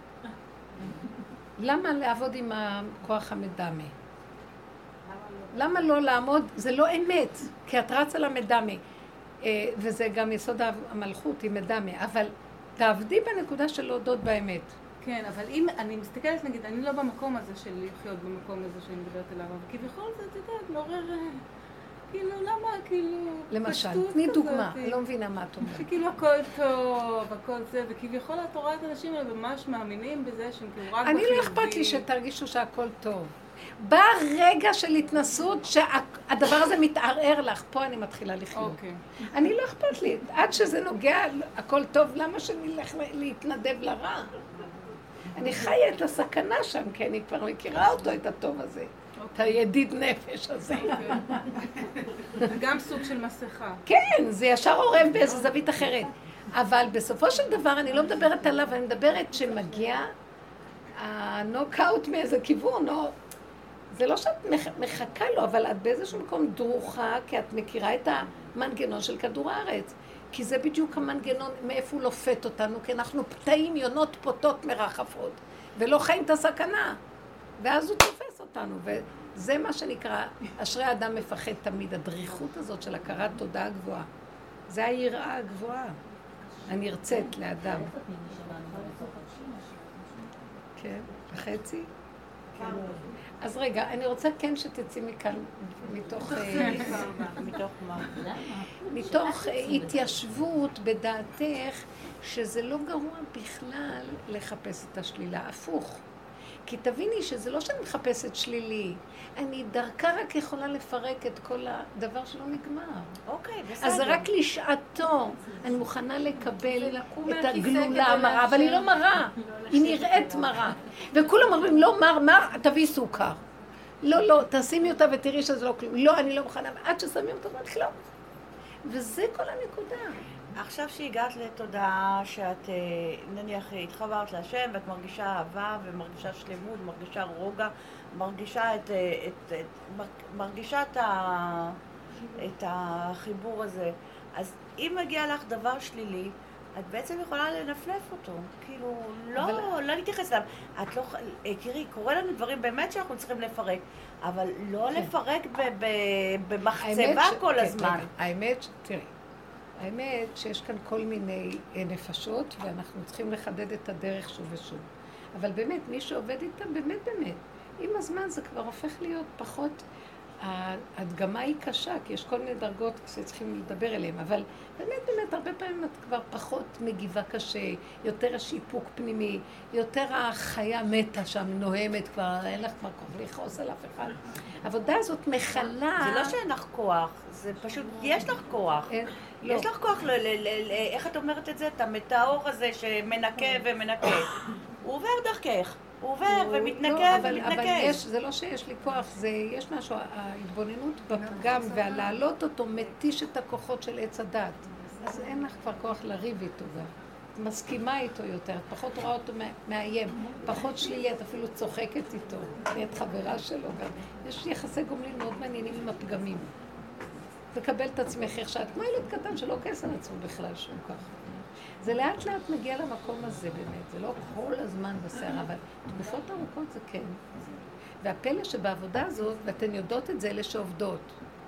למה לעבוד עם הכוח המדמה? למה לא לעמוד? זה לא אמת, כי את רצה למדמה. אה, וזה גם יסוד המלכות, היא מדמה. אבל תעבדי בנקודה של להודות באמת. כן, אבל אם אני מסתכלת, נגיד, אני לא במקום הזה של לחיות במקום הזה שאני מדברת אליו, אבל כביכול זה, אתה יודע, מעורר... כאילו, למה, כאילו... למשל, תני דוגמה, אני לא מבינה מה את אומרת. שכאילו הכל טוב, הכל זה, וכביכול את רואה את האנשים האלה ממש מאמינים בזה שהם כאילו רק בחיובי. אני לא אכפת לי שתרגישו שהכל טוב. בא רגע של התנסות שהדבר הזה מתערער לך, פה אני מתחילה לחיות. אני לא אכפת לי, עד שזה נוגע, הכל טוב, למה שאני אלך להתנדב לרע? אני חיה את הסכנה שם, כי אני כבר מכירה אותו, את הטוב הזה. את הידיד נפש הזה. גם סוג של מסכה. כן, זה ישר עורב באיזו זווית אחרת. אבל בסופו של דבר, אני לא מדברת עליו, אני מדברת שמגיע הנוקאוט מאיזה כיוון, או... זה לא שאת מחכה לו, אבל את באיזשהו מקום דרוכה, כי את מכירה את המנגנון של כדור הארץ. כי זה בדיוק המנגנון, מאיפה הוא לופת אותנו, כי אנחנו פתאים, יונות פוטות מרחפות, ולא חיים את הסכנה. ואז הוא תופס אותנו, וזה מה שנקרא, אשרי האדם מפחד תמיד, הדריכות הזאת של הכרת תודעה גבוהה. זה היראה הגבוהה, הנרצית לאדם. כן, בחצי? אז רגע, אני רוצה כן שתצאי מכאן, מתוך... מתוך מה? מתוך התיישבות בדעתך, שזה לא גרוע בכלל לחפש את השלילה, הפוך. כי תביני שזה לא שאני מחפשת שלילי, אני דרכה רק יכולה לפרק את כל הדבר שלא נגמר. אוקיי, בסדר. אז זה רק לשעתו, אני מוכנה לקבל את הגלולה המרה, אבל היא לא מרה, היא נראית מרה. וכולם אומרים, לא מר, מר, תביא סוכר. לא, לא, תשימי אותה ותראי שזה לא כלום. לא, אני לא מוכנה, עד ששמים אותה, אמרת, לא. וזה כל הנקודה. עכשיו שהגעת לתודעה שאת נניח התחברת להשם ואת מרגישה אהבה ומרגישה שלמות, מרגישה רוגע, מרגישה את, את, את, מרגישה את, ה, את החיבור הזה, אז אם מגיע לך דבר שלילי, את בעצם יכולה לנפנף אותו, כאילו, לא, אבל... לא להתייחס אליו. את לא, קרי, קורא לנו דברים באמת שאנחנו צריכים לפרק, אבל לא כן. לפרק ב, ב, במחצבה ש... כל כן, הזמן. רגע, האמת, תראי, האמת שיש כאן כל מיני נפשות, ואנחנו צריכים לחדד את הדרך שוב ושוב. אבל באמת, מי שעובד איתם, באמת באמת, עם הזמן זה כבר הופך להיות פחות, ההדגמה היא קשה, כי יש כל מיני דרגות שצריכים לדבר אליהם, אבל באמת באמת הרבה פעמים את כבר פחות מגיבה קשה, יותר השיפוק פנימי, יותר החיה מתה שם, נוהמת כבר, אין לך כבר כוח לכעוס על אף אחד. העבודה הזאת מחלה... זה לא שאין לך כוח, זה פשוט, יש לך כוח. יש לך כוח, איך את אומרת את זה? את המטאור הזה שמנקה ומנקה. הוא עובר דרכך. הוא עובר ומתנקה ומתנקה. אבל יש, זה לא שיש לי כוח, זה, יש משהו, ההתבוננות בפגם והלהעלות אותו מתיש את הכוחות של עץ הדת. אז אין לך כבר כוח לריב איתו גם. את מסכימה איתו יותר, את פחות רואה אותו מאיים, פחות שלילי, את אפילו צוחקת איתו, את חברה שלו גם. יש יחסי גומלין מאוד מעניינים עם הפגמים. תקבל את עצמך איך שאת, כמו ילד קטן שלא כעס על עצמו בכלל שהוא ככה. זה לאט לאט מגיע למקום הזה באמת, זה לא כל הזמן בסערה, אבל תקופות ארוכות זה כן. והפלא שבעבודה הזאת, ואתן יודעות את זה, אלה שעובדות.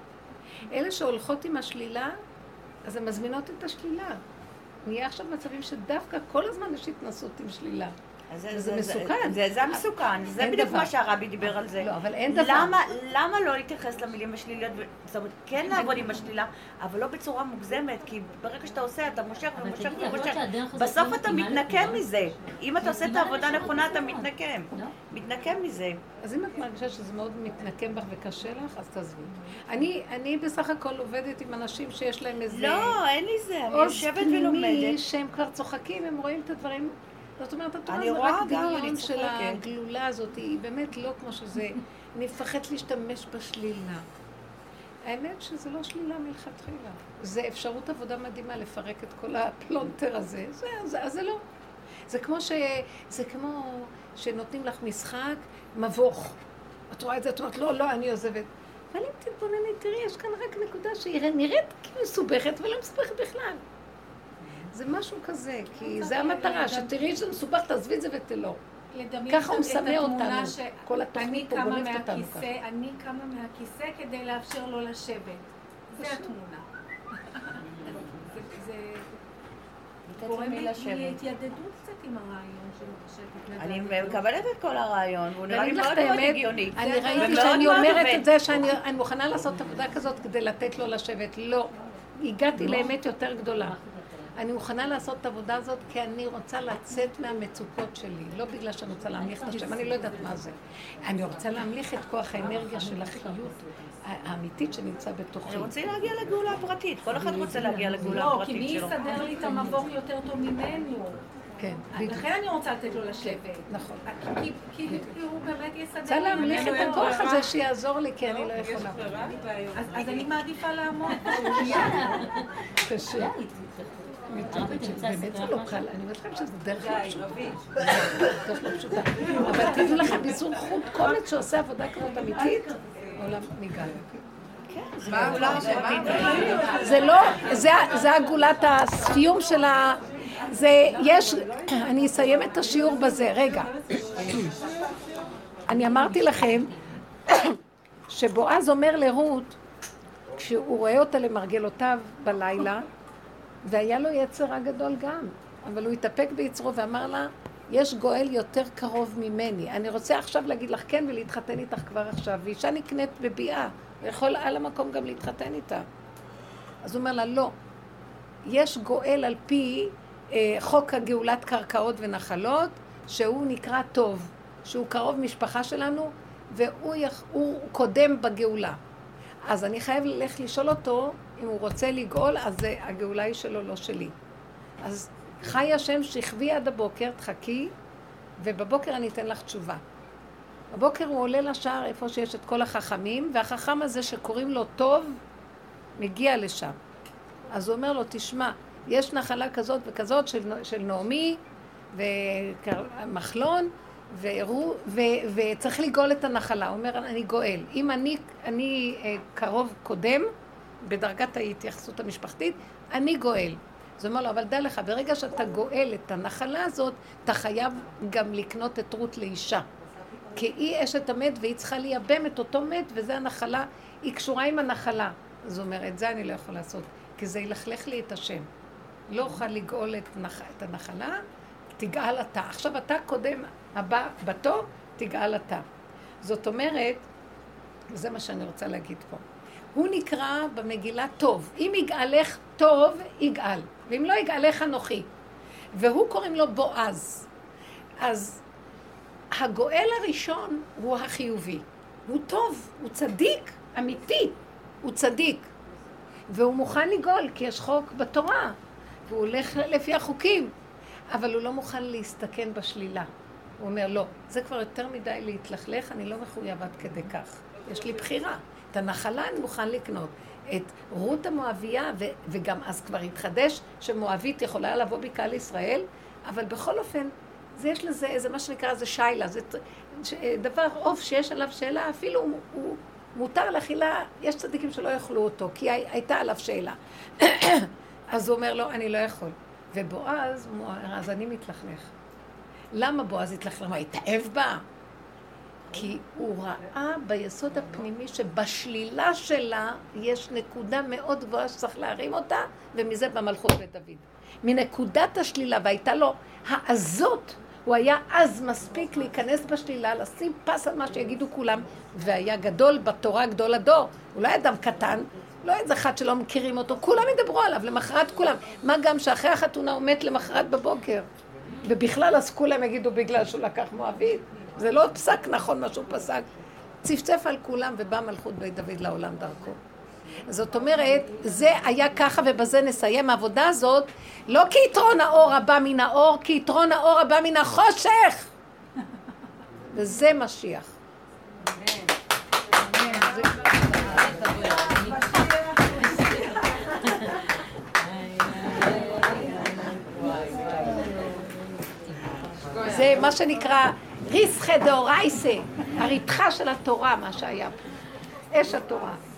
אלה שהולכות עם השלילה, אז הן מזמינות את השלילה. נהיה עכשיו מצבים שדווקא כל הזמן יש התנסות עם שלילה. זה מסוכן. זה המסוכן, זה בדיוק מה שהרבי דיבר על זה. לא, אבל אין דבר. למה לא להתייחס למילים השליליות? זאת אומרת, כן לעבוד עם השלילה, אבל לא בצורה מוגזמת, כי ברגע שאתה עושה, אתה מושך ומושך ומושך. בסוף אתה מתנקם מזה. אם אתה עושה את העבודה נכונה, אתה מתנקם. מתנקם מזה. אז אם את מרגישה שזה מאוד מתנקם בך וקשה לך, אז תעזבי. אני בסך הכל עובדת עם אנשים שיש להם איזה... לא, אין לי זה. אני יושבת ולומדת. שהם כבר צוחקים, הם רואים את הדברים... זאת אומרת, התורה זה רק דמיון של הגלולה הזאת, היא באמת לא כמו שזה, אני מפחדת להשתמש בשלילה. האמת שזה לא שלילה מלכתחילה. זה אפשרות עבודה מדהימה לפרק את כל הפלונטר הזה, זה, זה, זה לא. זה כמו ש... זה כמו שנותנים לך משחק מבוך. את רואה את זה, את אומרת, לא, לא, אני עוזבת. אבל אם תתבונני, תראי, יש כאן רק נקודה שהיא נראית מסובכת ולא מסובכת בכלל. זה משהו כזה, כי זה המטרה, שתראי שזה מסובך, תעזבי את זה ותלא. ככה הוא מסמא אותנו, כל התוכנית פה גונבת אותנו ככה. אני קמה מהכיסא כדי לאפשר לו לשבת. זה התמונה. זה גורם לי התיידדות קצת עם הרעיון של לשבת. אני מקבלת את כל הרעיון, והוא נראה לי מאוד מאוד הגיוני. אני ראיתי שאני אומרת את זה, שאני מוכנה לעשות עבודה כזאת כדי לתת לו לשבת. לא, הגעתי לאמת יותר גדולה. אני מוכנה לעשות את העבודה הזאת כי אני רוצה לצאת מהמצוקות שלי, לא בגלל שאני רוצה להמליך את השם, אני לא יודעת מה זה. אני רוצה להמליך את כוח האנרגיה של החיות האמיתית שנמצא בתוכי. אני רוצה להגיע לגאולה הפרטית, כל אחד רוצה להגיע לגאולה הפרטית שלו. לא, כי מי יסדר לי את המבוך יותר טוב ממנו? כן. לכן אני רוצה לתת לו לשבת. נכון. כי הוא באמת יסדר לי. רוצה להמליך את הכוח הזה שיעזור לי, כי אני לא יכולה. אז אני מעדיפה לעמוד. קשה. באמת זה לא קל, אני אומרת לכם שזה דרך לא פשוטה. אבל תדעו לכם, ביזור חוט קומץ שעושה עבודה כזאת אמיתית, עולם ניגע. זה לא, זה הגולת הסיום של ה... זה, יש, אני אסיים את השיעור בזה, רגע. אני אמרתי לכם שבועז אומר לרות, כשהוא רואה אותה למרגלותיו בלילה, והיה לו יצר הגדול גם, אבל הוא התאפק ביצרו ואמר לה, יש גואל יותר קרוב ממני, אני רוצה עכשיו להגיד לך כן ולהתחתן איתך כבר עכשיו, ואישה נקנית בביאה, ויכול על המקום גם להתחתן איתה. אז הוא אומר לה, לא, יש גואל על פי אה, חוק הגאולת קרקעות ונחלות, שהוא נקרא טוב, שהוא קרוב משפחה שלנו, והוא יח, הוא קודם בגאולה. אז אני חייב ללכת לשאול אותו, אם הוא רוצה לגאול, אז הגאולה היא שלו, לא שלי. אז חי השם שכבי עד הבוקר, תחכי, ובבוקר אני אתן לך תשובה. בבוקר הוא עולה לשער איפה שיש את כל החכמים, והחכם הזה שקוראים לו טוב, מגיע לשם. אז הוא אומר לו, תשמע, יש נחלה כזאת וכזאת של, של נעמי ומחלון, ורו, ו, וצריך לגאול את הנחלה. הוא אומר, אני גואל. אם אני, אני קרוב קודם, בדרגת ההתייחסות המשפחתית, אני גואל. זאת אומרת לו, אבל דע לך, ברגע שאתה גואל את הנחלה הזאת, אתה חייב גם לקנות את רות לאישה. כי היא אשת המת והיא צריכה לייבם את אותו מת, וזה הנחלה, היא קשורה עם הנחלה. זאת אומרת, זה אני לא יכול לעשות, כי זה ילכלך לי את השם. לא אוכל לגאול את, נח... את הנחלה, תגאל אתה. עכשיו אתה קודם, הבא בתור, תגאל אתה. זאת אומרת, וזה מה שאני רוצה להגיד פה. הוא נקרא במגילה טוב. אם יגאלך טוב, יגאל. ואם לא יגאלך אנוכי. והוא קוראים לו בועז. אז הגואל הראשון הוא החיובי. הוא טוב, הוא צדיק, אמיתי. הוא צדיק. והוא מוכן לגאול, כי יש חוק בתורה. והוא הולך לפי החוקים. אבל הוא לא מוכן להסתכן בשלילה. הוא אומר, לא, זה כבר יותר מדי להתלכלך, אני לא מחויב עד כדי כך. יש לי בחירה. את הנחלה אני מוכן לקנות. את רות המואביה, ו- וגם אז כבר התחדש שמואבית יכולה לבוא בקהל ישראל, אבל בכל אופן, זה יש לזה, איזה מה שנקרא, זה שיילה, זה דבר עוף שיש עליו שאלה, אפילו הוא, הוא מותר לאכילה, יש צדיקים שלא יאכלו אותו, כי הייתה עליו שאלה. אז הוא אומר לו, אני לא יכול. ובועז, אז אני מתלכלך. למה בועז התלכלך? מה, התאהב בה? כי הוא ראה ביסוד הפנימי שבשלילה שלה יש נקודה מאוד גבוהה שצריך להרים אותה, ומזה במלכות בית דוד. מנקודת השלילה, והייתה לו העזות, הוא היה אז מספיק להיכנס בשלילה, לשים פס על מה שיגידו כולם, והיה גדול בתורה גדול הדור. הוא לא היה אדם קטן, לא איזה אחד שלא מכירים אותו, כולם ידברו עליו, למחרת כולם. מה גם שאחרי החתונה הוא מת למחרת בבוקר. ובכלל אז כולם יגידו בגלל שהוא לקח מואבית. זה לא פסק נכון מה שהוא פסק. צפצף על כולם ובא מלכות בית דוד לעולם דרכו. זאת אומרת, זה היה ככה ובזה נסיים העבודה הזאת, לא כי יתרון האור הבא מן האור, כי יתרון האור הבא מן החושך. וזה משיח. זה מה שנקרא ריסחא דאורייסא, הריתחה של התורה, מה שהיה פה. אש התורה.